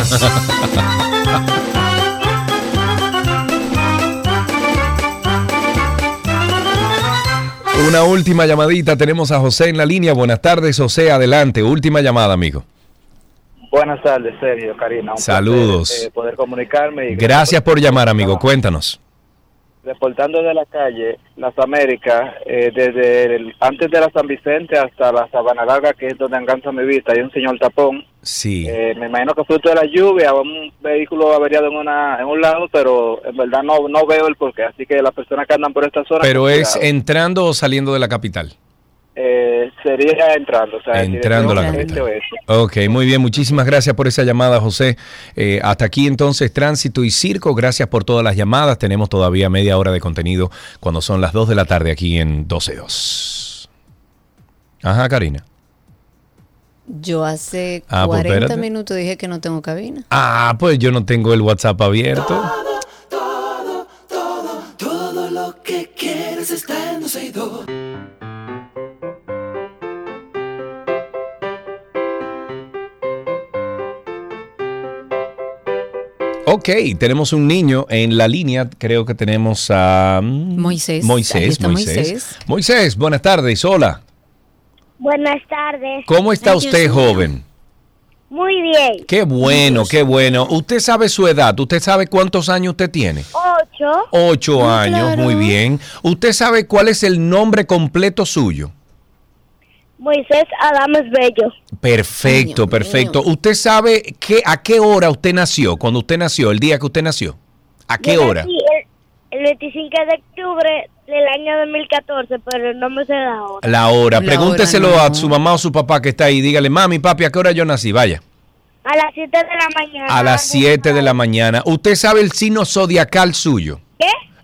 [SPEAKER 6] Una última llamadita, tenemos a José en la línea. Buenas tardes, José, adelante. Última llamada, amigo.
[SPEAKER 5] Buenas tardes, Sergio, Karina. Un
[SPEAKER 6] Saludos.
[SPEAKER 5] Placer, eh, poder comunicarme. Y
[SPEAKER 6] gracias por llamar, amigo. Cuéntanos.
[SPEAKER 5] Reportando de la calle Las Américas, eh, desde el, antes de la San Vicente hasta la Sabana Larga, que es donde alcanza mi vista, hay un señor tapón.
[SPEAKER 6] Sí.
[SPEAKER 5] Eh, me imagino que fruto de la lluvia, un vehículo averiado en una en un lado, pero en verdad no no veo el porqué. Así que las personas que andan por esta zona...
[SPEAKER 6] ¿Pero es cuidado. Entrando o saliendo de la capital?
[SPEAKER 5] Eh, sería entrando, o sea,
[SPEAKER 6] entrando la capital. Ok, muy bien, muchísimas gracias por esa llamada, José. Eh, hasta aquí entonces Tránsito y Circo, gracias por todas las llamadas. Tenemos todavía media hora de contenido cuando son las dos de la tarde aquí en doce dos. Ajá, Karina.
[SPEAKER 2] Yo hace
[SPEAKER 6] ah,
[SPEAKER 2] cuarenta
[SPEAKER 6] pues
[SPEAKER 2] minutos dije que no tengo cabina.
[SPEAKER 6] Ah, pues yo no tengo el WhatsApp abierto.
[SPEAKER 1] Todo, todo, todo, todo lo que quieres está en doce dos.
[SPEAKER 6] Ok, tenemos un niño en la línea, creo que tenemos a...
[SPEAKER 2] Moisés.
[SPEAKER 6] Moisés, Moisés. Moisés. Moisés, buenas tardes, hola.
[SPEAKER 8] Buenas tardes.
[SPEAKER 6] ¿Cómo está usted, joven?
[SPEAKER 8] Muy bien.
[SPEAKER 6] Qué bueno, qué bueno. ¿Usted sabe su edad? ¿Usted sabe cuántos años usted tiene?
[SPEAKER 8] Ocho.
[SPEAKER 6] Ocho
[SPEAKER 8] Ah,
[SPEAKER 6] años,
[SPEAKER 8] claro.
[SPEAKER 6] muy bien. ¿Usted sabe cuál es el nombre completo suyo?
[SPEAKER 8] Moisés Adames Bello.
[SPEAKER 6] Perfecto, perfecto. ¿Usted sabe qué, a qué hora usted nació? Cuando usted nació, el día que usted nació. ¿A qué
[SPEAKER 8] Yo
[SPEAKER 6] hora?
[SPEAKER 8] nací el, el veinticinco de octubre del año dos mil catorce, pero no me sé la hora.
[SPEAKER 6] La hora.
[SPEAKER 8] La
[SPEAKER 6] Pregúnteselo
[SPEAKER 8] hora, no.
[SPEAKER 6] a su mamá o su papá que está ahí. Dígale, mami, papi, ¿a qué hora yo nací? Vaya.
[SPEAKER 8] A las siete de la mañana.
[SPEAKER 6] A las siete de la mañana. ¿Usted sabe el signo zodiacal suyo?
[SPEAKER 8] ¿Qué?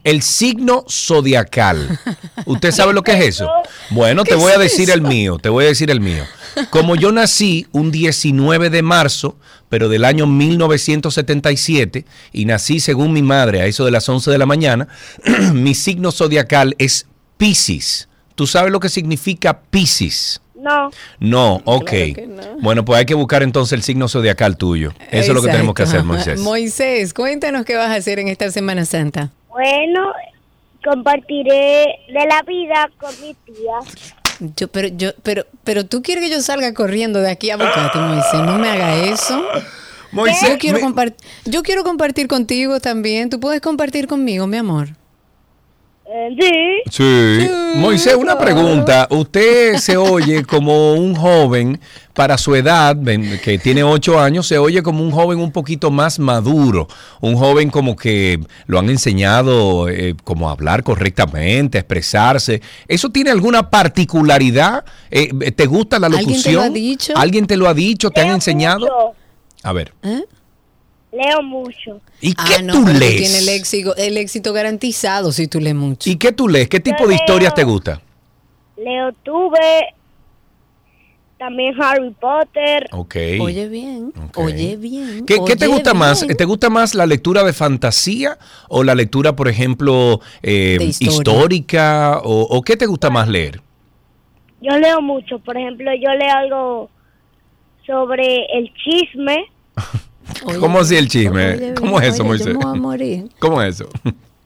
[SPEAKER 6] El signo zodiacal. ¿Usted sabe lo que es eso? Bueno, te voy a decir el mío, te voy a decir el mío. Como yo nací un diecinueve de marzo, pero del año mil novecientos setenta y siete, y nací según mi madre a eso de las once de la mañana, mi signo zodiacal es Piscis. ¿Tú sabes lo que significa Piscis?
[SPEAKER 8] No.
[SPEAKER 6] No, ok.
[SPEAKER 2] Claro que no.
[SPEAKER 6] Bueno, pues hay que buscar entonces el signo zodiacal tuyo. Eso Exacto. es lo que tenemos que hacer, Moisés.
[SPEAKER 2] Moisés, cuéntanos qué vas a hacer en esta Semana Santa.
[SPEAKER 8] Bueno, compartiré de la vida con mi tía.
[SPEAKER 2] Yo, pero, yo, pero, pero tú quieres que yo salga corriendo de aquí a buscarte, Moisés. No me haga eso.
[SPEAKER 6] Moisés,
[SPEAKER 2] yo quiero,
[SPEAKER 6] me...
[SPEAKER 2] compart- yo quiero compartir contigo también. Tú puedes compartir conmigo, mi amor.
[SPEAKER 8] Eh, sí.
[SPEAKER 6] Sí. sí. Moisés, una pregunta. Usted se oye como un joven para su edad, que tiene ocho años, se oye como un joven un poquito más maduro. Un joven como que lo han enseñado eh, como a hablar correctamente, a expresarse. ¿Eso tiene alguna particularidad? Eh, ¿Te gusta la locución?
[SPEAKER 2] ¿Alguien te lo ha dicho?
[SPEAKER 6] ¿Alguien te lo ha dicho? ¿Te
[SPEAKER 8] Leo
[SPEAKER 6] han enseñado?
[SPEAKER 8] Mucho.
[SPEAKER 6] A ver.
[SPEAKER 2] ¿Eh?
[SPEAKER 8] Leo mucho.
[SPEAKER 6] ¿Y
[SPEAKER 2] ah,
[SPEAKER 6] qué
[SPEAKER 2] no,
[SPEAKER 6] tú
[SPEAKER 2] pero
[SPEAKER 6] lees?
[SPEAKER 2] Tú tienes el éxito, el éxito garantizado si tú lees mucho.
[SPEAKER 6] ¿Y qué tú lees? ¿Qué tipo
[SPEAKER 8] Yo
[SPEAKER 6] de
[SPEAKER 8] leo,
[SPEAKER 6] historias te gusta?
[SPEAKER 8] Leo Tuve, también Harry Potter.
[SPEAKER 6] Okay.
[SPEAKER 2] Oye bien, okay. oye bien.
[SPEAKER 6] ¿Qué,
[SPEAKER 2] oye
[SPEAKER 6] ¿qué te gusta
[SPEAKER 2] bien.
[SPEAKER 6] más? ¿Te gusta más la lectura de fantasía o la lectura, por ejemplo, eh,
[SPEAKER 2] historia.
[SPEAKER 6] histórica? O, ¿O qué te gusta más leer?
[SPEAKER 8] Yo leo mucho. Por ejemplo, yo leo algo sobre el chisme.
[SPEAKER 6] Oye, ¿cómo así el chisme?
[SPEAKER 2] Oye,
[SPEAKER 6] ¿Cómo es eso,
[SPEAKER 2] oye,
[SPEAKER 6] Moisés?
[SPEAKER 2] Yo me voy a morir.
[SPEAKER 6] ¿Cómo es eso?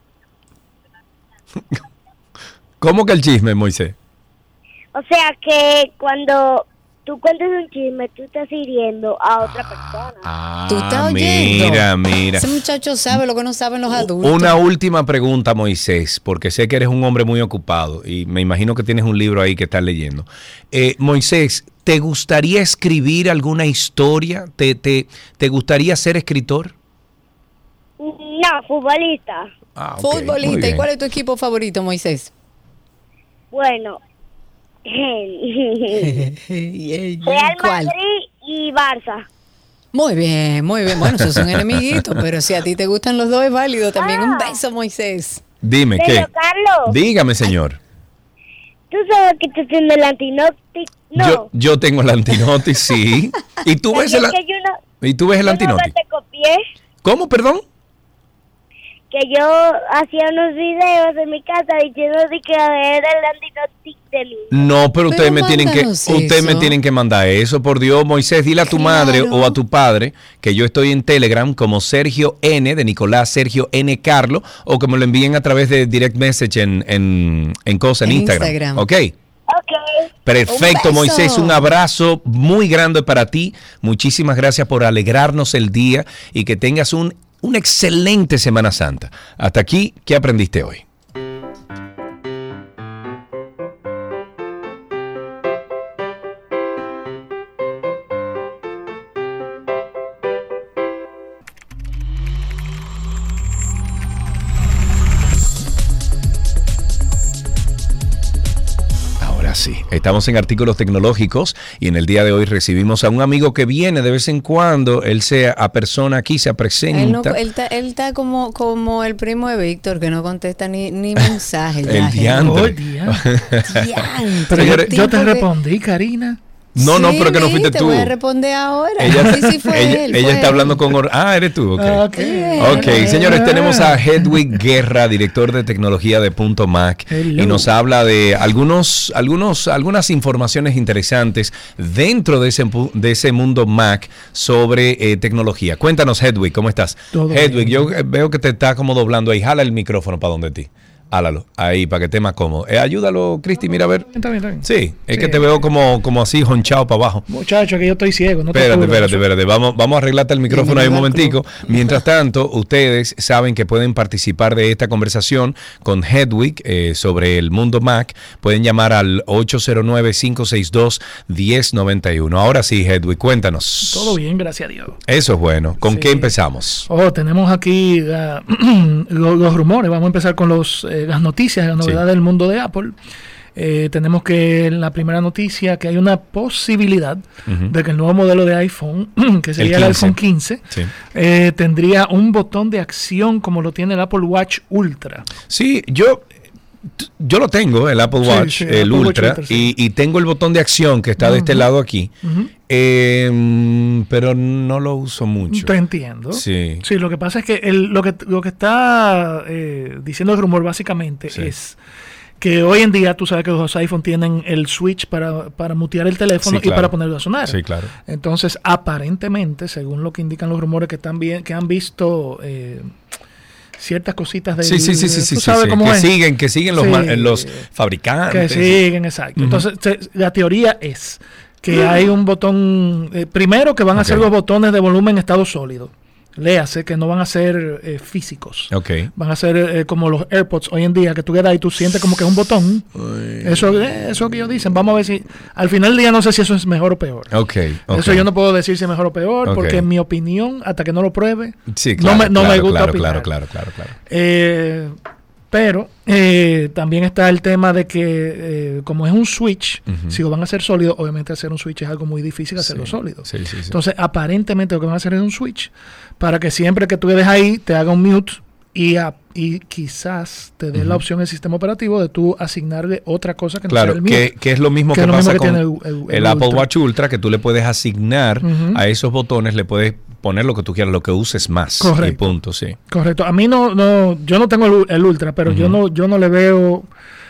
[SPEAKER 6] ¿Cómo que el chisme, Moisés?
[SPEAKER 8] O sea que cuando tú cuentas un chisme, tú estás hiriendo a otra persona.
[SPEAKER 6] Ah,
[SPEAKER 2] ¿Tú estás oyendo?
[SPEAKER 6] Mira, mira.
[SPEAKER 2] Ese muchacho sabe lo que no saben los adultos.
[SPEAKER 6] Una última pregunta, Moisés, porque sé que eres un hombre muy ocupado y me imagino que tienes un libro ahí que estás leyendo. Eh, Moisés, ¿te gustaría escribir alguna historia? ¿Te, te, te gustaría ser escritor?
[SPEAKER 8] No, futbolista.
[SPEAKER 6] Ah, okay,
[SPEAKER 2] futbolista. ¿Y cuál es tu equipo favorito, Moisés?
[SPEAKER 8] Bueno, Real Madrid y Barça.
[SPEAKER 2] Muy bien, muy bien. Bueno, esos son enemiguitos, pero si a ti te gustan los dos es válido también. Ah. Un beso, Moisés.
[SPEAKER 6] Dime, ¿qué?
[SPEAKER 8] Carlos.
[SPEAKER 6] Dígame, señor.
[SPEAKER 8] ¿Tú sabes que tú tienes el antinotis? No.
[SPEAKER 6] Yo, yo tengo el antinotis, sí. ¿Y tú ves el,
[SPEAKER 8] que yo no,
[SPEAKER 6] ¿y tú ves el antinotis?
[SPEAKER 8] Te copié.
[SPEAKER 6] ¿Cómo, perdón?
[SPEAKER 8] Que yo hacía unos videos en mi casa diciendo que era el antinotis de niño.
[SPEAKER 6] No, pero ustedes me tienen que ustedes me tienen que mandar eso, por Dios. Moisés, dile a tu claro. madre o a tu padre que yo estoy en Telegram como Sergio N de Nicolás Sergio N Carlos, o que me lo envíen a través de direct message en en en cosa en, en Instagram. Instagram. ¿Ok?
[SPEAKER 8] Okay.
[SPEAKER 6] Perfecto, un Moisés, un abrazo muy grande para ti. Muchísimas gracias por alegrarnos el día y que tengas un una excelente Semana Santa. Hasta aquí, ¿qué aprendiste hoy? Sí, estamos en artículos tecnológicos y en el día de hoy recibimos a un amigo que viene de vez en cuando, él se apersona aquí, se presenta.
[SPEAKER 2] Él, no, él, está, él está como, como el primo de Víctor, que no contesta ni, ni mensajes.
[SPEAKER 6] El diantre.
[SPEAKER 7] Oh, diantre. Pero yo, yo te respondí, Karina.
[SPEAKER 6] No,
[SPEAKER 2] sí,
[SPEAKER 6] no, pero que no fuiste
[SPEAKER 2] te
[SPEAKER 6] tú.
[SPEAKER 2] Te voy a responder ahora.
[SPEAKER 6] Ella,
[SPEAKER 2] sí, sí fue
[SPEAKER 6] ella,
[SPEAKER 2] él,
[SPEAKER 6] ella
[SPEAKER 2] fue
[SPEAKER 6] está
[SPEAKER 2] él.
[SPEAKER 6] hablando con... Ah, eres tú, ok.
[SPEAKER 7] Ok,
[SPEAKER 6] okay. Señores, tenemos a Hedwig Guerra, director de tecnología de Punto Mac, Hello. y nos habla de algunos, algunos, algunas informaciones interesantes dentro de ese, de ese mundo Mac sobre eh, tecnología. Cuéntanos, Hedwig, ¿cómo estás?
[SPEAKER 7] Todo
[SPEAKER 6] Hedwig,
[SPEAKER 7] bien.
[SPEAKER 6] yo veo que te está como doblando ahí. Jala el micrófono para donde ti. Hálalo, ahí, para que esté más cómodo. Eh, ayúdalo, Cristi, mira a ver.
[SPEAKER 7] Está bien, está bien.
[SPEAKER 6] Sí, es
[SPEAKER 7] sí.
[SPEAKER 6] que te veo como, como así, honchado para abajo.
[SPEAKER 7] Muchacho, que yo estoy ciego. No
[SPEAKER 6] espérate,
[SPEAKER 7] te
[SPEAKER 6] espérate, espérate. Vamos, vamos a arreglarte el micrófono ahí un momentico. Mientras tanto, ustedes saben que pueden participar de esta conversación con Hedwig eh, sobre el mundo Mac. Pueden llamar al ocho cero nueve, cinco seis dos, uno cero nueve uno. Ahora sí, Hedwig, cuéntanos.
[SPEAKER 7] Todo bien, gracias a Dios.
[SPEAKER 6] Eso es bueno. ¿Con
[SPEAKER 7] sí.
[SPEAKER 6] qué empezamos?
[SPEAKER 7] Oh, tenemos aquí uh, los, los rumores. Vamos a empezar con los, eh, las noticias, las novedades sí. del mundo de Apple. Eh, tenemos que en la primera noticia que hay una posibilidad
[SPEAKER 6] Ujú.
[SPEAKER 7] de que el nuevo modelo de iPhone, que sería el,
[SPEAKER 6] El
[SPEAKER 7] iPhone
[SPEAKER 6] quince.
[SPEAKER 7] quince,
[SPEAKER 6] Sí.
[SPEAKER 7] eh, tendría un botón de acción como lo tiene el Apple Watch Ultra.
[SPEAKER 6] Sí, yo, yo lo tengo, el Apple
[SPEAKER 7] Sí,
[SPEAKER 6] Watch,
[SPEAKER 7] sí,
[SPEAKER 6] el
[SPEAKER 7] Apple Watch
[SPEAKER 6] Ultra,
[SPEAKER 7] Ultra, sí.
[SPEAKER 6] y, y tengo el botón de acción que está de este
[SPEAKER 7] Ujú.
[SPEAKER 6] lado aquí,
[SPEAKER 7] Ujú.
[SPEAKER 6] eh, pero no lo uso mucho.
[SPEAKER 7] Te entiendo.
[SPEAKER 6] Sí.
[SPEAKER 7] Sí, lo que pasa es que el- lo que lo que está eh, diciendo el rumor básicamente
[SPEAKER 6] Sí.
[SPEAKER 7] es que hoy en día tú sabes que los iPhone tienen el switch para, para mutear el teléfono
[SPEAKER 6] Sí, claro.
[SPEAKER 7] y para ponerlo a sonar.
[SPEAKER 6] Sí, claro.
[SPEAKER 7] Entonces, aparentemente, según lo que indican los rumores que están bien, que han visto eh, ciertas cositas de
[SPEAKER 6] Sí, sí, sí, sí, sí,
[SPEAKER 7] tú
[SPEAKER 6] sí,
[SPEAKER 7] sabes
[SPEAKER 6] sí,
[SPEAKER 7] cómo
[SPEAKER 6] que
[SPEAKER 7] es.
[SPEAKER 6] siguen, que siguen los,
[SPEAKER 7] Sí.
[SPEAKER 6] ma- los
[SPEAKER 7] Que
[SPEAKER 6] fabricantes.
[SPEAKER 7] siguen, exacto.
[SPEAKER 6] Ujú.
[SPEAKER 7] Entonces, se- la teoría es que hay un botón, eh, primero que van a
[SPEAKER 6] Ok.
[SPEAKER 7] ser los botones de volumen en estado sólido. Léase que no van a ser eh, físicos.
[SPEAKER 6] Ok.
[SPEAKER 7] Van a ser eh, como los AirPods hoy en día, que tú quedas y tú sientes como que es un botón. Eso eh, eso que ellos dicen. Vamos a ver si al final del día no sé si eso es mejor o peor.
[SPEAKER 6] Ok, ok.
[SPEAKER 7] Eso yo no puedo decir si es mejor o peor,
[SPEAKER 6] Ok.
[SPEAKER 7] porque en mi opinión, hasta que no lo pruebe,
[SPEAKER 6] Sí,
[SPEAKER 7] no
[SPEAKER 6] claro,
[SPEAKER 7] me, no
[SPEAKER 6] claro,
[SPEAKER 7] me gusta
[SPEAKER 6] claro,
[SPEAKER 7] opinar.
[SPEAKER 6] claro, claro, claro, claro.
[SPEAKER 7] Eh, pero eh, también está el tema de que eh, como es un switch,
[SPEAKER 6] Ujú.
[SPEAKER 7] si lo van a hacer sólido, obviamente hacer un switch es algo muy difícil hacerlo
[SPEAKER 6] Sí,
[SPEAKER 7] sólido.
[SPEAKER 6] sí, sí, sí.
[SPEAKER 7] Entonces, aparentemente lo que van a hacer es un switch para que siempre que tú le des ahí te haga un mute y, a- y quizás te dé
[SPEAKER 6] Ujú.
[SPEAKER 7] la opción el sistema operativo de tú asignarle otra cosa que no
[SPEAKER 6] Claro,
[SPEAKER 7] sea el mute.
[SPEAKER 6] que, que es lo mismo que,
[SPEAKER 7] es lo
[SPEAKER 6] pasa
[SPEAKER 7] mismo que
[SPEAKER 6] con
[SPEAKER 7] tiene
[SPEAKER 6] el,
[SPEAKER 7] el- el- el
[SPEAKER 6] Apple
[SPEAKER 7] Ultra.
[SPEAKER 6] Watch Ultra, que tú le puedes asignar
[SPEAKER 7] Ujú.
[SPEAKER 6] a esos botones, le puedes poner lo que tú quieras, lo que uses más.
[SPEAKER 7] Correcto.
[SPEAKER 6] Y punto, sí.
[SPEAKER 7] Correcto. A mí no, no, yo no tengo el, el Ultra, pero yo
[SPEAKER 6] Ujú.
[SPEAKER 7] no, yo no le veo,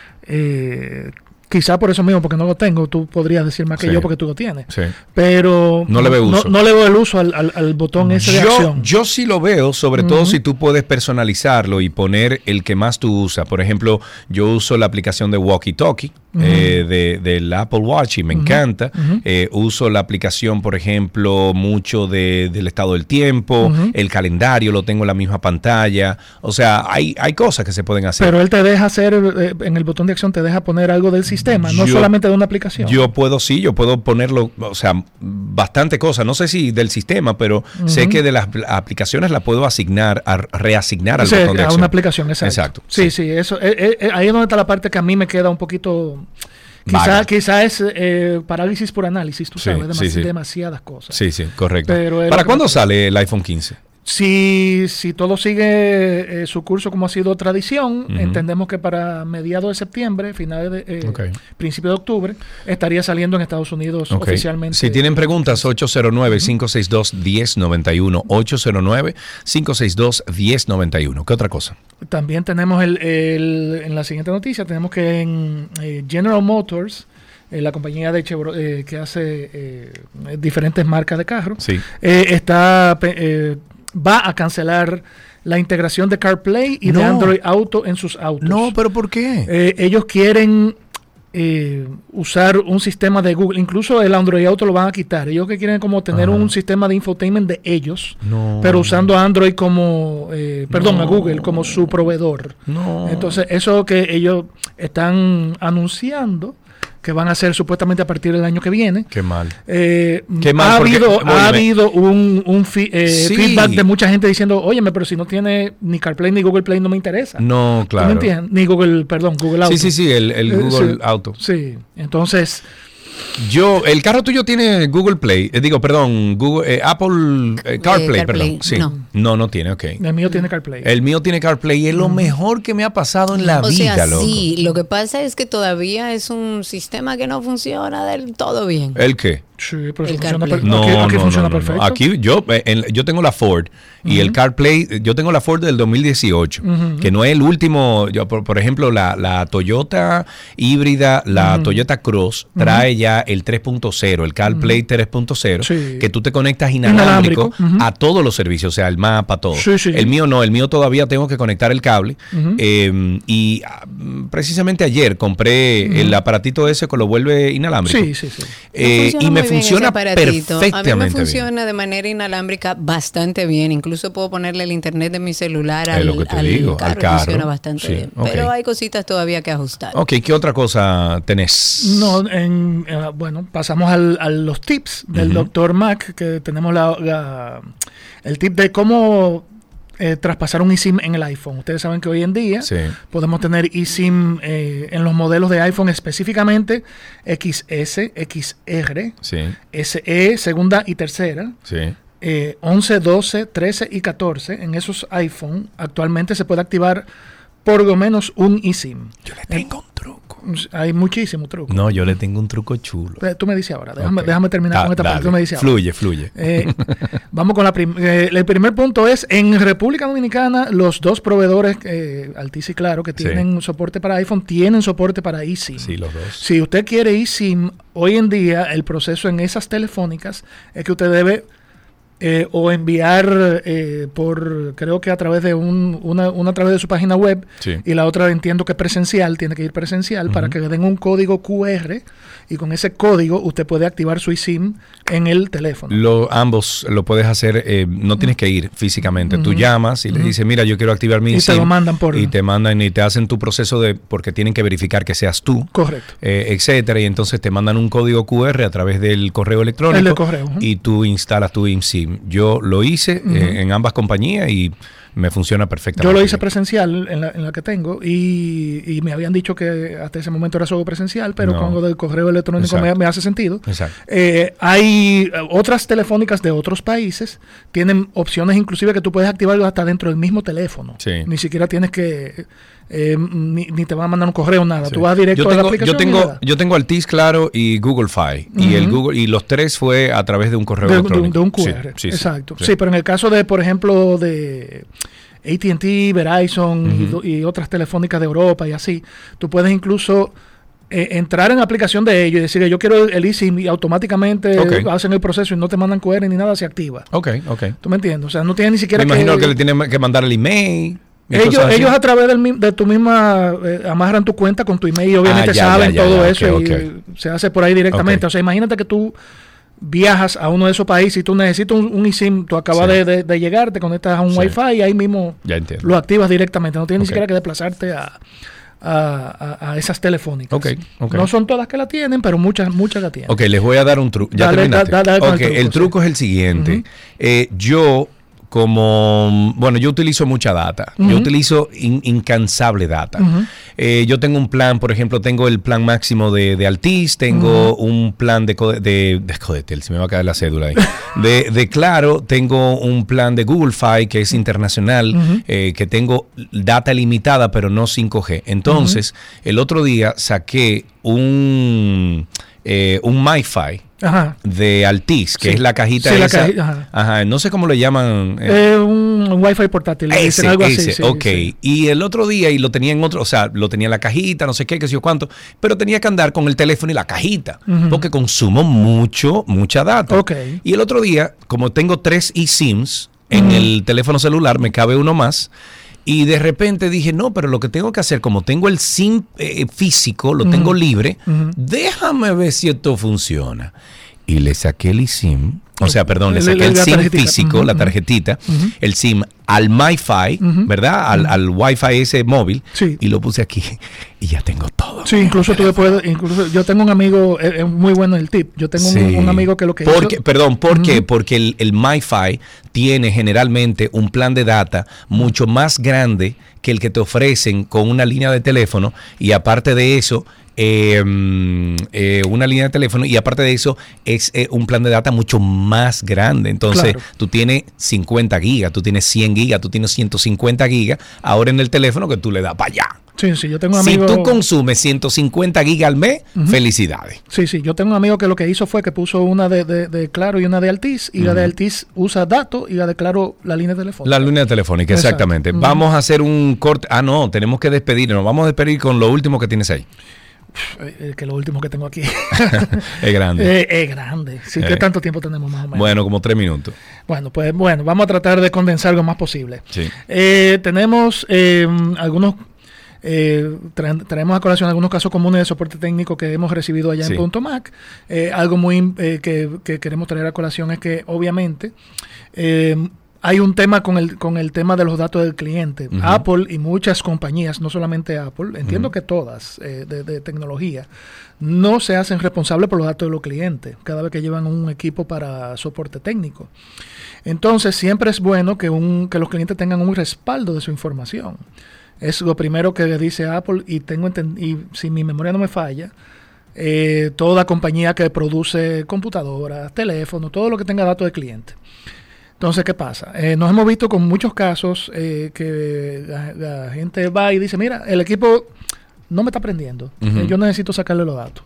[SPEAKER 7] eh, quizá por eso mismo, porque no lo tengo. Tú podrías decir más que
[SPEAKER 6] Sí.
[SPEAKER 7] yo porque tú lo tienes.
[SPEAKER 6] Sí.
[SPEAKER 7] Pero
[SPEAKER 6] No le veo uso.
[SPEAKER 7] No, le veo el uso al, al- al botón ese de
[SPEAKER 6] Yo,
[SPEAKER 7] acción.
[SPEAKER 6] yo sí lo veo, sobre todo
[SPEAKER 7] Ujú.
[SPEAKER 6] si tú puedes personalizarlo y poner el que más tú usas. Por ejemplo, yo uso la aplicación de Walkie Talkie
[SPEAKER 7] Ujú.
[SPEAKER 6] eh, de, del Apple Watch y me
[SPEAKER 7] Ujú.
[SPEAKER 6] encanta.
[SPEAKER 7] Ujú.
[SPEAKER 6] Eh, uso la aplicación, por ejemplo, mucho de, del estado del tiempo,
[SPEAKER 7] Ujú.
[SPEAKER 6] el calendario lo tengo en la misma pantalla. O sea, hay, hay cosas que se pueden hacer.
[SPEAKER 7] Pero él te deja hacer, eh, en el botón de acción te deja poner algo del sistema, no
[SPEAKER 6] Yo-
[SPEAKER 7] solamente de una aplicación.
[SPEAKER 6] Yo puedo, sí, yo puedo ponerlo, o sea, bastante cosas. No sé si del sistema, pero
[SPEAKER 7] Ujú.
[SPEAKER 6] sé que de las apl- aplicaciones la puedo asignar, a reasignar al
[SPEAKER 7] O sea,
[SPEAKER 6] botón de
[SPEAKER 7] a
[SPEAKER 6] acción.
[SPEAKER 7] una aplicación, exacto.
[SPEAKER 6] Exacto.
[SPEAKER 7] Sí, sí, eso, eh, eh, eh, ahí es donde está la parte que a mí me queda un poquito...
[SPEAKER 6] Vaga.
[SPEAKER 7] Quizá, quizá es eh, parálisis por análisis, tú
[SPEAKER 6] Sí,
[SPEAKER 7] sabes,
[SPEAKER 6] sí,
[SPEAKER 7] demasi-
[SPEAKER 6] sí.
[SPEAKER 7] demasiadas cosas.
[SPEAKER 6] Sí, sí, correcto.
[SPEAKER 7] Pero es
[SPEAKER 6] ¿Para
[SPEAKER 7] lo que
[SPEAKER 6] cuándo
[SPEAKER 7] me-
[SPEAKER 6] sale el iPhone quince?
[SPEAKER 7] Si, si todo sigue eh, su curso como ha sido tradición,
[SPEAKER 6] Ujú.
[SPEAKER 7] entendemos que para mediados de septiembre, finales de eh,
[SPEAKER 6] Ok.
[SPEAKER 7] principio de octubre, estaría saliendo en Estados Unidos
[SPEAKER 6] Ok.
[SPEAKER 7] oficialmente.
[SPEAKER 6] Si tienen preguntas, ocho cero nueve, cinco seis dos, uno cero nueve uno. ocho cero nueve, cinco seis dos, uno cero nueve uno. ¿Qué otra cosa?
[SPEAKER 7] También tenemos el, el- en la siguiente noticia, tenemos que en eh, General Motors, eh, la compañía de Chevro- eh, que hace eh, diferentes marcas de carros,
[SPEAKER 6] Sí.
[SPEAKER 7] eh, está pe- eh, va a cancelar la integración de CarPlay y de
[SPEAKER 6] No.
[SPEAKER 7] Android Auto en sus autos.
[SPEAKER 6] No, pero ¿por qué?
[SPEAKER 7] Eh, ellos quieren eh, usar un sistema de Google, incluso el Android Auto lo van a quitar. Ellos que quieren como tener
[SPEAKER 6] Ajá.
[SPEAKER 7] un sistema de infotainment de ellos,
[SPEAKER 6] No.
[SPEAKER 7] pero usando a Android como, eh, perdón,
[SPEAKER 6] No.
[SPEAKER 7] a Google como su proveedor.
[SPEAKER 6] No.
[SPEAKER 7] Entonces, eso que ellos están anunciando que van a hacer supuestamente a partir del año que viene.
[SPEAKER 6] Qué mal.
[SPEAKER 7] Eh,
[SPEAKER 6] Qué mal,
[SPEAKER 7] ha
[SPEAKER 6] porque-
[SPEAKER 7] habido,
[SPEAKER 6] óyeme.
[SPEAKER 7] ha habido un, un fi- eh,
[SPEAKER 6] Sí.
[SPEAKER 7] feedback de mucha gente diciendo, óyeme, pero si no tiene ni CarPlay ni Google Play no me interesa.
[SPEAKER 6] No,
[SPEAKER 7] ¿Tú me
[SPEAKER 6] claro.
[SPEAKER 7] entiendes? Ni Google, perdón, Google Auto.
[SPEAKER 6] Sí, sí, sí, el, el
[SPEAKER 7] Eh,
[SPEAKER 6] Google
[SPEAKER 7] sí.
[SPEAKER 6] Auto.
[SPEAKER 7] Sí, entonces...
[SPEAKER 6] Yo, el carro tuyo tiene Google Play, eh, digo, perdón, Google, eh, Apple eh, CarPlay,
[SPEAKER 2] CarPlay,
[SPEAKER 6] perdón. Sí.
[SPEAKER 2] no.
[SPEAKER 6] no, no tiene, ok.
[SPEAKER 7] El mío tiene CarPlay.
[SPEAKER 6] El mío tiene CarPlay y es lo
[SPEAKER 7] Mm.
[SPEAKER 6] mejor que me ha pasado en la
[SPEAKER 2] O
[SPEAKER 6] vida,
[SPEAKER 2] sea,
[SPEAKER 6] loco.
[SPEAKER 2] sí, lo que pasa es que todavía es un sistema que no funciona del todo bien.
[SPEAKER 6] ¿El qué?
[SPEAKER 7] Sí, pero
[SPEAKER 2] El
[SPEAKER 7] funciona,
[SPEAKER 2] CarPlay.
[SPEAKER 7] per-
[SPEAKER 6] No,
[SPEAKER 7] aquí, aquí
[SPEAKER 6] no,
[SPEAKER 7] funciona
[SPEAKER 6] no, no, no.
[SPEAKER 7] perfecto.
[SPEAKER 6] Aquí yo, eh, en- yo tengo la Ford y el CarPlay, yo tengo la Ford del dos mil dieciocho,
[SPEAKER 7] Ujú.
[SPEAKER 6] que no es el último. Yo, por, por ejemplo, la, la Toyota híbrida, la
[SPEAKER 7] Ujú.
[SPEAKER 6] Toyota Cross, trae ya el tres punto cero, el CarPlay tres punto cero,
[SPEAKER 7] Sí.
[SPEAKER 6] que tú te conectas inalámbrico,
[SPEAKER 7] Inalámbrico, ujú.
[SPEAKER 6] a todos los servicios, o sea, el mapa, todo.
[SPEAKER 7] Sí, sí.
[SPEAKER 6] El mío no, el mío todavía tengo que conectar el cable.
[SPEAKER 7] Ujú.
[SPEAKER 6] eh, y ah, precisamente ayer compré
[SPEAKER 7] Ujú.
[SPEAKER 6] el aparatito ese que lo vuelve inalámbrico.
[SPEAKER 7] Sí, sí, sí.
[SPEAKER 6] Eh,
[SPEAKER 2] funciona
[SPEAKER 6] y me
[SPEAKER 2] muy bien ese
[SPEAKER 6] funciona
[SPEAKER 2] aparatito.
[SPEAKER 6] perfectamente
[SPEAKER 2] A mí me
[SPEAKER 6] bien.
[SPEAKER 2] funciona de manera inalámbrica bastante bien. Incluso puedo ponerle el internet de mi celular
[SPEAKER 6] Es
[SPEAKER 2] al,
[SPEAKER 6] lo que te
[SPEAKER 2] al
[SPEAKER 6] digo, al
[SPEAKER 2] carro. y
[SPEAKER 6] carro.
[SPEAKER 2] Funciona bastante
[SPEAKER 6] Sí,
[SPEAKER 2] bien.
[SPEAKER 6] ok.
[SPEAKER 2] Pero hay cositas todavía que ajustar.
[SPEAKER 6] Ok, ¿qué otra cosa tenés?
[SPEAKER 7] No, en, eh, bueno, pasamos al, a los tips del
[SPEAKER 6] Ujú.
[SPEAKER 7] doctor Mac, que tenemos la, la- el tip de cómo eh, traspasar un eSIM en el iPhone. Ustedes saben que hoy en día
[SPEAKER 6] Sí.
[SPEAKER 7] podemos tener eSIM eh, en los modelos de iPhone, específicamente X S, X R,
[SPEAKER 6] Sí.
[SPEAKER 7] S E, segunda y tercera.
[SPEAKER 6] Sí.
[SPEAKER 7] Eh, once, doce, trece y catorce. En esos iPhone actualmente se puede activar por lo menos un eSIM.
[SPEAKER 6] Yo le tengo un truco.
[SPEAKER 7] Hay muchísimos trucos.
[SPEAKER 6] No, yo le tengo un truco chulo.
[SPEAKER 7] Eh, Tú me dices ahora, déjame,
[SPEAKER 6] Ok.
[SPEAKER 7] déjame terminar
[SPEAKER 6] Da-
[SPEAKER 7] con esta parte.
[SPEAKER 6] dale.
[SPEAKER 7] Tú me dices ahora.
[SPEAKER 6] Fluye, fluye.
[SPEAKER 7] Eh, vamos con la prim eh, el primer punto es, en República Dominicana, los dos proveedores, eh, Altis y Claro, que
[SPEAKER 6] Sí.
[SPEAKER 7] tienen soporte para iPhone, tienen soporte para eSIM.
[SPEAKER 6] Sí, los dos.
[SPEAKER 7] Si usted quiere eSIM, hoy en día el proceso en esas telefónicas es que usted debe eh, o enviar eh, por, creo que a través de un, una, una a través de su página web,
[SPEAKER 6] Sí.
[SPEAKER 7] y la otra entiendo que presencial, tiene que ir presencial, para que le den un código Q R, y con ese código usted puede activar su eSIM en el teléfono.
[SPEAKER 6] Lo, ambos lo puedes hacer, eh, no tienes que ir físicamente. Tú
[SPEAKER 7] Ujú.
[SPEAKER 6] llamas y le
[SPEAKER 7] Ujú.
[SPEAKER 6] dices, mira, yo quiero activar mi
[SPEAKER 7] Y te
[SPEAKER 6] SIM.
[SPEAKER 7] lo mandan por-
[SPEAKER 6] Y te mandan y te hacen tu proceso de, porque tienen que verificar que seas tú.
[SPEAKER 7] Correcto.
[SPEAKER 6] eh, etcétera, y entonces te mandan un código Q R a través del correo electrónico.
[SPEAKER 7] El de correo, ujú.
[SPEAKER 6] Y tú instalas tu eSIM. Yo lo hice
[SPEAKER 7] Ujú.
[SPEAKER 6] eh, en ambas compañías y me funciona perfectamente.
[SPEAKER 7] Yo lo hice presencial en la, en la que tengo, y, y me habían dicho que hasta ese momento era solo presencial, pero
[SPEAKER 6] No.
[SPEAKER 7] con lo del correo electrónico me,
[SPEAKER 6] Exacto.
[SPEAKER 7] me hace sentido.
[SPEAKER 6] Exacto.
[SPEAKER 7] Eh, hay eh, otras telefónicas de otros países, tienen opciones inclusive que tú puedes activarlo hasta dentro del mismo teléfono.
[SPEAKER 6] Sí.
[SPEAKER 7] Ni siquiera tienes que, eh, ni, ni te van a mandar un correo, nada.
[SPEAKER 6] Sí.
[SPEAKER 7] Tú vas directo
[SPEAKER 6] yo
[SPEAKER 7] a la
[SPEAKER 6] tengo,
[SPEAKER 7] aplicación.
[SPEAKER 6] yo
[SPEAKER 7] y le
[SPEAKER 6] tengo,
[SPEAKER 7] das.
[SPEAKER 6] yo tengo Altis, Claro y Google Fi. Y el
[SPEAKER 7] Ujú.
[SPEAKER 6] Google y los tres fue a través de un correo
[SPEAKER 7] de, de
[SPEAKER 6] electrónico.
[SPEAKER 7] un- de un Q
[SPEAKER 6] Sí,
[SPEAKER 7] R.
[SPEAKER 6] sí, sí,
[SPEAKER 7] Exacto. Sí,
[SPEAKER 6] sí.
[SPEAKER 7] pero en el caso de, por ejemplo, de A T and T, Verizon y
[SPEAKER 6] Ujú.
[SPEAKER 7] do- y, otras telefónicas de Europa y así, tú puedes incluso eh, entrar en la aplicación de ellos y decir, yo quiero el eSIM, y automáticamente
[SPEAKER 6] Ok.
[SPEAKER 7] hacen el proceso y no te mandan Q R ni nada, se activa.
[SPEAKER 6] Ok, ok.
[SPEAKER 7] ¿Tú me entiendes? O sea, no tienes ni siquiera
[SPEAKER 6] Me imagino que, le tienen que mandar el email. y
[SPEAKER 7] ellos,
[SPEAKER 6] cosas así.
[SPEAKER 7] ellos a través del, mi- de tu misma, eh, amarran tu cuenta con tu email y obviamente
[SPEAKER 6] Ah, ya,
[SPEAKER 7] saben
[SPEAKER 6] ya, ya,
[SPEAKER 7] todo
[SPEAKER 6] ya,
[SPEAKER 7] eso,
[SPEAKER 6] ok,
[SPEAKER 7] y
[SPEAKER 6] ok.
[SPEAKER 7] se hace por ahí directamente.
[SPEAKER 6] Ok.
[SPEAKER 7] O sea, imagínate que tú viajas a uno de esos países y tú necesitas un, un eSIM, tú acabas
[SPEAKER 6] Sí.
[SPEAKER 7] de, de- de llegar, te conectas a un
[SPEAKER 6] Sí.
[SPEAKER 7] Wi-Fi y ahí mismo
[SPEAKER 6] Ya entiendo.
[SPEAKER 7] lo activas directamente. No tienes ni
[SPEAKER 6] Ok.
[SPEAKER 7] siquiera que desplazarte a, a- a- a esas telefónicas.
[SPEAKER 6] Ok, ok.
[SPEAKER 7] No son todas que la tienen, pero muchas, muchas la tienen.
[SPEAKER 6] Ok, les voy a dar un truco. ¿Ya
[SPEAKER 7] Dale,
[SPEAKER 6] terminaste?
[SPEAKER 7] da- dale con el
[SPEAKER 6] Ok,
[SPEAKER 7] truco,
[SPEAKER 6] el
[SPEAKER 7] sí.
[SPEAKER 6] truco es el siguiente.
[SPEAKER 7] Ujú.
[SPEAKER 6] Eh, yo, como, bueno, yo utilizo mucha data. Yo
[SPEAKER 7] Ujú.
[SPEAKER 6] utilizo in- incansable data.
[SPEAKER 7] Ujú.
[SPEAKER 6] Eh, yo tengo un plan, por ejemplo, tengo el plan máximo de, de Altis, tengo
[SPEAKER 7] Ujú.
[SPEAKER 6] un plan de, Code- de, de Codetel, se me va a caer la cédula ahí. De, de Claro, tengo un plan de Google Fi que es internacional,
[SPEAKER 7] Ujú.
[SPEAKER 6] eh, que tengo data limitada, pero no cinco G. Entonces, el otro día saqué un, eh, un MiFi
[SPEAKER 7] Ajá.
[SPEAKER 6] de Altis, que
[SPEAKER 7] Sí.
[SPEAKER 6] es la cajita
[SPEAKER 7] Sí, la
[SPEAKER 6] esa.
[SPEAKER 7] caji- ajá.
[SPEAKER 6] Ajá, no sé cómo le llaman. eh,
[SPEAKER 7] Eh, un, un Wi-Fi portátil, le dicen
[SPEAKER 6] ese,
[SPEAKER 7] algo así.
[SPEAKER 6] ese,
[SPEAKER 7] sí,
[SPEAKER 6] ok.
[SPEAKER 7] sí.
[SPEAKER 6] Y el otro día, y lo tenía en otro, o sea, lo tenía en la cajita, no sé qué, qué sé yo cuánto, pero tenía que andar con el teléfono y la cajita,
[SPEAKER 7] Ujú.
[SPEAKER 6] porque consumo mucho, mucha data.
[SPEAKER 7] Ok.
[SPEAKER 6] Y el otro día, como tengo tres eSIMs en
[SPEAKER 7] Ujú.
[SPEAKER 6] el teléfono celular, me cabe uno más. Y de repente dije, no, pero lo que tengo que hacer, como tengo el SIM eh, físico, lo
[SPEAKER 7] Ujú.
[SPEAKER 6] tengo libre,
[SPEAKER 7] Ujú.
[SPEAKER 6] déjame ver si esto funciona. Y le saqué el eSIM, o sea, perdón, le
[SPEAKER 7] Le-
[SPEAKER 6] saqué
[SPEAKER 7] le-
[SPEAKER 6] el
[SPEAKER 7] la
[SPEAKER 6] SIM
[SPEAKER 7] tarjetita.
[SPEAKER 6] físico,
[SPEAKER 7] Ujú,
[SPEAKER 6] la
[SPEAKER 7] ujú.
[SPEAKER 6] tarjetita,
[SPEAKER 7] Ujú.
[SPEAKER 6] el SIM al MiFi,
[SPEAKER 7] Ujú.
[SPEAKER 6] ¿verdad? Al, al Wi-Fi ese móvil,
[SPEAKER 7] Sí.
[SPEAKER 6] y lo puse aquí y ya tengo todo.
[SPEAKER 7] Sí, incluso tú le puedes, incluso yo tengo un amigo, es, es muy bueno el tip. Yo tengo un-
[SPEAKER 6] Sí.
[SPEAKER 7] un, amigo que lo que
[SPEAKER 6] Porque,
[SPEAKER 7] hizo,
[SPEAKER 6] perdón, ¿por qué?
[SPEAKER 7] Ujú.
[SPEAKER 6] Porque el, el MiFi tiene generalmente un plan de data mucho más grande que el que te ofrecen con una línea de teléfono, y aparte de eso, eh, mm, eh, una línea de teléfono, y aparte de eso es eh, un plan de data mucho más grande. Entonces,
[SPEAKER 7] Claro.
[SPEAKER 6] tú tienes cincuenta gigas, tú tienes cien gigas, tú tienes ciento cincuenta gigas ahora en el teléfono que tú le das para allá.
[SPEAKER 7] sí, sí, yo tengo un
[SPEAKER 6] Si
[SPEAKER 7] amigo.
[SPEAKER 6] tú consumes ciento cincuenta gigas al mes,
[SPEAKER 7] Ujú.
[SPEAKER 6] felicidades.
[SPEAKER 7] Sí, sí, yo tengo un amigo que lo que hizo fue que puso una de, de, de Claro y una de Altis, y la de
[SPEAKER 6] Ujú.
[SPEAKER 7] Altis usa datos y la de Claro la línea telefónica.
[SPEAKER 6] La línea telefónica,
[SPEAKER 7] Exacto.
[SPEAKER 6] exactamente.
[SPEAKER 7] Ujú.
[SPEAKER 6] Vamos a hacer un corte. Ah, no, tenemos que despedirnos. Vamos a despedir con lo último que tienes ahí.
[SPEAKER 7] Eh, eh, que lo último que tengo aquí.
[SPEAKER 6] Es grande.
[SPEAKER 7] Eh, es grande. Sí,
[SPEAKER 6] Eh.
[SPEAKER 7] ¿qué tanto tiempo tenemos más o menos?
[SPEAKER 6] Bueno, como tres minutos.
[SPEAKER 7] Bueno, pues bueno, vamos a tratar de condensar lo más posible.
[SPEAKER 6] Sí.
[SPEAKER 7] Eh, tenemos eh, algunos, eh, tra- traemos a colación algunos casos comunes de soporte técnico que hemos recibido allá
[SPEAKER 6] Sí.
[SPEAKER 7] en Punto Mac. Eh, algo muy eh, que, que queremos traer a colación es que obviamente eh, hay un tema con el con el tema de los datos del cliente.
[SPEAKER 6] Uh-huh.
[SPEAKER 7] Apple y muchas compañías, no solamente Apple, entiendo
[SPEAKER 6] Uh-huh.
[SPEAKER 7] que todas eh, de, de tecnología, no se hacen responsables por los datos de los clientes cada vez que llevan un equipo para soporte técnico. Entonces, siempre es bueno que, un, que los clientes tengan un respaldo de su información. Es lo primero que dice Apple, y tengo enten- y si mi memoria no me falla, eh, toda compañía que produce computadoras, teléfonos, todo lo que tenga datos de cliente. Entonces, ¿qué pasa? Eh, nos hemos visto con muchos casos eh, que la, la gente va y dice, mira, el equipo no me está prendiendo,
[SPEAKER 6] Uh-huh.
[SPEAKER 7] eh, yo necesito sacarle los datos.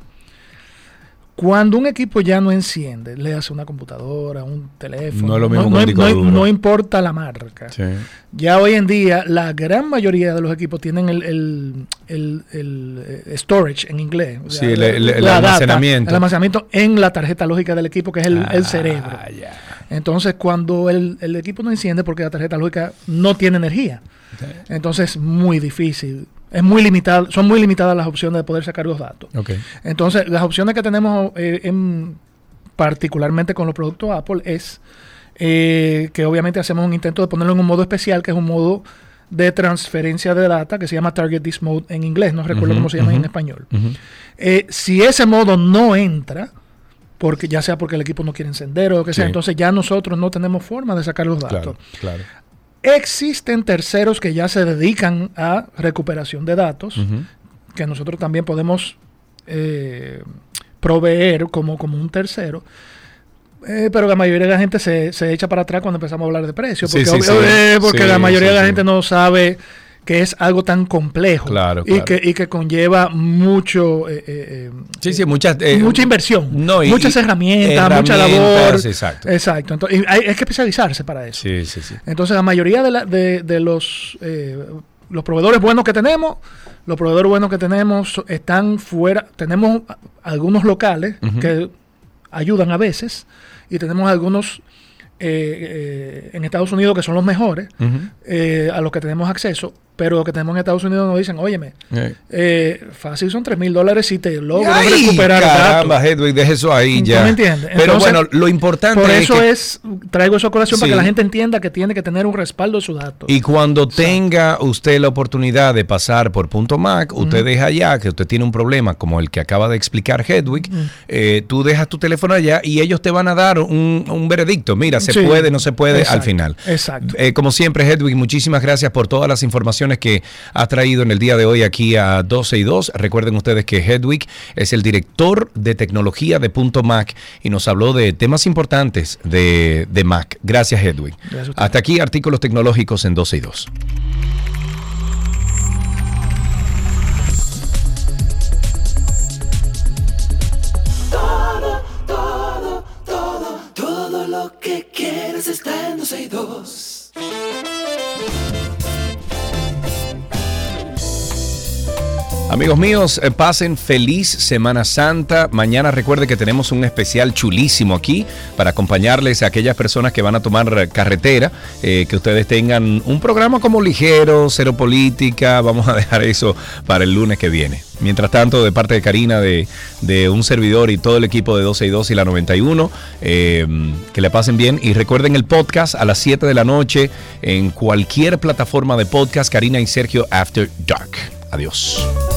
[SPEAKER 7] Cuando un equipo ya no enciende, le hace una computadora, un teléfono,
[SPEAKER 6] No es lo mismo
[SPEAKER 7] no,
[SPEAKER 6] que un
[SPEAKER 7] no-
[SPEAKER 6] disco
[SPEAKER 7] no-
[SPEAKER 6] duro.
[SPEAKER 7] no importa la marca.
[SPEAKER 6] Sí.
[SPEAKER 7] Ya hoy en día, la gran mayoría de los equipos tienen el, el, el, el, eh, storage en inglés. O sea,
[SPEAKER 6] Sí, el- el- el
[SPEAKER 7] la data,
[SPEAKER 6] almacenamiento.
[SPEAKER 7] el almacenamiento en la tarjeta lógica del equipo, que es el,
[SPEAKER 6] Ah,
[SPEAKER 7] el cerebro. Entonces, cuando el, el equipo no enciende, porque la tarjeta lógica no tiene energía, entonces es muy difícil. Es muy limitado, son muy limitadas las opciones de poder sacar los datos.
[SPEAKER 6] Okay.
[SPEAKER 7] Entonces, las opciones que tenemos, eh, en, particularmente con los productos Apple, es eh, que obviamente hacemos un intento de ponerlo en un modo especial, que es un modo de transferencia de data, que se llama Target This Mode en inglés, no recuerdo
[SPEAKER 6] Uh-huh,
[SPEAKER 7] cómo se llama
[SPEAKER 6] uh-huh.
[SPEAKER 7] en español.
[SPEAKER 6] Uh-huh.
[SPEAKER 7] Eh, si ese modo no entra, porque ya sea porque el equipo no quiere encender o lo que sea,
[SPEAKER 6] Sí.
[SPEAKER 7] entonces ya nosotros no tenemos forma de sacar los datos.
[SPEAKER 6] Claro, claro.
[SPEAKER 7] Existen terceros que ya se dedican a recuperación de datos,
[SPEAKER 6] Uh-huh.
[SPEAKER 7] que nosotros también podemos eh, proveer como, como un tercero. Eh, pero la mayoría de la gente se, se echa para atrás cuando empezamos a hablar de precios,
[SPEAKER 6] Sí,
[SPEAKER 7] porque,
[SPEAKER 6] sí,
[SPEAKER 7] obvio-
[SPEAKER 6] sí.
[SPEAKER 7] eh, porque
[SPEAKER 6] Sí,
[SPEAKER 7] la mayoría
[SPEAKER 6] sí,
[SPEAKER 7] de la
[SPEAKER 6] sí.
[SPEAKER 7] gente no sabe que es algo tan complejo
[SPEAKER 6] Claro,
[SPEAKER 7] y,
[SPEAKER 6] claro.
[SPEAKER 7] Que, y que conlleva mucho eh, eh,
[SPEAKER 6] Sí, sí, muchas, eh,
[SPEAKER 7] mucha inversión,
[SPEAKER 6] no, y-
[SPEAKER 7] muchas
[SPEAKER 6] y-
[SPEAKER 7] herramientas, mucha
[SPEAKER 6] herramientas,
[SPEAKER 7] labor.
[SPEAKER 6] exacto.
[SPEAKER 7] Exacto. Entonces, y hay, hay que especializarse para eso.
[SPEAKER 6] Sí, sí, sí.
[SPEAKER 7] Entonces, la mayoría de, la, de, de los eh, los proveedores buenos que tenemos, los proveedores buenos que tenemos so- están fuera. Tenemos a- algunos locales
[SPEAKER 6] Ujú.
[SPEAKER 7] que ayudan a veces, y tenemos algunos eh, eh, en Estados Unidos que son los mejores,
[SPEAKER 6] Ujú.
[SPEAKER 7] eh, a los que tenemos acceso, pero los que tenemos en Estados Unidos nos dicen, óyeme,
[SPEAKER 6] Eh.
[SPEAKER 7] eh, fácil son tres mil dólares si te logro
[SPEAKER 6] Ay,
[SPEAKER 7] recuperar
[SPEAKER 6] caramba,
[SPEAKER 7] datos.
[SPEAKER 6] Hedwig, deja eso ahí
[SPEAKER 7] ¿Tú
[SPEAKER 6] ya.
[SPEAKER 7] me entiendes?
[SPEAKER 6] Pero
[SPEAKER 7] Entonces,
[SPEAKER 6] bueno, lo importante
[SPEAKER 7] por
[SPEAKER 6] es
[SPEAKER 7] eso
[SPEAKER 6] que-
[SPEAKER 7] es, traigo esa colación para
[SPEAKER 6] Sí.
[SPEAKER 7] que la gente entienda que tiene que tener un respaldo de sus datos.
[SPEAKER 6] Y cuando tenga usted la oportunidad de pasar por Punto Mac, usted
[SPEAKER 7] Ujú.
[SPEAKER 6] deja allá que usted tiene un problema como el que acaba de explicar Hedwig,
[SPEAKER 7] Ujú.
[SPEAKER 6] eh, tú dejas tu teléfono allá y ellos te van a dar un, un veredicto. Mira, se
[SPEAKER 7] Sí.
[SPEAKER 6] puede, no se puede
[SPEAKER 7] Exacto,
[SPEAKER 6] al final.
[SPEAKER 7] exacto.
[SPEAKER 6] Eh, como siempre, Hedwig, muchísimas gracias por todas las informaciones que has traído en el día de hoy aquí a doce y dos. Recuerden ustedes que Hedwig es el director de tecnología de Punto Mac y nos habló de temas importantes de, de Mac. Gracias, Hedwig.
[SPEAKER 7] Gracias a usted.
[SPEAKER 6] Hasta aquí, artículos tecnológicos en doce y dos.
[SPEAKER 1] Todo, todo, todo, todo lo que quieres está en doce y dos.
[SPEAKER 6] Amigos míos, eh, pasen feliz Semana Santa. Mañana recuerde que tenemos un especial chulísimo aquí para acompañarles a aquellas personas que van a tomar carretera, eh, que ustedes tengan un programa como ligero, cero política. Vamos a dejar eso para el lunes que viene. Mientras tanto, de parte de Karina, de, de un servidor y todo el equipo de doce y dos y la noventa y uno, eh, que le pasen bien. Y recuerden el podcast a las siete de la noche en cualquier plataforma de podcast, Karina y Sergio After Dark. Adiós.